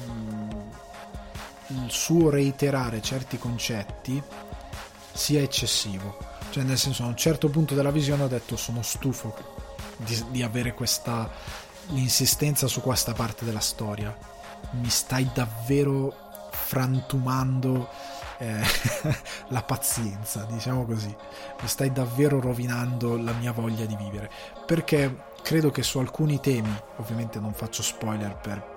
il suo reiterare certi concetti sia eccessivo, cioè nel senso, a un certo punto della visione ho detto sono stufo di avere l'insistenza su questa parte della storia, mi stai davvero frantumando la pazienza, diciamo così, mi stai davvero rovinando la mia voglia di vivere, perché credo che su alcuni temi, ovviamente non faccio spoiler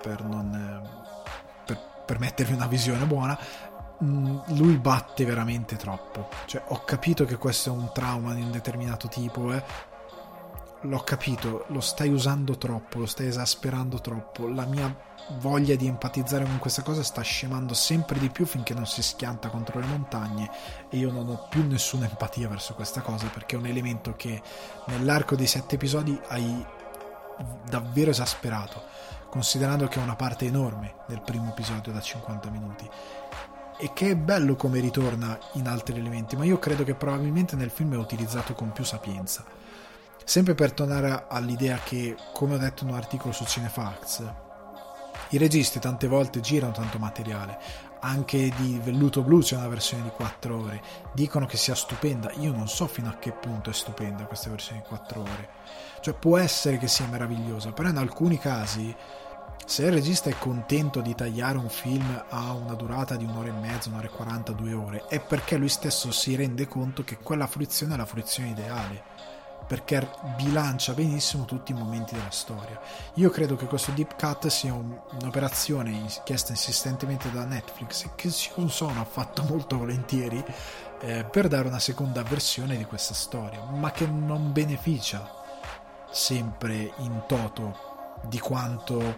per mettervi una visione buona, lui batte veramente troppo, cioè ho capito che questo è un trauma di un determinato tipo, l'ho capito, lo stai usando troppo, lo stai esasperando troppo, la mia voglia di empatizzare con questa cosa sta scemando sempre di più finché non si schianta contro le montagne, e io non ho più nessuna empatia verso questa cosa, perché è un elemento che nell'arco dei 7 episodi hai davvero esasperato, considerando che è una parte enorme del primo episodio da 50 minuti, e che è bello come ritorna in altri elementi, ma io credo che probabilmente nel film è utilizzato con più sapienza. Sempre per tornare all'idea che, come ho detto in un articolo su Cinefacts, i registi tante volte girano tanto materiale, anche di Velluto Blu c'è una versione di 4 ore, dicono che sia stupenda, io non so fino a che punto è stupenda questa versione di 4 ore, cioè può essere che sia meravigliosa, però in alcuni casi, se il regista è contento di tagliare un film a una durata di 1 ora e mezza, 1 ora e 40, 2 ore, è perché lui stesso si rende conto che quella fruizione è la fruizione ideale, perché bilancia benissimo tutti i momenti della storia. Io credo che questo Deep Cut sia un'operazione chiesta insistentemente da Netflix, che Sion Sono ha fatto molto volentieri, per dare una seconda versione di questa storia, ma che non beneficia sempre in toto di quanto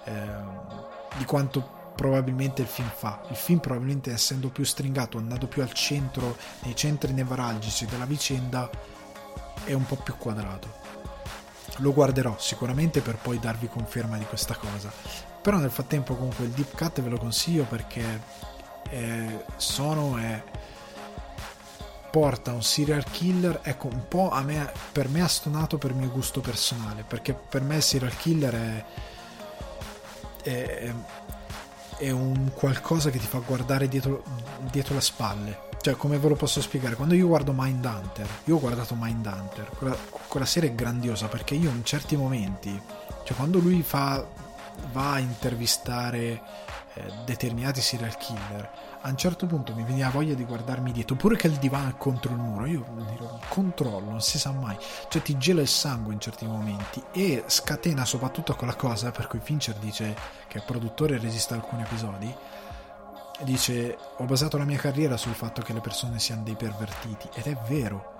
probabilmente il film fa. Il film, probabilmente essendo più stringato, andando più al centro, nei centri nevralgici della vicenda, è un po' più quadrato. Lo guarderò sicuramente per poi darvi conferma di questa cosa, però nel frattempo comunque il Deep Cut ve lo consiglio perché porta un serial killer, ecco, un po' per me ha stonato per mio gusto personale, perché per me il serial killer è un qualcosa che ti fa guardare dietro la spalle. Cioè, come ve lo posso spiegare? Quando io guardo Mindhunter, io ho guardato Mindhunter, quella serie è grandiosa perché io in certi momenti, cioè quando lui va a intervistare determinati serial killer, a un certo punto mi veniva voglia di guardarmi dietro, pure che il divano è contro il muro, io controllo, non si sa mai, cioè ti gela il sangue in certi momenti, e scatena soprattutto quella cosa per cui Fincher dice, che è produttore e regista alcuni episodi, dice: ho basato la mia carriera sul fatto che le persone siano dei pervertiti, ed è vero.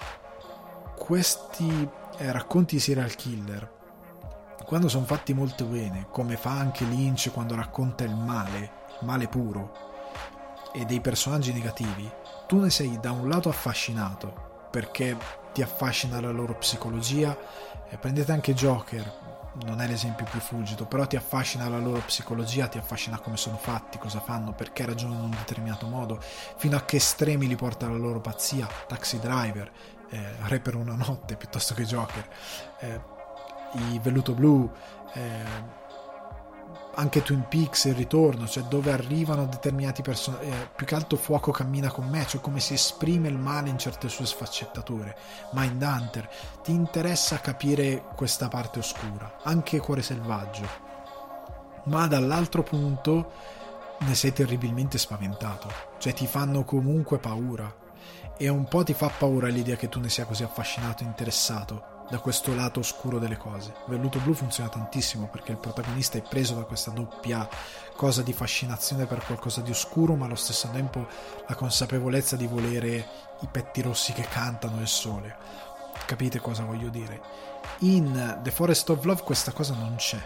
Questi racconti serial killer, quando sono fatti molto bene, come fa anche Lynch quando racconta il male puro e dei personaggi negativi, tu ne sei da un lato affascinato perché ti affascina la loro psicologia. Prendete anche Joker, non è l'esempio più fulgido, però ti affascina la loro psicologia, ti affascina come sono fatti, cosa fanno, perché ragionano in un determinato modo, fino a che estremi li porta la loro pazzia. Taxi Driver, Re per una notte piuttosto che Joker, i Velluto Blu, anche Twin Peaks, il ritorno, cioè dove arrivano determinati personaggi, più che altro Fuoco cammina con me, cioè come si esprime il male in certe sue sfaccettature. Mindhunter, ti interessa capire questa parte oscura, anche Cuore selvaggio, ma dall'altro punto ne sei terribilmente spaventato, cioè ti fanno comunque paura, e un po' ti fa paura l'idea che tu ne sia così affascinato e interessato da questo lato oscuro delle cose. Velluto Blu funziona tantissimo perché il protagonista è preso da questa doppia cosa di fascinazione per qualcosa di oscuro, ma allo stesso tempo la consapevolezza di volere i petti rossi che cantano il sole. Capite cosa voglio dire? In The Forest of Love questa cosa non c'è.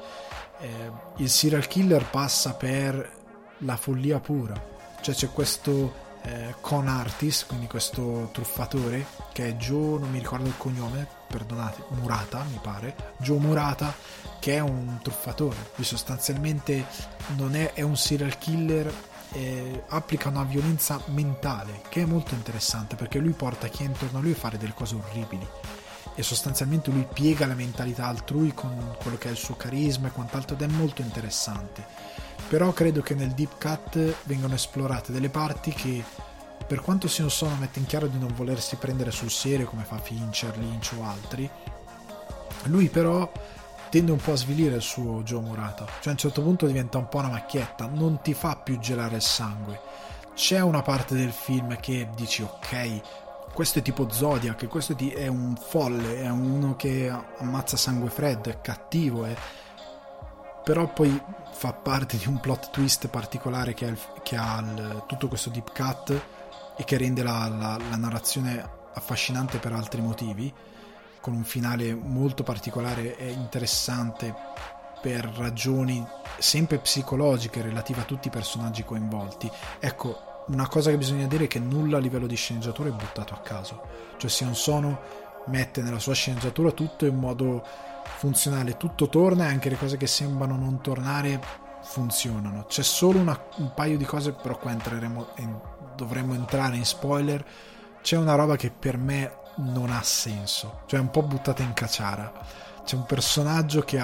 Il serial killer passa per la follia pura, cioè c'è questo con artist, quindi questo truffatore che è Joe, non mi ricordo il cognome, perdonate, Murata mi pare, Joe Murata, che è un truffatore. Lui sostanzialmente non è un serial killer, applica una violenza mentale che è molto interessante, perché lui porta chi è intorno a lui a fare delle cose orribili, e sostanzialmente lui piega la mentalità altrui con quello che è il suo carisma e quant'altro, ed è molto interessante. Però credo che nel Deep Cut vengano esplorate delle parti che, per quanto Sion Sono mette in chiaro di non volersi prendere sul serio come fa Fincher, Lynch o altri, lui però tende un po' a svilire il suo Joe Murata, cioè a un certo punto diventa un po' una macchietta, non ti fa più gelare il sangue. C'è una parte del film che dici ok, questo è tipo Zodiac, questo è un folle, è uno che ammazza sangue freddo, è cattivo, però poi fa parte di un plot twist particolare che ha tutto questo Deep Cut, e che rende la narrazione affascinante per altri motivi, con un finale molto particolare e interessante per ragioni sempre psicologiche relative a tutti i personaggi coinvolti. Ecco, una cosa che bisogna dire è che nulla a livello di sceneggiatura è buttato a caso, cioè Sion Sono mette nella sua sceneggiatura tutto in modo funzionale, tutto torna, e anche le cose che sembrano non tornare funzionano. C'è solo un paio di cose, però qua dovremmo entrare in spoiler. C'è una roba che per me non ha senso, cioè è un po' buttata in caciara. C'è un personaggio che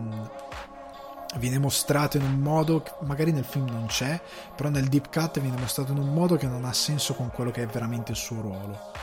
viene mostrato in un modo che magari nel film non c'è, però nel Deep Cut viene mostrato in un modo che non ha senso con quello che è veramente il suo ruolo.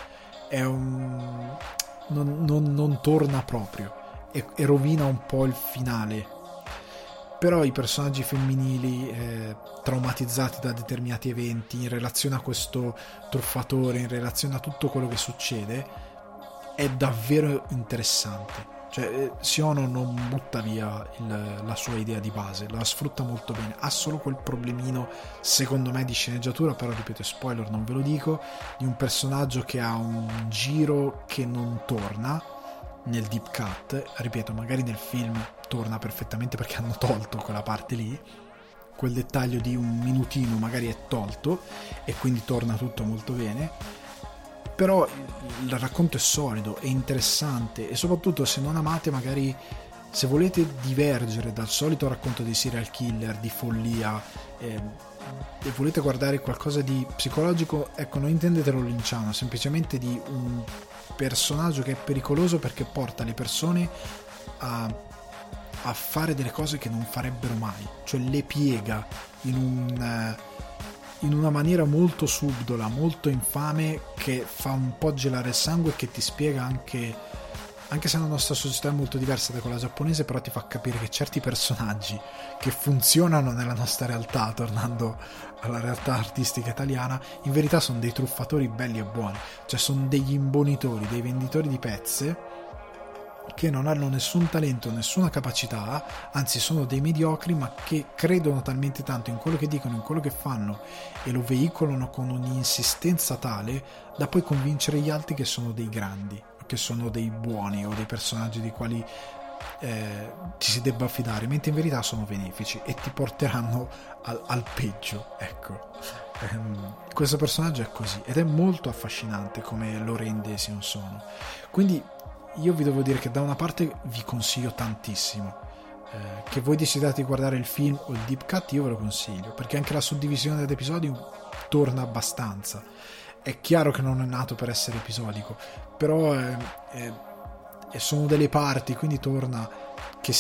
Non torna proprio, e rovina un po' il finale. Però i personaggi femminili traumatizzati da determinati eventi, in relazione a questo truffatore, in relazione a tutto quello che succede, è davvero interessante. Cioè Siono non butta via la sua idea di base, la sfrutta molto bene. Ha solo quel problemino, secondo me, di sceneggiatura, però ripeto, spoiler non ve lo dico, di un personaggio che ha un giro che non torna nel Deep Cut. Ripeto, magari nel film torna perfettamente perché hanno tolto quella parte lì, quel dettaglio di un minutino magari è tolto, e quindi torna tutto molto bene. però il racconto è solido, è interessante, e soprattutto se non amate, magari se volete divergere dal solito racconto di serial killer, di follia, e volete guardare qualcosa di psicologico, ecco, non intendetelo linciano, semplicemente di un personaggio che è pericoloso perché porta le persone a fare delle cose che non farebbero mai, cioè le piega in una maniera molto subdola, molto infame, che fa un po' gelare il sangue e che ti spiega anche se la nostra società è molto diversa da quella giapponese, però ti fa capire che certi personaggi che funzionano nella nostra realtà, tornando alla realtà artistica italiana, in verità sono dei truffatori belli e buoni, cioè sono degli imbonitori, dei venditori di pezze che non hanno nessun talento, nessuna capacità, anzi sono dei mediocri, ma che credono talmente tanto in quello che dicono, in quello che fanno, e lo veicolano con un'insistenza tale da poi convincere gli altri che sono dei grandi, che sono dei buoni o dei personaggi di quali ci si debba affidare, mentre in verità sono benefici e ti porteranno al peggio, ecco. Questo personaggio è così ed è molto affascinante come lo rende Sion Sono. Quindi io vi devo dire che da una parte vi consiglio tantissimo, che voi decidiate di guardare il film o il deep cut, io ve lo consiglio, perché anche la suddivisione degli episodi torna abbastanza. È chiaro che non è nato per essere episodico, però sono delle parti, quindi torna che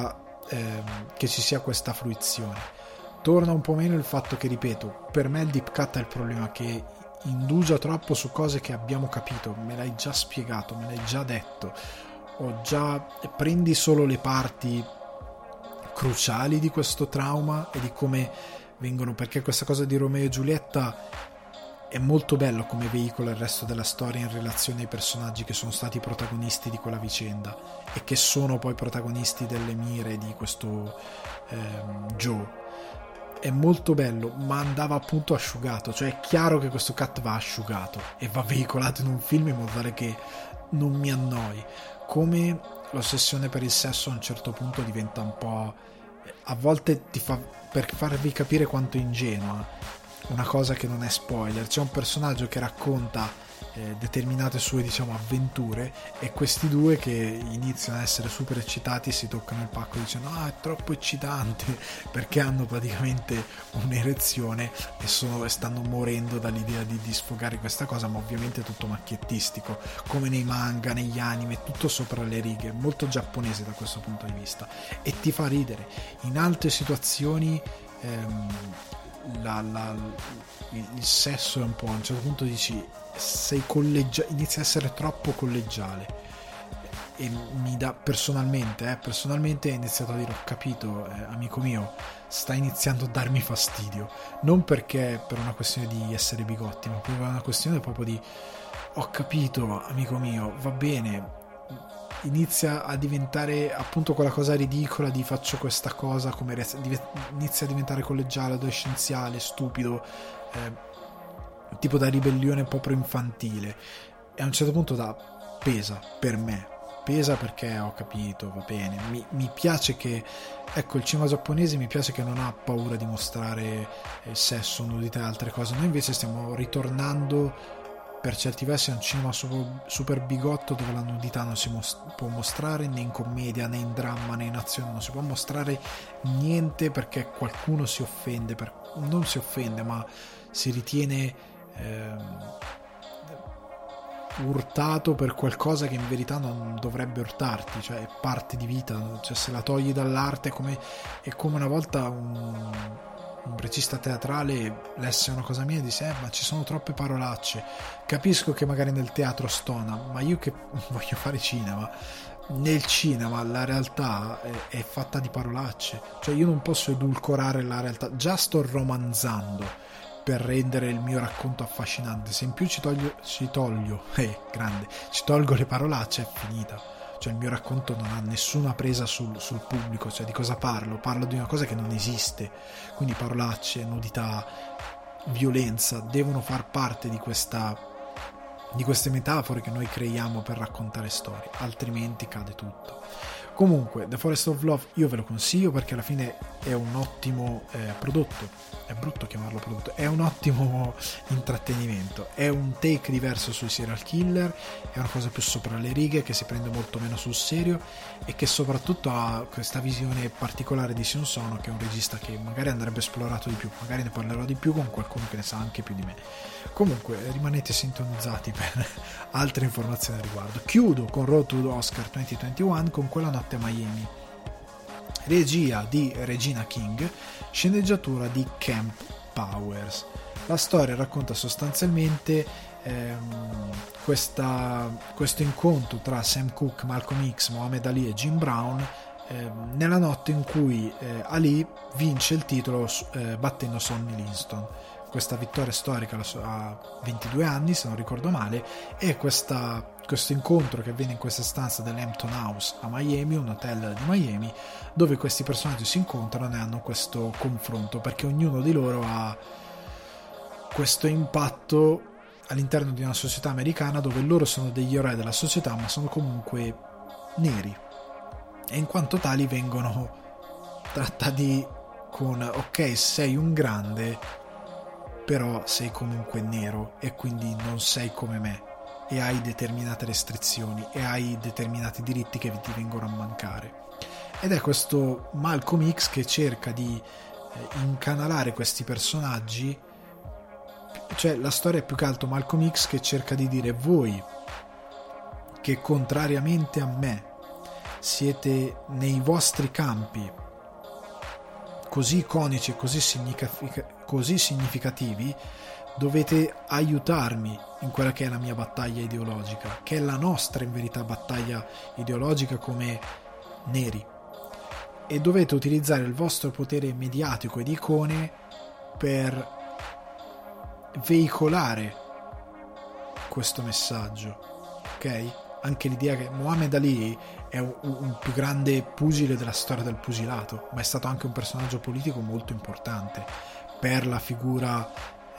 ci sia questa fruizione. Torna un po' meno il fatto che, ripeto, per me il deep cut è il problema, che indugia troppo su cose che abbiamo capito, me l'hai già spiegato, me l'hai già detto, prendi solo le parti cruciali di questo trauma e di come vengono, perché questa cosa di Romeo e Giulietta è molto bello come veicola il resto della storia in relazione ai personaggi che sono stati protagonisti di quella vicenda e che sono poi protagonisti delle mire di questo Joe. È molto bello, ma andava appunto asciugato, cioè è chiaro che questo cut va asciugato e va veicolato in un film in modo tale che non mi annoi, come l'ossessione per il sesso a un certo punto diventa un po', a volte ti fa, per farvi capire quanto è ingenua una cosa che non è spoiler, c'è un personaggio che racconta determinate sue, diciamo, avventure, e questi due che iniziano a essere super eccitati si toccano il pacco dicendo è troppo eccitante, perché hanno praticamente un'erezione e stanno morendo dall'idea di sfogare questa cosa, ma ovviamente è tutto macchiettistico, come nei manga, negli anime, tutto sopra le righe, molto giapponese da questo punto di vista, e ti fa ridere. In altre situazioni il sesso è un po', a un certo punto dici inizia a essere troppo collegiale, e mi dà personalmente è iniziato a dire ho capito, amico mio, sta iniziando a darmi fastidio, non perché per una questione di essere bigotti, ma per una questione proprio di ho capito, amico mio, va bene, inizia a diventare appunto quella cosa ridicola di faccio questa cosa come inizia a diventare collegiale, adolescenziale, stupido, tipo da ribellione proprio infantile, e a un certo punto pesa per me, pesa perché ho capito, va bene, mi piace che, ecco, il cinema giapponese mi piace che non ha paura di mostrare sesso, nudità e altre cose. Noi invece stiamo ritornando per certi versi a un cinema super bigotto, dove la nudità non si può mostrare né in commedia né in dramma né in azione, non si può mostrare niente perché qualcuno si offende, non si offende ma si ritiene urtato per qualcosa che in verità non dovrebbe urtarti, cioè è parte di vita, cioè se la togli dall'arte è come una volta un regista teatrale lesse una cosa mia e disse ma ci sono troppe parolacce, capisco che magari nel teatro stona, ma io che voglio fare cinema, nel cinema la realtà è fatta di parolacce, cioè io non posso edulcorare la realtà, già sto romanzando per rendere il mio racconto affascinante, se in più ci tolgo le parolacce, è finita, cioè il mio racconto non ha nessuna presa sul pubblico, cioè di cosa parlo di una cosa che non esiste, quindi parolacce, nudità, violenza devono far parte di queste metafore che noi creiamo per raccontare storie, altrimenti cade tutto. Comunque, The Forest of Love io ve lo consiglio perché alla fine è un ottimo prodotto. È brutto chiamarlo prodotto, è un ottimo intrattenimento. È un take diverso sui serial killer, è una cosa più sopra le righe, che si prende molto meno sul serio e che soprattutto ha questa visione particolare di Sion Sono, che è un regista che magari andrebbe esplorato di più. Magari ne parlerò di più con qualcuno che ne sa anche più di me. Comunque, rimanete sintonizzati per altre informazioni a riguardo. Chiudo con Road to Oscar 2021 con Quella notte a Miami, regia di Regina King, sceneggiatura di Kemp Powers. La storia racconta sostanzialmente questo incontro tra Sam Cooke, Malcolm X, Muhammad Ali e Jim Brown nella notte in cui Ali vince il titolo battendo Sonny Liston. Questa vittoria storica a 22 anni, se non ricordo male, e questo incontro che avviene in questa stanza dell'Hampton House a Miami, un hotel di Miami, dove questi personaggi si incontrano e hanno questo confronto, perché ognuno di loro ha questo impatto all'interno di una società americana dove loro sono degli eroi della società, ma sono comunque neri, e in quanto tali vengono trattati con ok, sei un grande, però sei comunque nero e quindi non sei come me e hai determinate restrizioni e hai determinati diritti che ti vengono a mancare. Ed è questo Malcolm X che cerca di incanalare questi personaggi, cioè la storia è più che altro Malcolm X che cerca di dire: voi che contrariamente a me siete nei vostri campi così iconici e così significativi, dovete aiutarmi in quella che è la mia battaglia ideologica, che è la nostra in verità battaglia ideologica come neri, e dovete utilizzare il vostro potere mediatico e di icone per veicolare questo messaggio, ok? Anche l'idea che Muhammad Ali è un più grande pugile della storia del pugilato, ma è stato anche un personaggio politico molto importante per la figura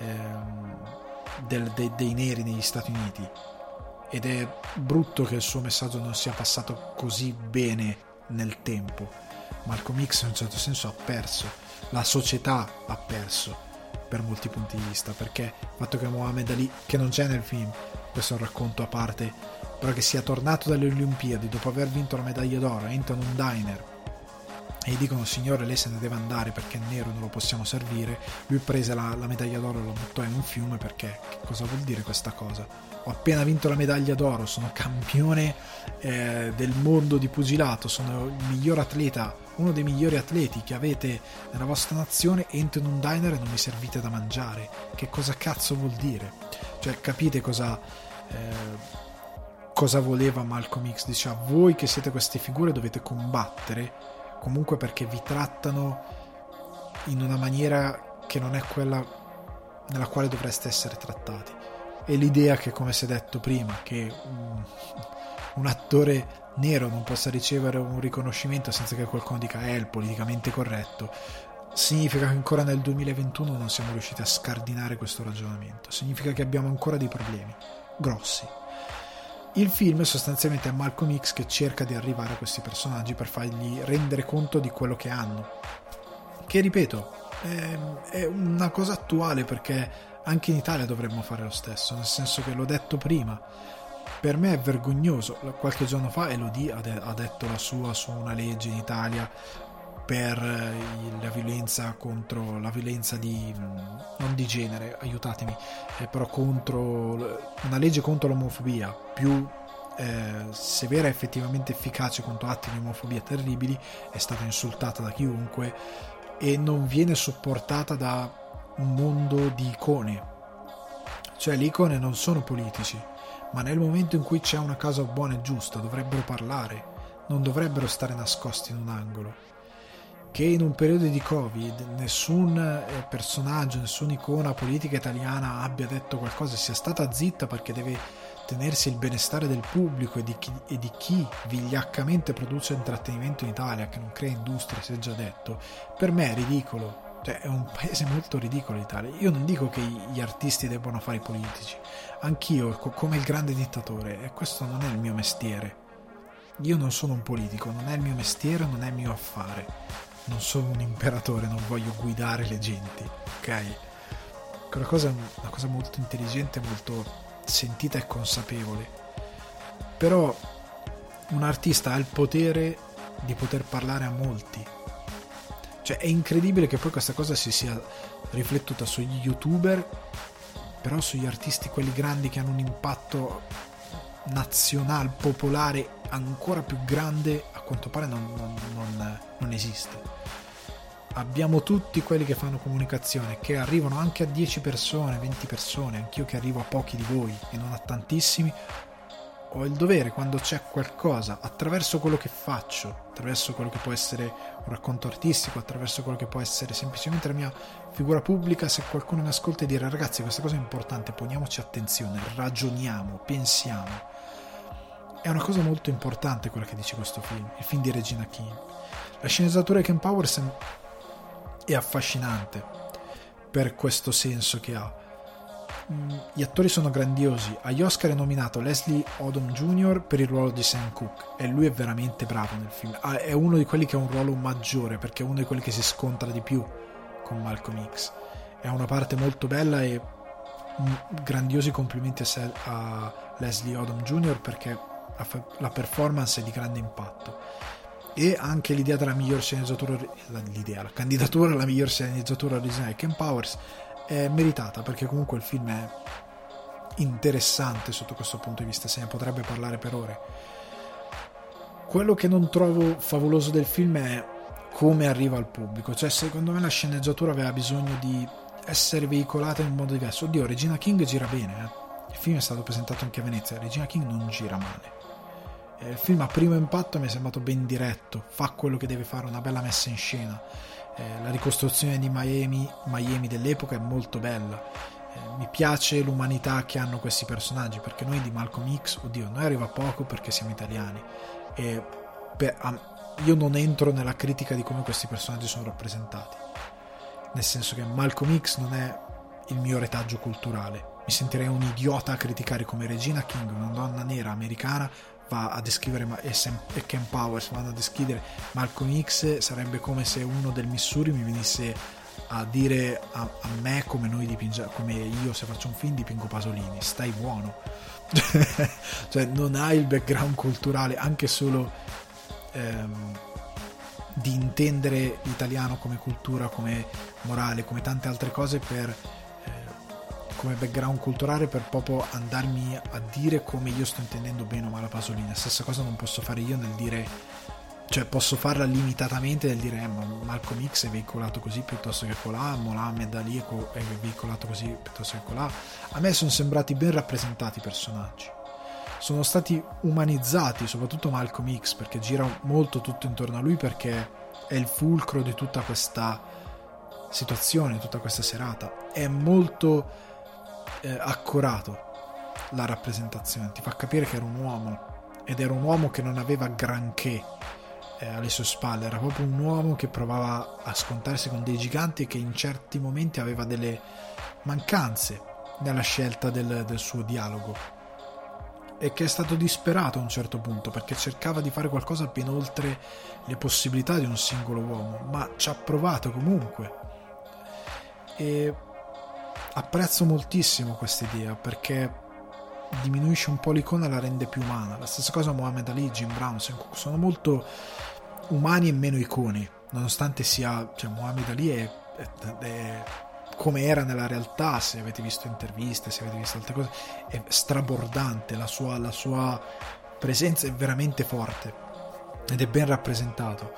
dei neri negli Stati Uniti, ed è brutto che il suo messaggio non sia passato così bene nel tempo. Malcolm X in un certo senso ha perso, la società ha perso per molti punti di vista, perché il fatto che Muhammad Ali, che non c'è nel film, questo è un racconto a parte, però che sia tornato dalle Olimpiadi dopo aver vinto la medaglia d'oro, entra in un diner e gli dicono: signore, lei se ne deve andare perché è nero, non lo possiamo servire. Lui prese la medaglia d'oro e lo buttò in un fiume, perché che cosa vuol dire questa cosa? Ho appena vinto la medaglia d'oro, sono campione del mondo di pugilato, sono il miglior atleta, uno dei migliori atleti che avete nella vostra nazione, entro in un diner e non mi servite da mangiare. Che cosa cazzo vuol dire? Cioè, capite cosa voleva Malcolm X? Diceva: voi che siete queste figure dovete combattere comunque perché vi trattano in una maniera che non è quella nella quale dovreste essere trattati. E l'idea che, come si è detto prima, che un attore nero non possa ricevere un riconoscimento senza che qualcuno dica è il politicamente corretto, significa che ancora nel 2021 non siamo riusciti a scardinare questo ragionamento, significa che abbiamo ancora dei problemi grossi. Il film sostanzialmente è Malcolm X che cerca di arrivare a questi personaggi per fargli rendere conto di quello che hanno, che ripeto è una cosa attuale, perché anche in Italia dovremmo fare lo stesso, nel senso che l'ho detto prima, per me è vergognoso. Qualche giorno fa Elodie ha detto la sua su una legge in Italia per la violenza di non di genere, aiutatemi, però contro una legge contro l'omofobia più severa e effettivamente efficace contro atti di omofobia terribili. È stata insultata da chiunque e non viene supportata da un mondo di icone. Cioè, le icone non sono politici, ma nel momento in cui c'è una causa buona e giusta dovrebbero parlare, non dovrebbero stare nascosti in un angolo. Che in un periodo di Covid nessun personaggio, nessuna icona politica italiana abbia detto qualcosa, sia stata zitta perché deve tenersi il benestare del pubblico e di chi vigliaccamente produce intrattenimento in Italia, che non crea industrie, si è già detto, per me è ridicolo. Cioè, è un paese molto ridicolo l'Italia. Io non dico che gli artisti debbano fare i politici, anch'io come il grande dittatore, e questo non è il mio mestiere. io non sono un politico, non è il mio mestiere, non è il mio affare, non sono un imperatore, non voglio guidare le genti, ok? Quella cosa è una cosa molto intelligente, molto sentita e consapevole, però un artista ha il potere di poter parlare a molti. Cioè è incredibile che poi questa cosa si sia riflettuta sugli youtuber, però sugli artisti, quelli grandi che hanno un impatto nazionale, popolare ancora più grande, a quanto pare non esiste. Abbiamo tutti quelli che fanno comunicazione, che arrivano anche a 10 persone, 20 persone, anch'io che arrivo a pochi di voi e non a tantissimi. Ho il dovere, quando c'è qualcosa, attraverso quello che faccio, attraverso quello che può essere un racconto artistico, attraverso quello che può essere semplicemente la mia figura pubblica, se qualcuno mi ascolta, e dire: ragazzi, questa cosa è importante, poniamoci attenzione, ragioniamo, pensiamo. È una cosa molto importante quella che dice questo film, il film di Regina King. La sceneggiatura di Ken Powers è affascinante per questo senso che ha. Gli attori sono grandiosi. Agli Oscar è nominato Leslie Odom Jr. per il ruolo di Sam Cooke e lui è veramente bravo nel film. È uno di quelli che ha un ruolo maggiore, perché è uno di quelli che si scontra di più con Malcolm X. È una parte molto bella e grandiosi complimenti a Leslie Odom Jr. perché la performance è di grande impatto. E anche l'idea della miglior sceneggiatura, la candidatura alla miglior sceneggiatura originale di Ken Powers è meritata, perché comunque il film è interessante sotto questo punto di vista, se ne potrebbe parlare per ore. Quello che non trovo favoloso del film è come arriva al pubblico, cioè secondo me la sceneggiatura aveva bisogno di essere veicolata in un modo diverso. Oddio, Regina King gira bene, il film è stato presentato anche a Venezia, Regina King non gira male. Il film a primo impatto mi è sembrato ben diretto, fa quello che deve fare, una bella messa in scena. La ricostruzione di Miami dell'epoca è molto bella. Mi piace l'umanità che hanno questi personaggi, perché noi di Malcolm X, oddio, noi arriva poco perché siamo italiani e io non entro nella critica di come questi personaggi sono rappresentati, nel senso che Malcolm X non è il mio retaggio culturale. Mi sentirei un idiota a criticare come Regina King, una donna nera americana, va a descrivere e Ken Powers vanno a descrivere Malcolm X. Sarebbe come se uno del Missouri mi venisse a dire a me come noi dipingiamo, come io se faccio un film dipingo Pasolini. Stai buono. Cioè non hai il background culturale anche solo di intendere l'italiano come cultura, come morale, come tante altre cose, come background culturale, per proprio andarmi a dire come io sto intendendo bene o male Pasolini. Stessa cosa non posso fare io nel dire, cioè posso farla limitatamente nel dire ma Malcolm X è veicolato così piuttosto che colà, Mohammed Ali è veicolato così piuttosto che colà. A me sono sembrati ben rappresentati i personaggi, sono stati umanizzati, soprattutto Malcolm X, perché gira molto tutto intorno a lui, perché è il fulcro di tutta questa situazione, tutta questa serata. È molto accurato la rappresentazione, ti fa capire che era un uomo, ed era un uomo che non aveva granché alle sue spalle, era proprio un uomo che provava a scontarsi con dei giganti e che in certi momenti aveva delle mancanze nella scelta del suo dialogo, e che è stato disperato a un certo punto perché cercava di fare qualcosa ben oltre le possibilità di un singolo uomo, ma ci ha provato comunque. E apprezzo moltissimo questa idea, perché diminuisce un po' l'icona e la rende più umana. La stessa cosa Muhammad Ali, Jim Brown, sono molto umani e meno iconi, nonostante sia, cioè Muhammad Ali è come era nella realtà. Se avete visto interviste, se avete visto altre cose, è strabordante, la sua presenza è veramente forte ed è ben rappresentato.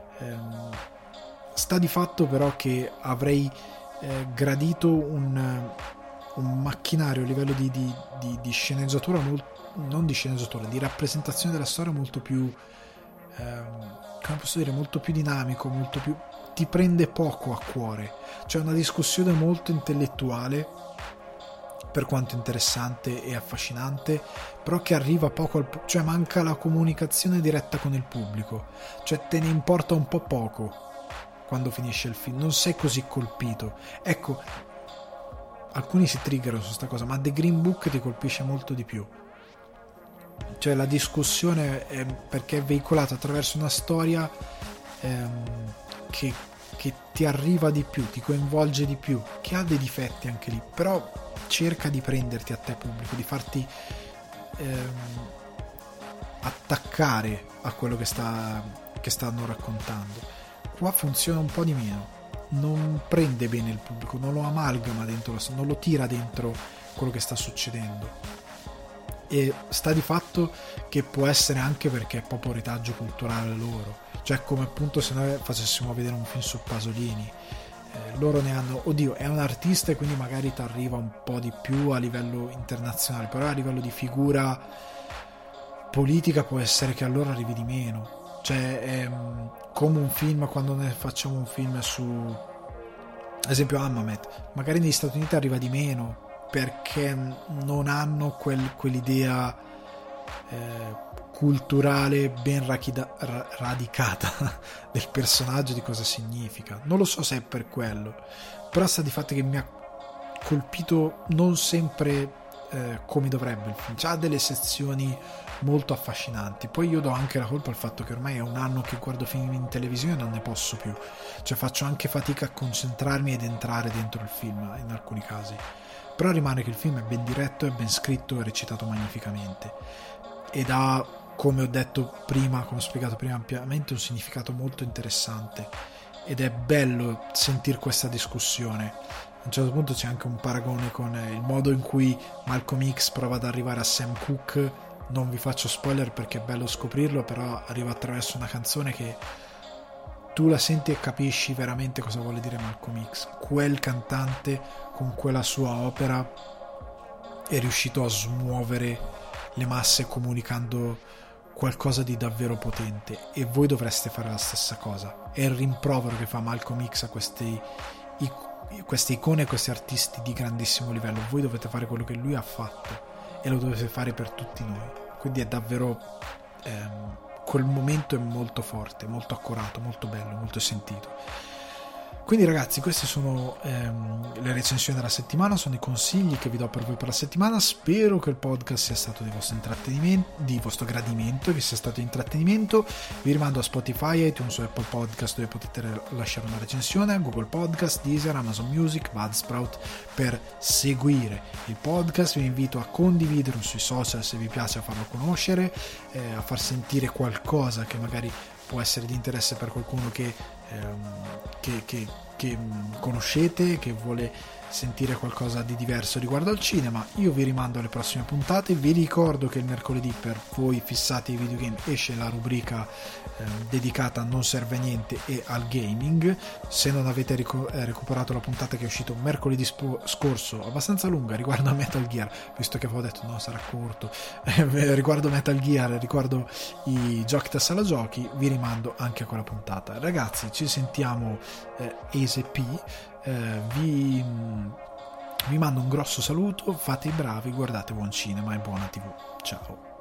Sta di fatto però che avrei gradito un macchinario a livello di sceneggiatura, non di sceneggiatura, di rappresentazione della storia molto più come posso dire, molto più dinamico, molto più, ti prende poco a cuore. C'è una discussione molto intellettuale, per quanto interessante e affascinante, però che arriva poco cioè manca la comunicazione diretta con il pubblico, cioè te ne importa un po' poco quando finisce il film, non sei così colpito. Ecco, alcuni si triggerano su sta cosa, ma The Green Book ti colpisce molto di più. cioè la discussione è perché è veicolata attraverso una storia che ti arriva di più, ti coinvolge di più, che ha dei difetti anche lì, però cerca di prenderti a te pubblico, di farti attaccare a quello che stanno raccontando. Qua funziona un po' di meno, non prende bene il pubblico, non lo amalgama dentro, non lo tira dentro quello che sta succedendo, e sta di fatto che può essere anche perché è proprio retaggio culturale loro, cioè come appunto se noi facessimo vedere un film su Pasolini, loro ne hanno, oddio è un artista e quindi magari ti arriva un po' di più a livello internazionale, però a livello di figura politica può essere che allora arrivi di meno, cioè è come un film, quando ne facciamo un film su ad esempio Hammamet, magari negli Stati Uniti arriva di meno perché non hanno quell'idea culturale ben radicata del personaggio, di cosa significa. Non lo so se è per quello, però sta di fatto che mi ha colpito non sempre come dovrebbe il film. C'ha delle sezioni molto affascinanti, poi io do anche la colpa al fatto che ormai è un anno che guardo film in televisione e non ne posso più, cioè faccio anche fatica a concentrarmi ed entrare dentro il film in alcuni casi, però rimane che il film è ben diretto, è ben scritto e recitato magnificamente, ed ha, come ho detto prima, come ho spiegato prima ampiamente, un significato molto interessante, ed è bello sentire questa discussione. A un certo punto c'è anche un paragone con il modo in cui Malcolm X prova ad arrivare a Sam Cooke. Non vi faccio spoiler perché è bello scoprirlo, però arriva attraverso una canzone che tu la senti e capisci veramente cosa vuole dire Malcolm X. Quel cantante con quella sua opera è riuscito a smuovere le masse comunicando qualcosa di davvero potente, e voi dovreste fare la stessa cosa. È il rimprovero che fa Malcolm X a queste icone, questi artisti di grandissimo livello. Voi dovete fare quello che lui ha fatto e lo dovete fare per tutti noi, quindi è davvero quel momento è molto forte, molto accurato, molto bello, molto sentito. Quindi ragazzi, queste sono le recensioni della settimana, sono i consigli che vi do per voi per la settimana. Spero che il podcast sia stato di vostro intrattenimento, di vostro gradimento, che sia stato intrattenimento. Vi rimando a Spotify, iTunes, Apple Podcast, dove potete lasciare una recensione, Google Podcast, Deezer, Amazon Music, Buzzsprout per seguire il podcast. Vi invito a condividerlo sui social se vi piace, a farlo conoscere, a far sentire qualcosa che magari può essere di interesse per qualcuno che conoscete, che vuole sentire qualcosa di diverso riguardo al cinema. Io vi rimando alle prossime puntate. Vi ricordo che il mercoledì, per voi fissati ai videogame, esce la rubrica dedicata a Non serve a niente e al gaming. Se non avete recuperato la puntata che è uscito mercoledì scorso, abbastanza lunga, riguardo a Metal Gear, visto che avevo detto no, sarà corto, riguardo Metal Gear, riguardo i giochi da sala giochi, vi rimando anche a quella puntata. Ragazzi, ci sentiamo ASAP. Vi mando un grosso saluto, fate i bravi, guardate buon cinema e buona TV. Ciao.